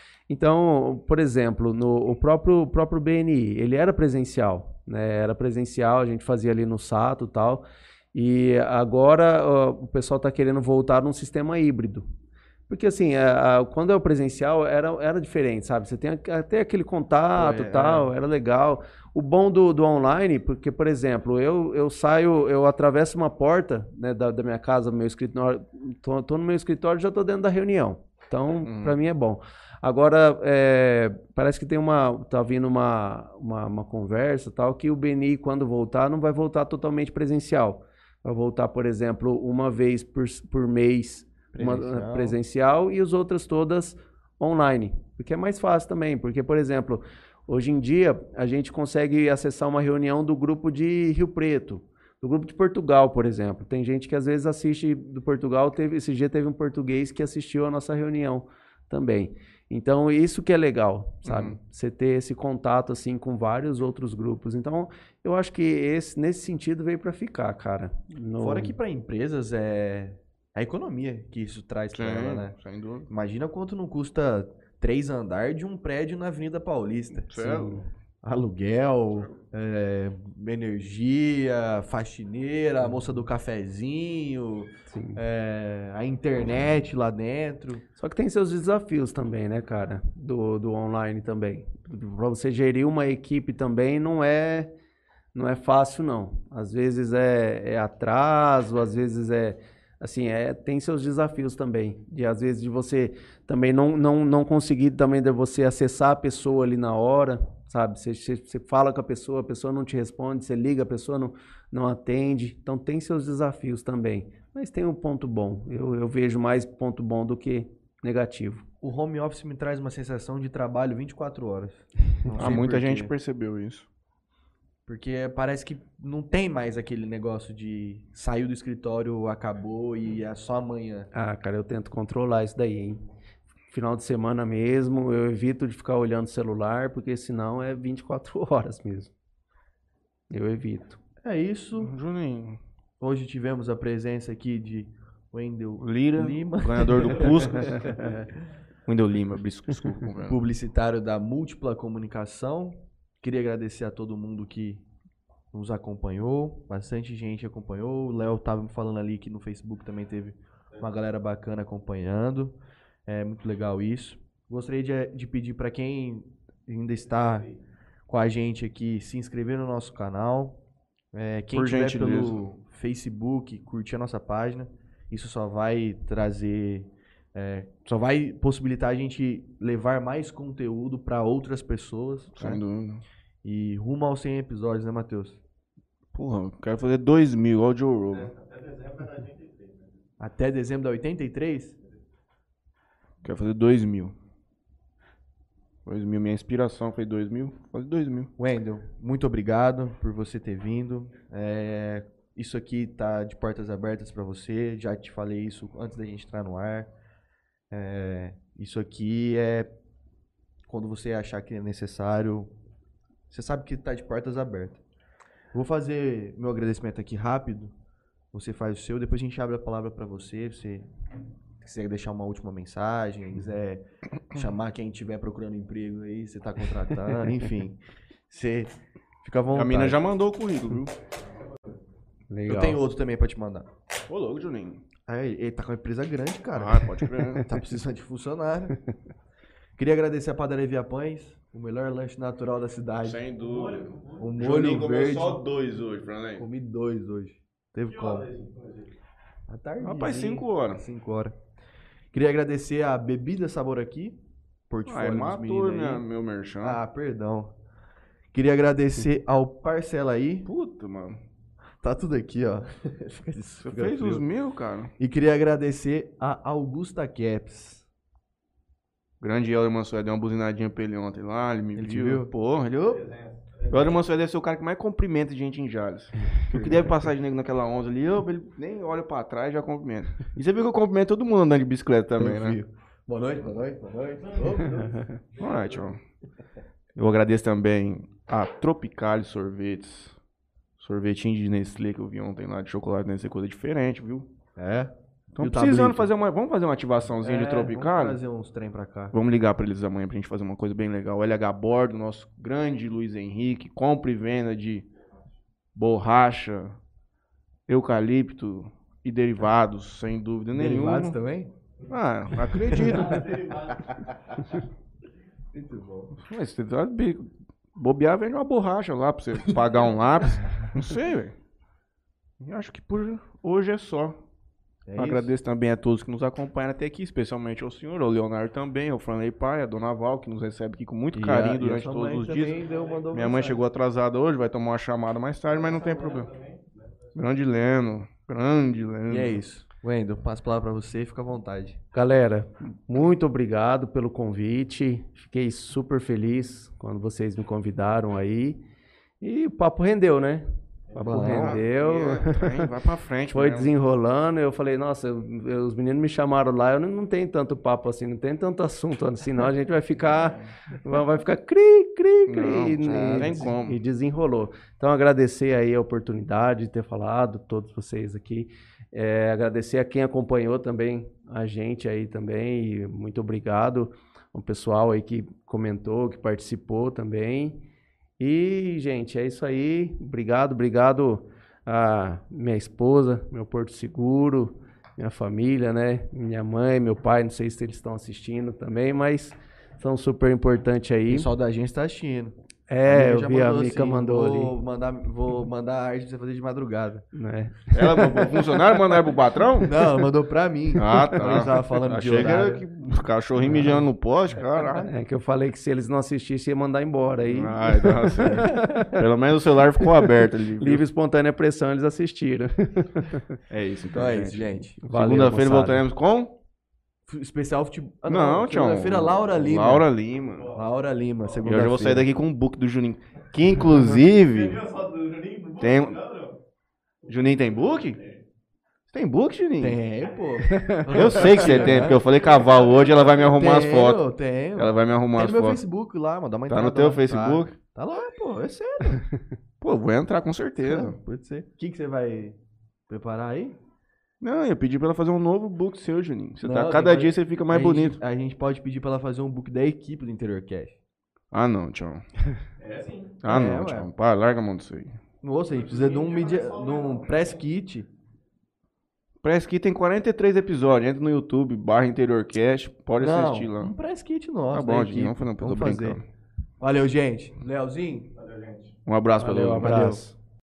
Então, por exemplo, no o próprio, o próprio B N I, ele era presencial, né? Era presencial, a gente fazia ali no Sato e tal. E agora ó, o pessoal está querendo voltar num sistema híbrido. Porque assim, a- a- quando é o presencial era, era diferente, sabe? Você tem a- até aquele contato É, e tal, era legal. O bom do, do online, porque, por exemplo, eu, eu saio, eu atravesso uma porta, né, da, da minha casa, meu escritório, tô, tô no meu escritório e já tô dentro da reunião. Então, Uhum. para mim é bom. Agora, é, parece que tem uma, tá vindo uma, uma, uma conversa tal, que o B N I, quando voltar, não vai voltar totalmente presencial. Vai voltar, por exemplo, uma vez por, por mês uma- Presencial. presencial e as outras todas online. Porque é mais fácil também. Porque, por exemplo, hoje em dia a gente consegue acessar uma reunião do grupo de Rio Preto, do grupo de Portugal, por exemplo. Tem gente que às vezes assiste do Portugal. Teve, esse dia teve um português que assistiu a nossa reunião também. Então, isso que é legal, sabe? Uhum. Você ter esse contato, assim, com vários outros grupos. Então, eu acho que esse, nesse sentido veio para ficar, cara. No- Fora que para empresas é a economia que isso traz para ela, né? sem dúvida. Imagina quanto não custa três andares de um prédio na Avenida Paulista. Sim. Aluguel, é, energia, faxineira, a moça do cafezinho, Sim. é, a internet lá dentro. Só que tem seus desafios também, né, cara? Do, do online também. Para você gerir uma equipe também não é, não é fácil, não. Às vezes é, é atraso, às vezes é. Assim, é, tem seus desafios também. De, às vezes de você também não, não, não conseguir também de você acessar a pessoa ali na hora, sabe? Você, você, você fala com a pessoa, a pessoa não te responde, você liga, a pessoa não, não atende. Então tem seus desafios também. Mas tem um ponto bom. Eu, eu vejo mais ponto bom do que negativo. O home office me traz uma sensação de trabalho vinte e quatro horas. Não Ah, sei muita por quê. gente percebeu isso. Porque parece que não tem mais aquele negócio de saiu do escritório, acabou e é só amanhã. Ah, cara, eu tento controlar isso daí, hein? Final de semana mesmo, eu evito de ficar olhando o celular, porque senão é vinte e quatro horas mesmo. Eu evito. É isso. Juninho. Hoje tivemos a presença aqui de Wendel Lira, Lima, ganhador do Puskas. Wendel Lima, desculpa. companheiro. publicitário da Múltipla Comunicação. Queria agradecer a todo mundo que nos acompanhou. Bastante gente acompanhou. O Léo estava me falando ali que no Facebook também teve uma galera bacana acompanhando. É muito legal isso. Gostaria de, de pedir para quem ainda está com a gente aqui se inscrever no nosso canal. É, quem Por estiver gentileza. pelo Facebook, curtir a nossa página. Isso só vai trazer, é, só vai possibilitar a gente levar mais conteúdo para outras pessoas. Sem né? dúvida. E rumo aos cem episódios, né, Matheus? Porra, eu quero fazer dois mil, igual o Joe Rogan. Até dezembro da oitenta e três? Quero fazer dois mil. Dois mil, minha inspiração foi dois mil. Vou fazer dois mil. Wendel, muito obrigado por você ter vindo. É, isso aqui tá de portas abertas para você. Já te falei isso antes da gente entrar no ar. É, isso aqui é quando você achar que é necessário. Você sabe que tá de portas abertas. Vou fazer meu agradecimento aqui rápido. Você faz o seu, depois a gente abre a palavra para você. Você quiser deixar uma última mensagem, quiser chamar quem estiver procurando emprego aí, você tá contratando, enfim. Você fica à vontade. A mina já mandou o currículo, viu? Legal. Eu tenho outro também pra te mandar. Ô, louco, Juninho. Ah, ele ele tá com uma empresa grande, cara. Ah, pode crer. Tá precisando de funcionário. Queria agradecer a Padaria Via Pães, o melhor lanche natural da cidade. Sem dúvida. O Juninho molho comeu verde. só dois hoje, Franley. Comi dois hoje. Teve como? À tarde. Rapaz, cinco horas. Cinco horas. Queria agradecer a Bebida Sabor Aqui, portfólio Ai, dos matou meninos minha, aí. meu merchan. Ah, perdão. Queria agradecer ao Parcela aí. Puta, mano. Tá tudo aqui, ó. Fica- Você fica fez frio. os mil, cara. E queria agradecer a Augusta Caps. Grande Helder Mansué deu uma buzinadinha pra ele ontem lá, ele me Ele te viu. viu? Porra, ele... ô. O Helder Mansué deve ser o cara que mais cumprimenta gente em Jales. O que deve passar de nego naquela onze ali, ô, ele nem olha pra trás e já cumprimenta. E você viu que eu cumprimento todo mundo andando de bicicleta também, Eu né? vi. Boa noite, boa noite, boa noite. Ô, ô. Alright, ó. Eu agradeço também a Tropicale Sorvetes. Sorvetinho de Nestlé que eu vi ontem lá, de chocolate Nestlé, coisa diferente, viu? É. Estão E o precisando tablito? fazer uma... Vamos fazer uma ativaçãozinha É, de Tropicale? Vamos trazer uns trem pra cá. Vamos ligar pra eles amanhã pra gente fazer uma coisa bem legal. O L H Bordo, nosso grande Luiz Henrique, compra e venda de borracha, eucalipto e derivados, sem dúvida Derivados nenhuma. também? Ah, acredito. Muito bom. Mas você tá bi- bobear, vende uma borracha lá pra você pagar um lápis. Não sei, velho. E acho que por hoje é só. É isso? Agradeço também a todos que nos acompanham até aqui, especialmente ao senhor, ao Leonardo também, ao Franley Pai, a Dona Val, que nos recebe aqui com muito E a- carinho e a durante sua todos mãe os também dias. deu- mandou Minha mãe mensagem. chegou atrasada hoje, vai tomar uma chamada mais tarde, mas não tem problema. Grande Leno, grande Leno. E é isso. Wendel, passo a palavra pra você, fica à vontade. Galera, muito obrigado pelo convite. Fiquei super feliz quando vocês me convidaram aí. E o papo rendeu, né? O papo Bom, rendeu. É, trem, vai pra frente, Foi mesmo. desenrolando. Eu falei, nossa, eu- eu- os meninos me chamaram lá. Eu não, não tenho tanto papo assim, não tem tanto assunto assim, não. A gente vai ficar, vai vai ficar cri, cri, cri. Não, e, não e- tem como. e desenrolou. Então, agradecer aí a oportunidade de ter falado, todos vocês aqui. É, agradecer a quem acompanhou também a gente aí também. E muito obrigado ao pessoal aí que comentou, que participou também. E, gente, é isso aí. Obrigado, obrigado a minha esposa, meu Porto Seguro, minha família, né? Minha mãe, meu pai, não sei se eles estão assistindo também, mas são super importantes O aí. pessoal da agência tá assistindo. É, Mica eu já vi a mandou Mica assim, mandou vou ali, Mandar, vou mandar a arte pra você fazer de madrugada. né? Ela, o funcionário, mandaram pro patrão? Não, ela mandou pra mim. Ah, Quando a tá. gente tava falando de Achei que horário. era que o cachorrinho mijando no poste, caralho. É que eu falei que se eles não assistissem, ia mandar embora. Aí, Ai, tá certo. Pelo menos o celular ficou aberto ali. viu? livre e espontânea pressão, eles assistiram. É isso, Então é isso, gente. Valeu, Segunda-feira moçada. voltaremos com? F- Especial futebol. Ah, Não, Tião. Segunda-feira, Laura Lima. Laura Lima. Laura Lima, E segunda-feira. hoje eu vou sair daqui com um book do Juninho. Que inclusive. Tem. Juninho tem book? Tem book, Juninho? Tem, pô. Eu sei que você tem, porque eu falei caval hoje, ela vai me arrumar as fotos. Tem, Ela vai me arrumar Tem as no meu fotos. Facebook lá, mano. Dá uma Tá entrada no teu lá. Facebook? Tá, tá lá, pô. É sério. Pô, eu vou entrar com certeza. Pode ser. O que, que você vai preparar aí? Não, eu pedi pra ela fazer um novo book seu, Juninho. Você Não, tá, tem cada que dia fazer- você fica mais a gente- bonito. a gente pode pedir pra ela fazer um book da equipe do Interior Cash. Ah, não, tchau. É assim. Ah, É, não, ué. tchau. Pá, larga a mão disso aí. Nossa, a gente precisa de um, media, de um press kit. Press Kit tem quarenta e três episódios. Entra no YouTube, barra InteriorCast, pode Não, assistir lá. um press kit nosso. Tá da bom, equipe. Juninho, vamos fazer, tô Vamos fazer. brincando. Valeu, gente. Leozinho. Valeu, gente. Um abraço pra Valeu, todo mundo. abraço.